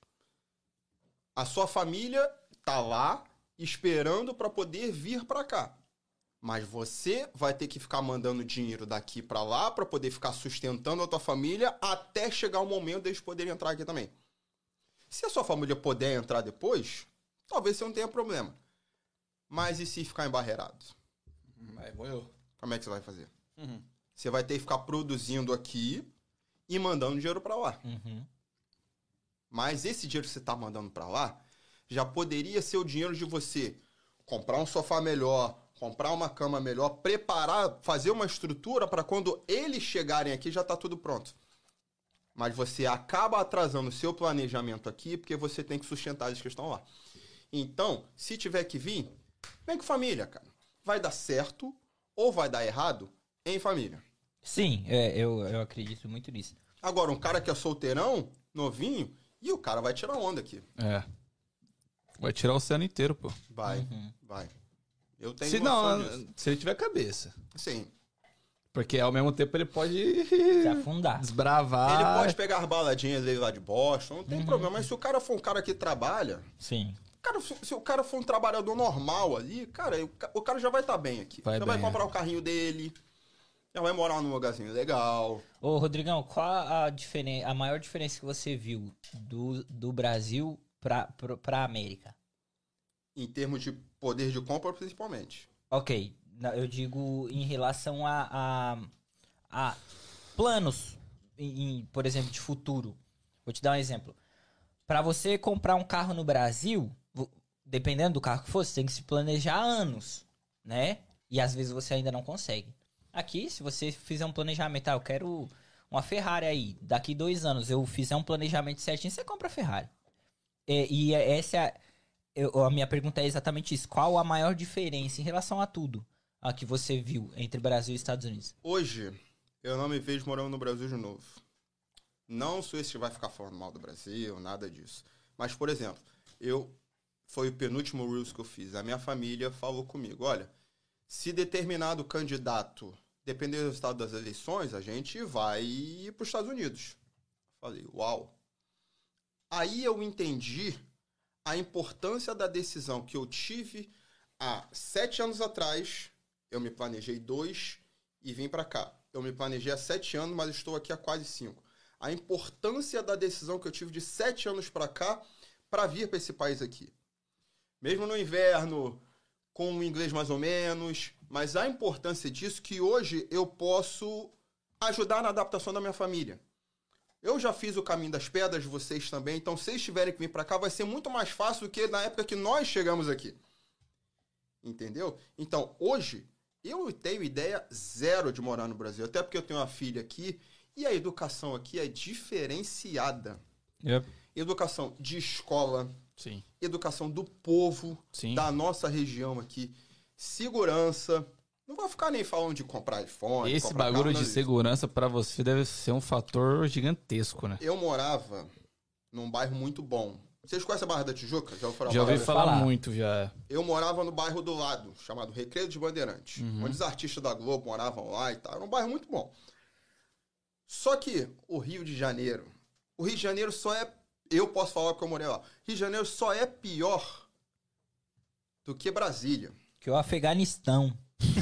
A sua família tá lá esperando para poder vir para cá. Mas você vai ter que ficar mandando dinheiro daqui para lá para poder ficar sustentando a tua família até chegar o momento deles poderem entrar aqui também. Se a sua família puder entrar depois, talvez você não tenha problema. Mas e se ficar embarreirado? Aí, morreu. Como é que você vai fazer? Uhum. Você vai ter que ficar produzindo aqui e mandando dinheiro para lá. Uhum. Mas esse dinheiro que você está mandando para lá já poderia ser o dinheiro de você comprar um sofá melhor, comprar uma cama melhor, preparar, fazer uma estrutura para quando eles chegarem aqui já tá tudo pronto. Mas você acaba atrasando o seu planejamento aqui porque você tem que sustentar eles que estão lá. Então, se tiver que vir, vem com família, cara. Vai dar certo ou vai dar errado em família. Sim, é, eu, eu acredito muito nisso. Agora, um cara que é solteirão, novinho, e o cara vai tirar onda aqui. É. Vai tirar o oceano inteiro, pô. Vai, Uhum. vai. Eu tenho Se noção não, disso. se ele tiver cabeça. Sim. Porque ao mesmo tempo ele pode Se afundar. desbravar. Ele pode pegar as baladinhas dele lá de Boston, não tem Uhum. problema. Mas se o cara for um cara que trabalha, Sim. cara, se se o cara for um trabalhador normal ali, cara, o ca- o cara já vai estar bem aqui. Vai já bem, vai comprar o carrinho dele, já vai morar num lugarzinho legal. Ô, Rodrigão, qual a, diferen... a maior diferença que você viu do, do Brasil pra, pra, pra América? Em termos de poder de compra, principalmente. Ok, na- eu digo em relação a, a, a planos, em- em, por exemplo, de futuro. Vou te dar um exemplo. Para você comprar um carro no Brasil, vo- dependendo do carro que for, você tem que se planejar há anos, né? E às vezes você ainda não consegue. Aqui, se você fizer um planejamento, ah, eu quero uma Ferrari aí, daqui dois anos eu fizer um planejamento certinho, você compra a Ferrari. E, e essa é a, eu- a minha pergunta é exatamente isso. Qual a maior diferença em relação a tudo a que você viu entre Brasil e Estados Unidos? Hoje, eu não me vejo morando no Brasil de novo. Não sou esse que vai ficar falando mal do Brasil, nada disso. Mas, por exemplo, eu foi o penúltimo Reels que eu fiz. A minha família falou comigo, olha, se determinado candidato depender do resultado das eleições, a gente vai para os Estados Unidos. Falei, uau. Aí eu entendi a importância da decisão que eu tive há sete anos atrás. Eu me planejei dois e vim para cá. Eu me planejei há sete anos, mas estou aqui há quase cinco. A importância da decisão que eu tive de sete anos para cá para vir para esse país aqui. Mesmo no inverno, com o inglês mais ou menos, mas a importância disso que hoje eu posso ajudar na adaptação da minha família. Eu já fiz o caminho das pedras, vocês também, então se vocês tiverem que vir para cá vai ser muito mais fácil do que na época que nós chegamos aqui. Entendeu? Então, hoje, eu tenho ideia zero de morar no Brasil, até porque eu tenho uma filha aqui e a educação aqui é diferenciada. Yep. Educação de escola, Sim. educação do povo, Sim. da nossa região aqui, segurança. Não vou ficar nem falando de comprar iPhone. Esse comprar bagulho carro, de nada disso. segurança pra você deve ser um fator gigantesco, né? Eu morava num bairro muito bom. Vocês conhecem a Barra da Tijuca? Já ouviu falar? Já ouvi Barra da- falar, falar. muito já. Eu morava no bairro do lado, chamado Recreio dos Bandeirantes, Uhum. onde os artistas da Globo moravam lá e tal. Era um bairro muito bom. Só que o Rio de Janeiro, o Rio de Janeiro só é, eu posso falar porque eu morei lá, Rio de Janeiro só é pior do que Brasília. Que o Afeganistão.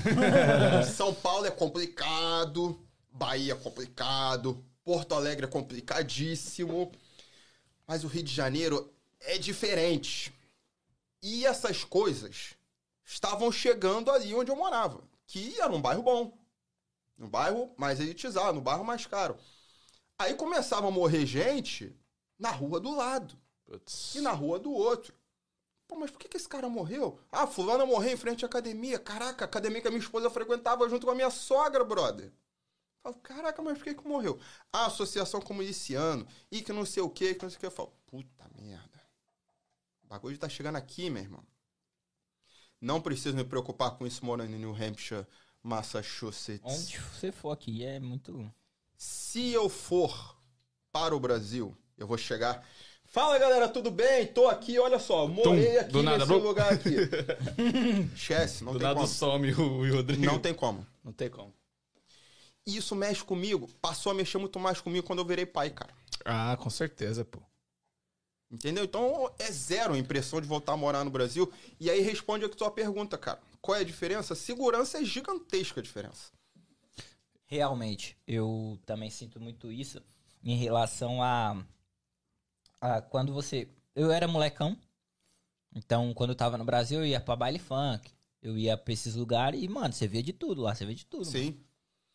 São Paulo é complicado, Bahia é complicado, Porto Alegre é complicadíssimo, mas o Rio de Janeiro é diferente. E essas coisas estavam chegando ali onde eu morava, que era um bairro bom, um bairro mais elitizado, um bairro mais caro. Aí começava a morrer gente na rua do lado Putz. e na rua do outro. Pô, mas por que, que esse cara morreu? Ah, fulano morreu em frente à academia. Caraca, a academia que a minha esposa frequentava junto com a minha sogra, brother. Falo, caraca, mas por que que morreu? Ah, associação com miliciano. E que não sei o que, que não sei o que. Eu falo, puta merda. O bagulho tá chegando aqui, meu irmão. Não preciso me preocupar com isso morando em New Hampshire, Massachusetts. Onde você for aqui é muito... Se eu for para o Brasil, eu vou chegar... Fala, galera, tudo bem? Tô aqui, olha só, morei aqui do nada, nesse bro. lugar aqui. Esquece, não Do tem nada como. some o, o Rodrigo. Não tem como. Não tem como. E isso mexe comigo, passou a mexer muito mais comigo quando eu virei pai, cara. Ah, com certeza, pô. Entendeu? Então é zero a impressão de voltar a morar no Brasil. E aí responde a tua pergunta, cara. Qual é a diferença? Segurança é gigantesca a diferença. Realmente, eu também sinto muito isso em relação a, a quando você... Eu era molecão, então quando eu tava no Brasil eu ia pra baile funk, eu ia pra esses lugares e, mano, você via de tudo lá, você vê de tudo. Mano. Sim.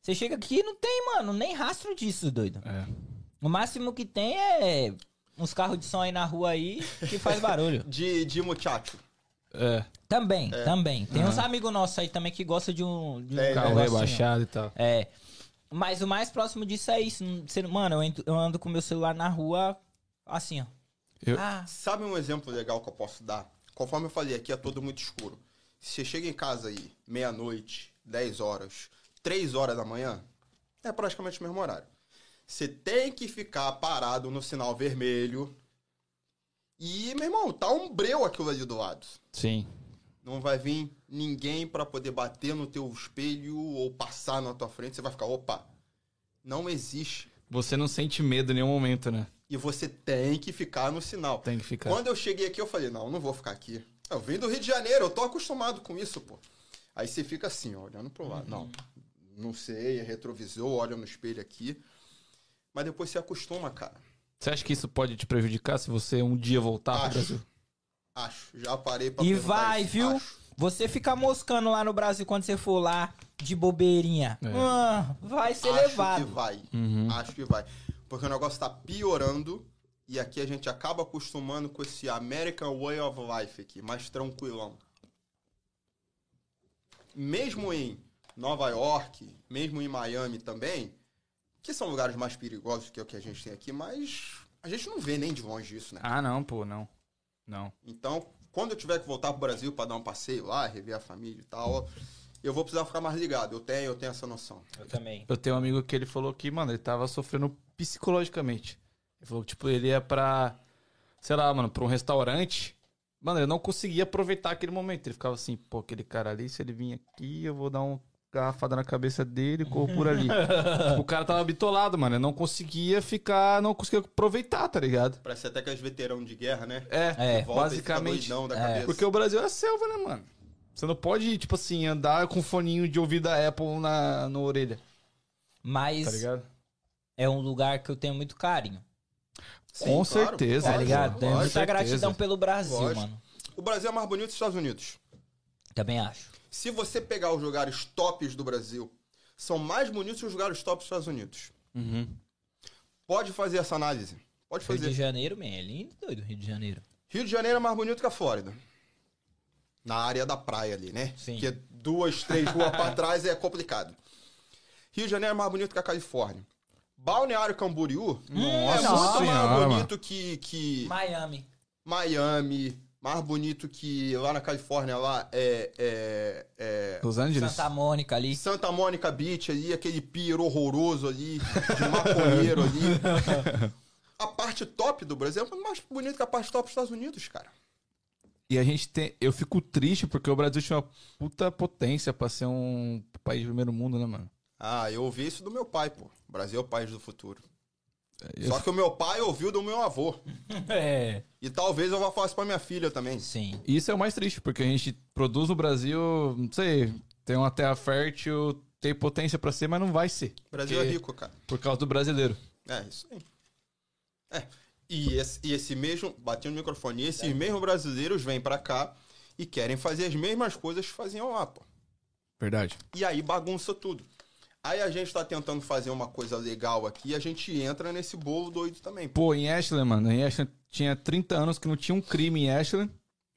Você chega aqui e não tem, mano, nem rastro disso, doido. É. O máximo que tem é uns carros de som aí na rua aí que faz barulho. De, de muchacho. É. Também, também. Tem uns amigos nossos aí também que gostam de um, de um É, Carro negocinho. rebaixado e tal. É. Mas o mais próximo disso é isso. Você- Mano, eu ando, eu ando com meu celular na rua assim, ó. Eu- Ah, Sabe um exemplo legal que eu posso dar? Conforme eu falei, aqui é todo muito escuro. Se você chega em casa aí, meia-noite, dez horas, três horas da manhã, é praticamente o mesmo horário. Você tem que ficar parado no sinal vermelho. E, meu irmão, tá um breu aquilo ali do lado. Sim. Não vai vir ninguém pra poder bater no teu espelho ou passar na tua frente. Você vai ficar, opa, não existe. Você não sente medo em nenhum momento, né? E você tem que ficar no sinal. Tem que ficar. Quando eu cheguei aqui, eu falei, não, não vou ficar aqui. Eu vim do Rio de Janeiro, eu tô acostumado com isso, pô. Aí você fica assim, ó, olhando pro lado. Não, não sei, é retrovisor, olha no espelho aqui. Mas depois você acostuma, cara. Você acha que isso pode te prejudicar se você um dia voltar pro Acho. Brasil? Acho, já parei pra e perguntar vai, isso. viu? Acho. Você ficar moscando lá no Brasil quando você for lá de bobeirinha. É. Ah, vai ser Acho levado. que vai. Uhum. Acho que vai. Porque o negócio tá piorando e aqui a gente acaba acostumando com esse American Way of Life aqui, mais tranquilão. Mesmo em Nova York, mesmo em Miami também, que são lugares mais perigosos que o que a gente tem aqui, mas a gente não vê nem de longe isso, né? Ah, não, pô, não. Não. Então, quando eu tiver que voltar pro Brasil para dar um passeio lá, rever a família e tal, eu vou precisar ficar mais ligado. Eu tenho, eu tenho essa noção. Eu também. Eu tenho um amigo que ele falou que, mano, ele tava sofrendo psicologicamente. Ele falou que, tipo, ele ia pra, sei lá, mano, pra um restaurante. Mano, ele não conseguia aproveitar aquele momento. Ele ficava assim, pô, aquele cara ali, se ele vir aqui, eu vou dar uma garrafada na cabeça dele e corro por ali. Tipo, o cara tava bitolado, mano. Ele não conseguia ficar, não conseguia aproveitar, tá ligado? Parece até aqueles veterão de guerra, né? É, É, Volta e fica basicamente. doidão da É. cabeça. Porque o Brasil é a selva, né, mano? Você não pode, tipo assim, andar com foninho de ouvido da Apple na, na orelha, Mas tá ligado? é um lugar que eu tenho muito carinho. Sim, Com claro, certeza, Tá lógico, ligado? Tenho lógico. muita certeza. gratidão pelo Brasil, Lógico. mano. O Brasil é mais bonito que os Estados Unidos. Também acho. Se você pegar os lugares tops do Brasil, são mais bonitos que os lugares tops dos Estados Unidos. Uhum. Pode fazer essa análise. Pode Rio de fazer. Janeiro, man, é lindo, doido, Rio de Janeiro. Rio de Janeiro é mais bonito que a Flórida. Na área da praia ali, né? Sim. Porque duas, três ruas pra trás é complicado. Rio de Janeiro é mais bonito que a Califórnia. Balneário Camboriú é Nossa muito senhora, mais mano. bonito que, que Miami. Miami, mais bonito que lá na Califórnia, lá é, é, é Los Angeles? Santa Mônica ali. Santa Mônica Beach ali, aquele pier horroroso ali, de maconheiro ali. A parte top do Brasil é mais bonita que a parte top dos Estados Unidos, cara. E a gente tem. Eu fico triste porque o Brasil tinha uma puta potência pra ser um país de primeiro mundo, né, mano? Ah, eu ouvi isso do meu pai, pô. O Brasil é o país do futuro. Eu- Só que o meu pai ouviu do meu avô. É. E talvez eu vá falar isso pra minha filha também. Sim. E isso é o mais triste, porque a gente produz no Brasil, não sei, tem uma terra fértil, tem potência pra ser, mas não vai ser. O Brasil Porque- é rico, cara. Por causa do brasileiro. É, isso aí. É. E esse, e esse mesmo, batendo no microfone, e esses mesmos brasileiros vêm pra cá e querem fazer as mesmas coisas que faziam lá, pô. Verdade. E aí bagunça tudo. Aí a gente tá tentando fazer uma coisa legal aqui e a gente entra nesse bolo doido também. Pô. Pô, em Ashland, mano, em Ashland tinha trinta anos que não tinha um crime em Ashland.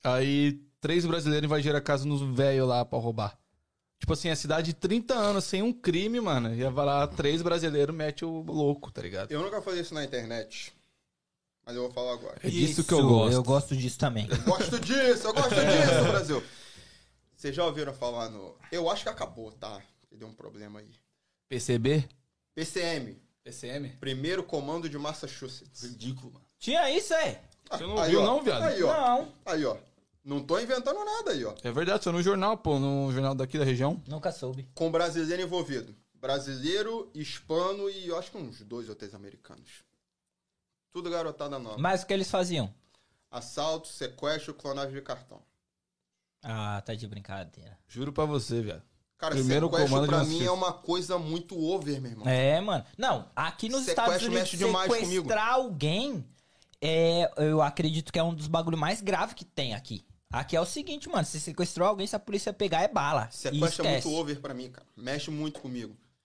Aí três brasileiros invadiram a casa nos velhos lá pra roubar. Tipo assim, a cidade de trinta anos sem um crime, mano. Ia lá, três brasileiros mete o louco, tá ligado? Eu nunca falei isso na internet, mas eu vou falar agora. É disso que eu gosto. Eu gosto disso também. Gosto disso, eu gosto disso, Brasil. Vocês já ouviram falar no... Eu acho que acabou, tá? Deu um problema aí. P C B? P C M, P C M? Primeiro Comando de Massachusetts. Ridículo, mano. Tinha isso, é? Você não Aí, viu ó. não, viado? Aí, ó. Não. Aí, ó. Não tô inventando nada aí, ó. É verdade, só no jornal, pô, no jornal daqui da região. Nunca soube. Com brasileiro envolvido. Brasileiro, hispano e eu acho que uns dois ou três americanos. Tudo garotada nova. Mas o que eles faziam? Assalto, sequestro, clonagem de cartão. Ah, tá de brincadeira. Juro pra você, viado. Cara, Primeiro sequestro comando de pra Massachusetts. mim é uma coisa muito over, meu irmão. É, mano. Não, aqui nos Sequestro Estados Unidos, mexe demais sequestrar alguém, é, eu acredito que é um dos bagulhos mais graves que tem aqui. Aqui é o seguinte, mano, se sequestrou alguém, se a polícia pegar, é bala. E Sequestro é esquece. muito over pra mim, cara. Mexe muito comigo.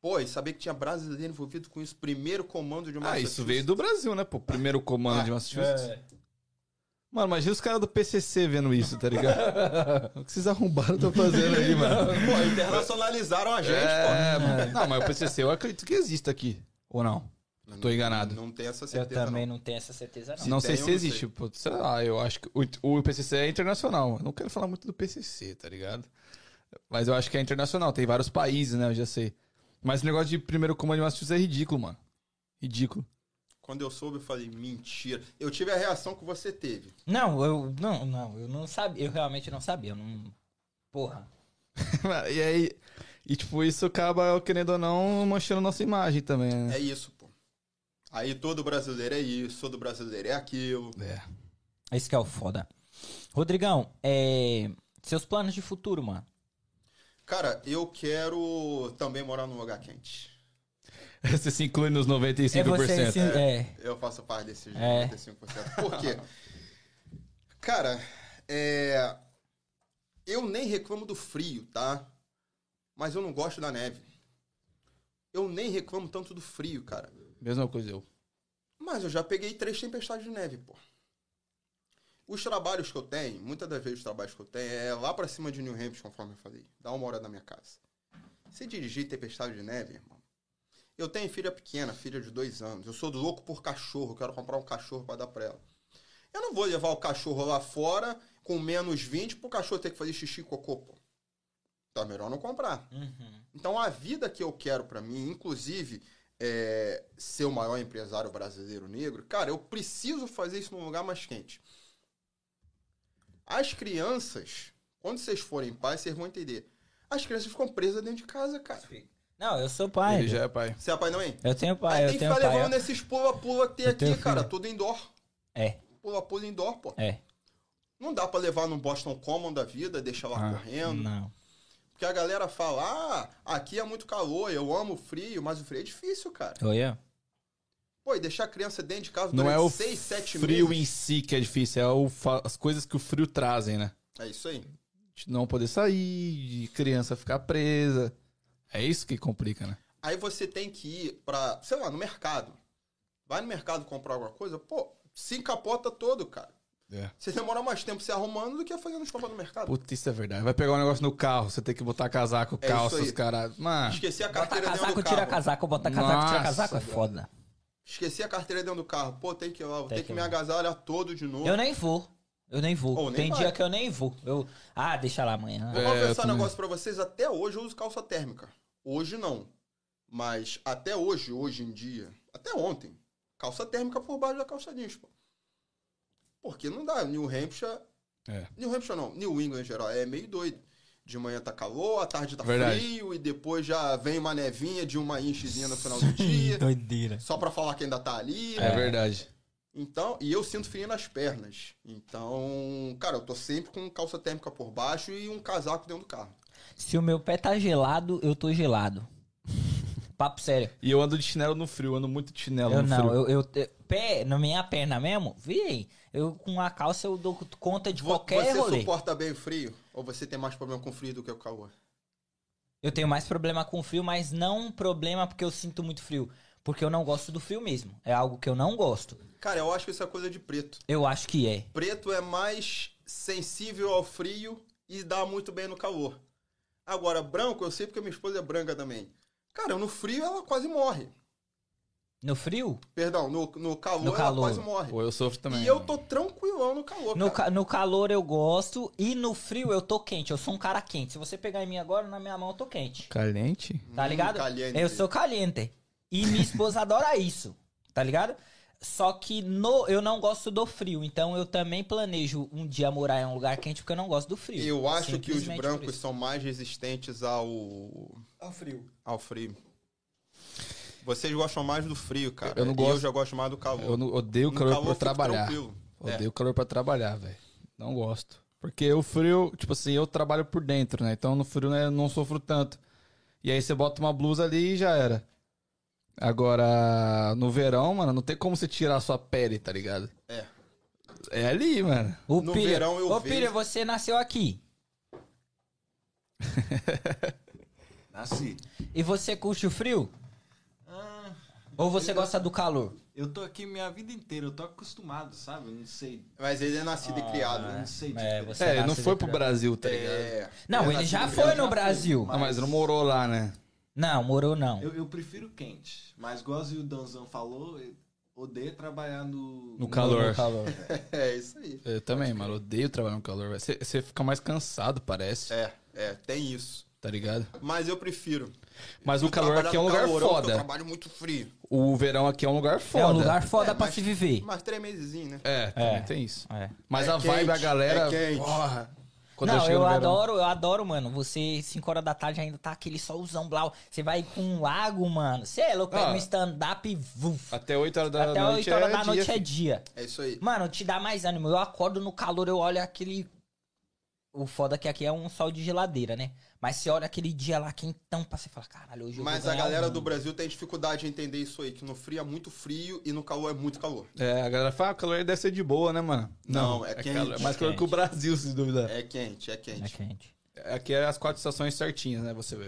Pô, e saber que tinha brasileiro envolvido com isso. Primeiro comando de Ah, Massachusetts. isso veio do Brasil, né, pô? Primeiro comando Ah, de Massachusetts. É. Mano, imagina os caras do P C C vendo isso, tá ligado? O que vocês arrombaram estão fazendo aí, mano? Pô, internacionalizaram a gente, É, mano. Não, mas o P C C eu acredito que existe aqui. Ou não? pô. Tô enganado. Não, não tenho essa Eu certeza, também não. não tenho essa certeza, não. não Se sei tem, se eu não existe. sei. Pô, sei lá, eu acho que o, o P C C é internacional. Eu não quero falar muito do P C C, tá ligado? Mas eu acho que é internacional. Tem vários países, né? Eu já sei. Mas o negócio de primeiro comando de Massachusetts é ridículo, mano. Ridículo. Quando eu soube, eu falei, mentira. Eu tive a reação que você teve. Não, eu não, não, eu não sabia, eu realmente não sabia, eu não... Porra. E aí, e tipo, isso acaba, querendo ou não, manchando nossa imagem também, né? É isso, pô. Aí todo brasileiro é isso, todo brasileiro é aquilo. É. Esse que é o foda. Rodrigão, é... seus planos de futuro, mano. Cara, eu quero também morar num lugar quente. Você se inclui nos noventa e cinco por cento. É você, é. Eu faço parte desses É. noventa e cinco por cento. Por quê? Cara, é... eu nem reclamo do frio, tá? Mas eu não gosto da neve. Eu nem reclamo tanto do frio, cara. Mesma coisa eu. Mas eu já peguei três tempestades de neve, pô. Os trabalhos que eu tenho, muitas das vezes os trabalhos que eu tenho é lá pra cima de New Hampshire, conforme eu falei. Dá uma hora na minha casa. Se dirigir tempestade de neve, irmão. Eu tenho filha pequena, filha de dois anos. Eu sou louco por cachorro, quero comprar um cachorro pra dar pra ela. Eu não vou levar o cachorro lá fora com menos vinte pro cachorro ter que fazer xixi e cocô, pô. Tá melhor não comprar. Uhum. Então a vida que eu quero pra mim, inclusive é, ser o maior empresário brasileiro negro, cara, eu preciso fazer isso num lugar mais quente. As crianças, quando vocês forem pais, vocês vão entender. As crianças ficam presas dentro de casa, cara. Não, eu sou pai. Ele já é pai. Você é pai também? Eu tenho pai, Aí eu tem que tenho ficar pai. levando ó. nesses pula-pula que tem Eu aqui, tenho cara, filho. tudo indoor. É, Pula-pula indoor, pô. é. Não dá pra levar num Boston Common da vida, deixar lá Ah, correndo. Não. Porque a galera fala, ah, aqui é muito calor, eu amo o frio, mas o frio é difícil, cara. Olha. Pô, e deixar a criança dentro de casa Não durante é o seis, sete frio meses. em si que é difícil, é o fa- as coisas que o frio trazem, né? É isso aí. De não poder sair, de criança ficar presa. É isso que complica, né? Aí você tem que ir pra, sei lá, no mercado. Vai no mercado comprar alguma coisa, pô, se encapota todo, cara. É. Você demora mais tempo se arrumando do que fazendo as compras no mercado. Puta, isso é verdade. Vai pegar um negócio no carro, você tem que botar casaco, É calça, isso aí. os caras. Mano, Esqueci a Bota carteira dentro casaco, do carro. tira casaco, bota casaco, tira Nossa, casaco, é foda. Esqueci a carteira dentro do carro. Pô, tem que ir lá, vou Tem ter que que ir me lá. agasalhar todo de novo. Eu nem vou. Eu nem vou. Ou nem Tem vai. dia que eu nem vou. Eu... Ah, deixa lá amanhã. Vou É, eu confessar um também. negócio pra vocês, até hoje eu uso calça térmica. Hoje não. Mas até hoje, hoje em dia, até ontem, calça térmica por baixo da calça jeans, pô. Porque não dá. New Hampshire... É. New Hampshire não, New England em geral, é meio doido. De manhã tá calor, à tarde tá Verdade. frio, e depois já vem uma nevinha de uma inchezinha no final do dia. Doideira. Só pra falar que ainda tá ali. é verdade. Então, e eu sinto frio nas pernas. Então, cara, eu tô sempre com calça térmica por baixo e um casaco dentro do carro. Se o meu pé tá gelado, eu tô gelado. Papo sério. E eu ando de chinelo no frio, ando muito de chinelo Eu no não, frio. eu, eu, eu- pé, na minha perna mesmo, vi aí. Eu com a calça eu dou conta de Vo- qualquer você rolê. suporta bem o frio? Ou você tem mais problema com o frio do que o calor? Eu tenho mais problema com frio, mas não um problema porque eu sinto muito frio. Porque eu não gosto do frio mesmo. É algo que eu não gosto. Cara, eu acho que isso é coisa de preto. Eu acho que é. Preto é mais sensível ao frio e dá muito bem no calor. Agora, branco, eu sei porque minha esposa é branca também. Cara, no frio ela quase morre. No frio? Perdão, no, no calor No ela calor. quase morre. Pô, eu sofro também. E eu tô tranquilão no calor, No, cara. ca- no calor eu gosto e no frio eu tô quente. Eu sou um cara quente. Se você pegar em mim agora, na minha mão eu tô quente. Caliente? Tá ligado? caliente. Eu sou caliente. E minha esposa adora isso. Tá ligado? Só que no, eu não gosto do frio. Então eu também planejo um dia morar em um lugar quente porque eu não gosto do frio. Eu acho que os Simplesmente por brancos isso. são mais resistentes ao, Ao frio. ao frio. Vocês gostam mais do frio, cara. Eu não E gosto- eu já gosto mais do calor. Eu não- odeio o No calor calor pra eu fico trabalhar. tranquilo. É. Odeio o calor pra trabalhar, velho. Não gosto. Porque o frio, tipo assim, eu trabalho por dentro, né? Então no frio né, eu não sofro tanto. E aí você bota uma blusa ali e já era. Agora, no verão, mano, não tem como você tirar a sua pele, tá ligado? É. É ali, mano. O No Pilha, verão eu Ô, vejo- Pilha, você nasceu aqui. Nasci. E você curte o frio? Ah, Ou você gosta do calor? eu tô aqui minha vida inteira, eu tô acostumado, sabe? Eu não sei. Mas ele é nascido e criado, Eu né? não sei. É, diferente. você É, ele não nasce foi de pro criança. Brasil, tá ligado? É. Não, ele nascido já e foi criado. no Brasil. Ah, mas não morou lá, né? Não, morou não. Eu, eu prefiro quente, mas igual o Danzão falou, eu odeio trabalhar no... No calor. No calor. É isso aí. Eu também, mano. Eu odeio trabalhar no calor, velho. Você- Você fica mais cansado, parece. É, é, tem isso. Tá ligado? Mas eu prefiro. Mas o Eu calor trabalhar aqui é um no lugar calorão, porque foda. Eu trabalho muito frio. O verão aqui é um lugar foda. É um lugar foda É, pra mas- se viver. Mas três mesezinhos, né? É, também É. tem isso. É. Mas É a vibe, quente, a galera. é quente. Porra. Quando Não, chego eu no verão- adoro, eu adoro, mano. Você, cinco horas da tarde, ainda tá aquele solzão blau. Você vai com um lago, mano. Você é louco, pega Ah. um stand-up e vuf. Até oito horas da Até noite. oito horas é da dia, noite é filho. dia. É isso aí. Mano, te dá mais ânimo. Eu acordo no calor, eu olho aquele... O foda é que aqui é um sol de geladeira, né? Mas você olha aquele dia lá quentão pra você falar, caralho, hoje eu Mas vou a ganhar galera o do mundo. Brasil tem dificuldade de entender isso aí, que no frio é muito frio e no calor é muito calor. É, a galera fala, ah, o calor deve ser de boa, né, mano? Não, é quente. calor- mais calor Quente. que o Brasil, se duvidar. É quente, é quente. É quente. Aqui é as quatro estações certinhas, né, você vê.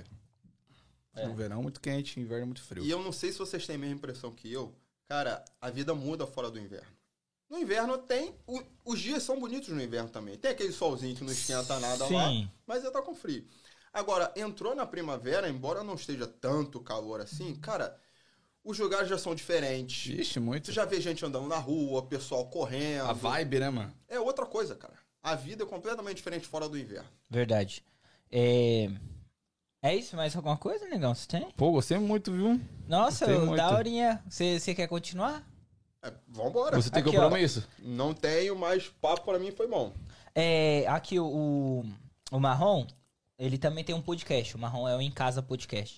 É. No verão muito quente, inverno muito frio. E eu não sei se vocês têm a mesma impressão que eu. Cara, a vida muda fora do inverno. No inverno tem... o- os dias são bonitos no inverno também. Tem aquele solzinho que não esquenta nada lá, Sim. mas já tá com frio. Agora, entrou na primavera, embora não esteja tanto calor assim, cara, os lugares já são diferentes. Ixi, muito. Você já vê gente andando na rua, pessoal correndo. A vibe, né, mano? É outra coisa, cara. A vida é completamente diferente fora do inverno. Verdade. É... É isso? Mais alguma coisa, negão? Você tem? Pô, gostei muito, viu? Nossa, Gostei muito. daorinha. Você você quer continuar? É, vambora. Você tem Aqui, compromisso? Não tenho, mas papo pra mim foi bom. É, aqui o, o, o Marrom, ele também tem um podcast. O Marrom é o Em Casa Podcast.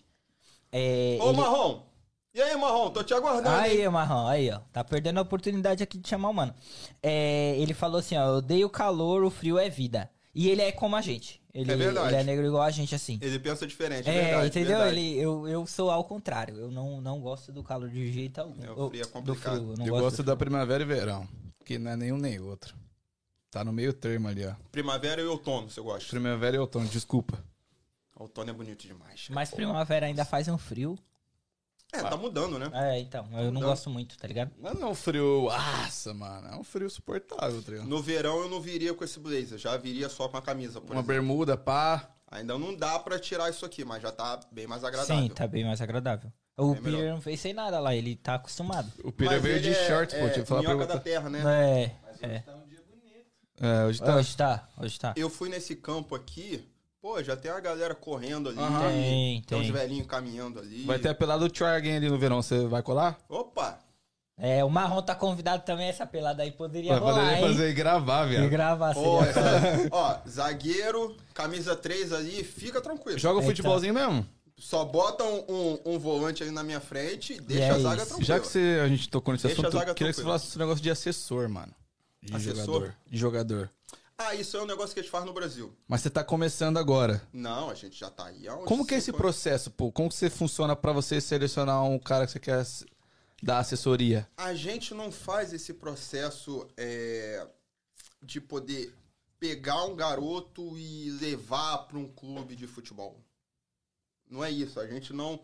É, Ô, ele- Marrom! E aí, Marrom? Tô te aguardando, hein? Aí, Marrom, aí, ó. Tá perdendo a oportunidade aqui de chamar o mano. É, ele falou assim, ó. Eu odeio o calor, o frio é vida. E ele é como a gente. Ele É verdade. Ele é negro igual a gente, assim. Ele pensa diferente, é, É, verdade. entendeu? verdade. Ele, eu, eu sou ao contrário. Eu não, não gosto do calor de jeito algum. É, o frio é Eu- complicado. Do frio, eu não Eu gosto gosto do da frio. primavera e verão. Que não é nenhum nem outro. Tá no meio termo ali, ó. Primavera e outono, você gosta? Primavera e outono, desculpa. Outono é bonito demais. Mas primavera ainda faz um frio. É, tá mudando, né? É, então. Eu não Não. gosto muito, tá ligado? Não é não um frio. Nossa, mano. É um frio suportável, tá ligado? No verão eu não viria com esse blazer, já viria só com a camisa, por Uma exemplo. bermuda, pá. Ainda não dá pra tirar isso aqui, mas já tá bem mais agradável. Sim, tá bem mais agradável. O Bem Peter melhor. não fez sem nada lá, ele tá acostumado. O Pira Mas veio ele de é- shorts, pô. é Tive que falar pra minhoca da botar. terra, né? É, Mas é. hoje tá um dia bonito. É, hoje tá. Hoje tá, hoje tá. Eu fui nesse campo aqui, pô, já tem a galera correndo ali, Aham. Tem, tem uns tem. velhinhos caminhando ali. Vai ter a pelada do Try Again ali no verão. Você vai colar? Opa! É, o Marrom tá convidado também, essa pelada aí poderia Vai rolar, poder hein? fazer e gravar, E viado. gravar, Pô, seria... essa- ó, zagueiro, camisa três ali, fica tranquilo. Joga o Eita. futebolzinho mesmo? Só bota um, um- um volante ali na minha frente e deixa é a zaga isso. tranquila. Já que você, a gente tocou nesse Deixa a assunto, eu zaga queria que você tranquila. falasse esse negócio de assessor, mano. De Assessor? jogador. De jogador. Ah, isso é um negócio que a gente faz no Brasil. Mas você tá começando agora. Não, a gente já tá aí há uns Como que é esse cinco processo, pô? Como que você funciona pra você selecionar um cara que você quer s- dar assessoria? A gente não faz esse processo é, de poder pegar um garoto e levar para um clube de futebol. Não é isso. A gente não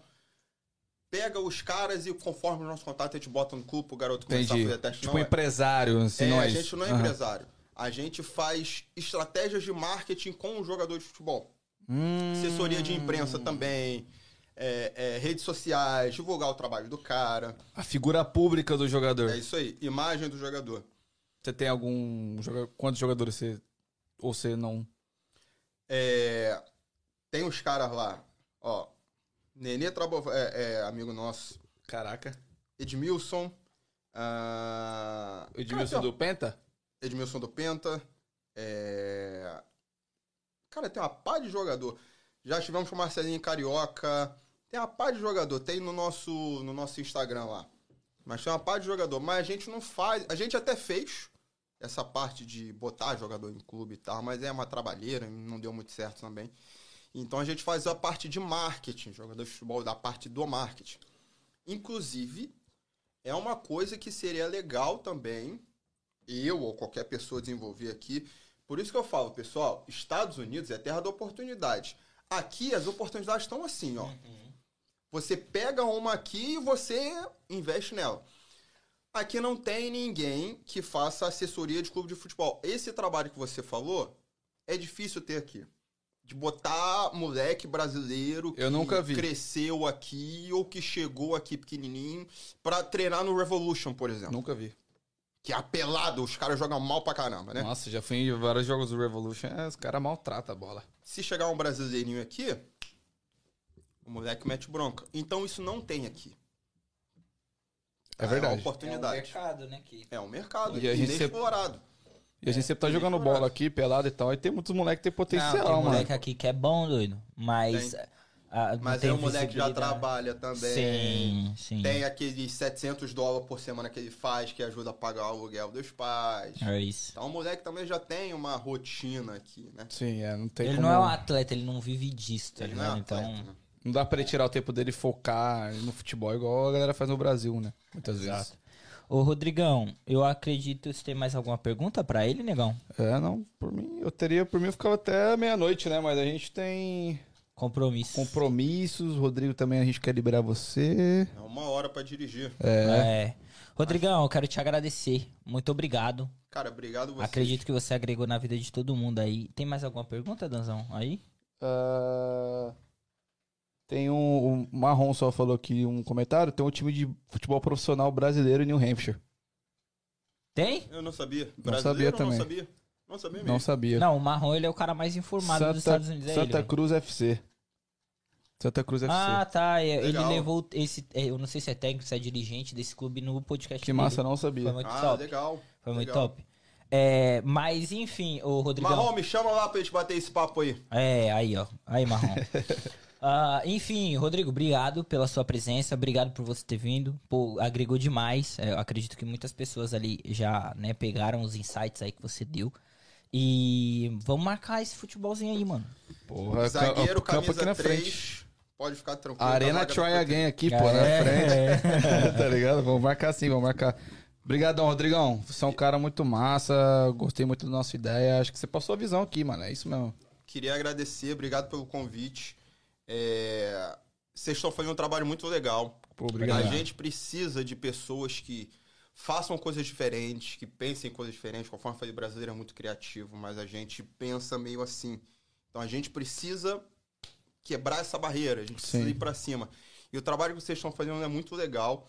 pega os caras e conforme o nosso contato a gente bota no clube o garoto começar Entendi. a fazer teste. Tipo não um é. empresário, assim, É, não é a isso? gente não é Aham. empresário. A gente faz estratégias de marketing com o jogador de futebol. Hum. Assessoria de imprensa também. é, é, redes sociais, divulgar o trabalho do cara. A figura pública do jogador. É isso aí. Imagem do jogador. Você tem algum... joga- Quantos jogadores você... Ou você não... É, tem os caras lá, ó. Nenê Trabo, é, é amigo nosso. Caraca. Edmilson. ah, O Edmilson cara, tem do Penta? uma- Edmilson do Penta. é, Cara, tem uma pá de jogador. Já tivemos com o Marcelinho Carioca. Tem uma pá de jogador. Tem no nosso, no nosso Instagram lá. Mas tem uma pá de jogador. Mas a gente não faz. A gente até fez essa parte de botar jogador em clube e tal. Mas é uma trabalheira. Não deu muito certo também. Então a gente faz a parte de marketing. Jogador de futebol da parte do marketing. Inclusive, é uma coisa que seria legal também. Eu ou qualquer pessoa desenvolver aqui. Por isso que eu falo, pessoal, Estados Unidos é terra da oportunidade. aqui as oportunidades estão assim, ó. Você pega uma aqui e você investe nela. Aqui não tem ninguém que faça assessoria de clube de futebol. Esse trabalho que você falou é difícil ter aqui. De botar moleque brasileiro que Eu nunca vi. cresceu aqui ou que chegou aqui pequenininho pra treinar no Revolution, por exemplo. Nunca vi. Que é apelado, os caras jogam mal pra caramba, né? Nossa, já fui em vários jogos do Revolution, é, os caras maltratam a bola. Se chegar um brasileirinho aqui, o moleque mete bronca. Então isso não tem aqui. É verdade. É uma oportunidade. É um mercado, né? Que... É um mercado E a gente inexplorado. E a gente sempre tá jogando explorado. bola aqui, pelado e tal, e tem muitos moleques que tem potencial, Não, tem mano. moleque aqui que é bom, doido. Mas. Tem. ah, não Mas tem é um moleque que já visibilidade. trabalha também. Sim, sim. Tem aqueles setecentos dólares por semana que ele faz, que ajuda a pagar o aluguel dos pais. É isso. Então o moleque também já tem uma rotina aqui, né? Sim, é, não tem Ele como... não é um atleta, ele não vive disso, tá Ele não é ligado? Então. atleta, né? Não dá pra ele tirar o tempo dele e focar no futebol, igual a galera faz no Brasil, né? Muitas vezes. Exato. Ô, Rodrigão, eu acredito que você tem mais alguma pergunta pra ele, negão? É, não, por mim, eu teria, por mim eu ficava até meia-noite, né? Mas a gente tem Compromisso. compromissos, Rodrigo também a gente quer liberar você. É uma hora pra dirigir. É. Rodrigão, eu quero te agradecer. Muito obrigado. Cara, obrigado você. Acredito que você agregou na vida de todo mundo aí. Tem mais alguma pergunta, Danzão? Aí? Ah, tem um, o Marrom só falou aqui um comentário, tem um time de futebol profissional brasileiro em New Hampshire. Tem? Eu não sabia. Não sabia Brasileiro, também. Não sabia. Não sabia mesmo. Não sabia. Não, o Marrom ele é o cara mais informado dos Estados Unidos. É ele, Santa velho. Cruz F C. Santa Cruz F C. Ah, tá. Ele Legal. levou esse. Eu não sei se é técnico, se é dirigente desse clube no podcast. Que dele. massa, não Foi sabia. muito Ah, top. legal. Foi muito legal. top. É, mas enfim, o Rodrigão. Marrom, me chama lá pra gente bater esse papo aí. É, aí, ó. Aí, Marrom. Ah, enfim, Rodrigo, obrigado pela sua presença, obrigado por você ter vindo. Pô, agregou demais. É, eu acredito que muitas pessoas ali já, né, pegaram os insights aí que você deu. E vamos marcar esse futebolzinho aí, mano. Porra, Zagueiro, campo aqui camisa na frente. três. Pode ficar tranquilo. Arena a vaga Try tá Again aqui, pô, É. na frente. Tá ligado? Vamos marcar sim, vamos marcar. Obrigadão, Rodrigão. Você é um cara muito massa. Gostei muito da nossa ideia. Acho que você passou a visão aqui, mano. É isso mesmo. Queria agradecer, obrigado pelo convite. É, Vocês estão fazendo um trabalho muito legal. Pô, obrigado. A gente precisa de pessoas que façam coisas diferentes, que pensem em coisas diferentes. Conforme eu falei, o brasileiro é muito criativo, mas a gente pensa meio assim. Então a gente precisa quebrar essa barreira, a gente precisa Sim. ir pra cima. E o trabalho que vocês estão fazendo é muito legal.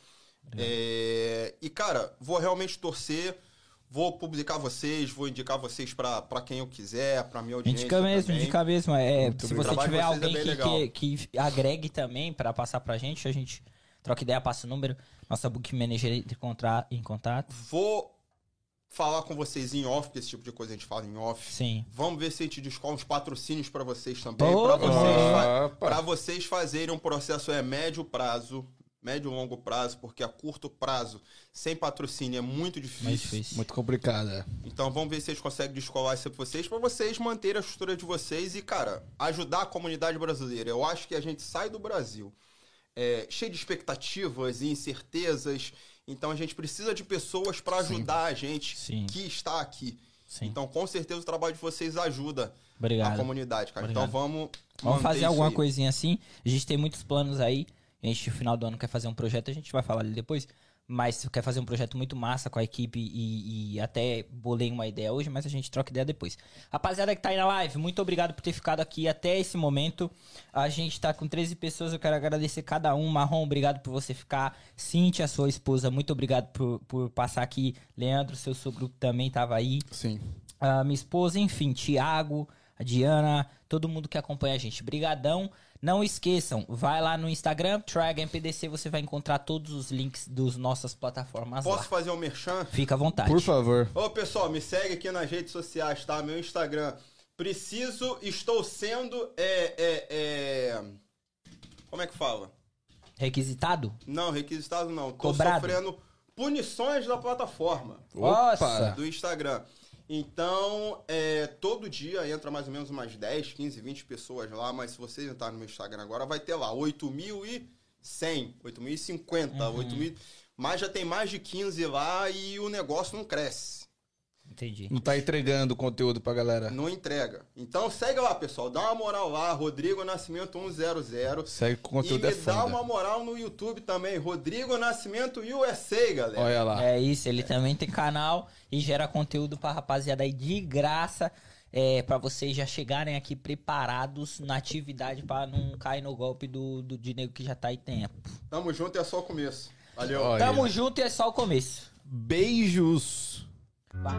É, E, cara, vou realmente torcer. Vou publicar vocês, vou indicar vocês pra, pra quem eu quiser, pra minha audiência. Indica mesmo, também. indica mesmo. É, Muito se obrigado. você O trabalho tiver de vocês é alguém bem que, legal. que, que agregue também pra passar pra gente, a gente troca ideia, passa o número. Nossa book manager entra em contra- em contato. Vou falar com vocês em off, porque esse tipo de coisa a gente fala em off. Sim. Vamos ver se a gente descola uns patrocínios pra vocês também. Opa! Pra vocês, fa- Opa! pra vocês fazerem um processo é médio prazo, médio e longo prazo, porque a curto prazo, sem patrocínio, é muito difícil. Mais difícil. Muito complicado, é. Então vamos ver se eles conseguem descolar isso pra vocês, pra vocês manterem a estrutura de vocês e, cara, ajudar a comunidade brasileira. Eu acho que a gente sai do Brasil é, cheio de expectativas e incertezas, então a gente precisa de pessoas pra ajudar a gente Sim. que está aqui. Sim. Então, com certeza, o trabalho de vocês ajuda Obrigado. a comunidade, cara. Obrigado. Então vamos Vamos manter fazer isso alguma aí. coisinha assim. A gente tem muitos planos aí. A gente, no final do ano, quer fazer um projeto. A gente vai falar ali depois. Mas quer fazer um projeto muito massa com a equipe. E, e até bolei uma ideia hoje, mas a gente troca ideia depois. Rapaziada que tá aí na live, muito obrigado por ter ficado aqui até esse momento. A gente tá com treze pessoas. Eu quero agradecer cada um. Marrom, obrigado por você ficar. Cíntia, sua esposa, muito obrigado por, por passar aqui. Leandro, seu sogro também tava aí. Sim. A minha esposa, enfim, Thiago, a Diana, todo mundo que acompanha a gente. Brigadão. Não esqueçam, vai lá no Instagram, TryAgainPDC, você vai encontrar todos os links das nossas plataformas Posso lá. fazer um merchan? Fica à vontade. Por favor. Ô, pessoal, me segue aqui nas redes sociais, tá? Meu Instagram. Preciso, estou sendo, é, é, é... Como é que fala? Requisitado? Não, requisitado não. Tô Cobrado. sofrendo punições da plataforma. Nossa! Do Instagram. Então, é, todo dia entra mais ou menos umas dez, quinze, vinte pessoas lá, mas se você entrar no meu Instagram agora, vai ter lá oito mil e cem, oito mil e cinquenta, Uhum. oito mil, mas já tem mais de quinze lá e o negócio não cresce. Entendi. Não tá entregando conteúdo pra galera. Não entrega. Então segue lá, pessoal. Dá uma moral lá, Rodrigo Nascimento cento. Segue com E conteúdo me é foda. dá uma moral no YouTube também. Rodrigo Nascimento U S A, galera. Olha lá. É isso, ele também tem canal e gera conteúdo pra rapaziada aí de graça. É, pra vocês já chegarem aqui preparados na atividade pra não cair no golpe do, do de nego que já tá aí tempo. Tamo junto e é só o começo. Valeu. Olha. Tamo junto e é só o começo. Beijos. Vai.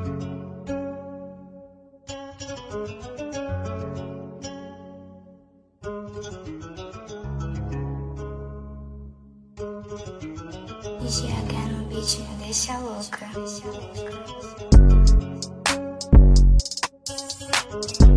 G H no beat me deixa louca.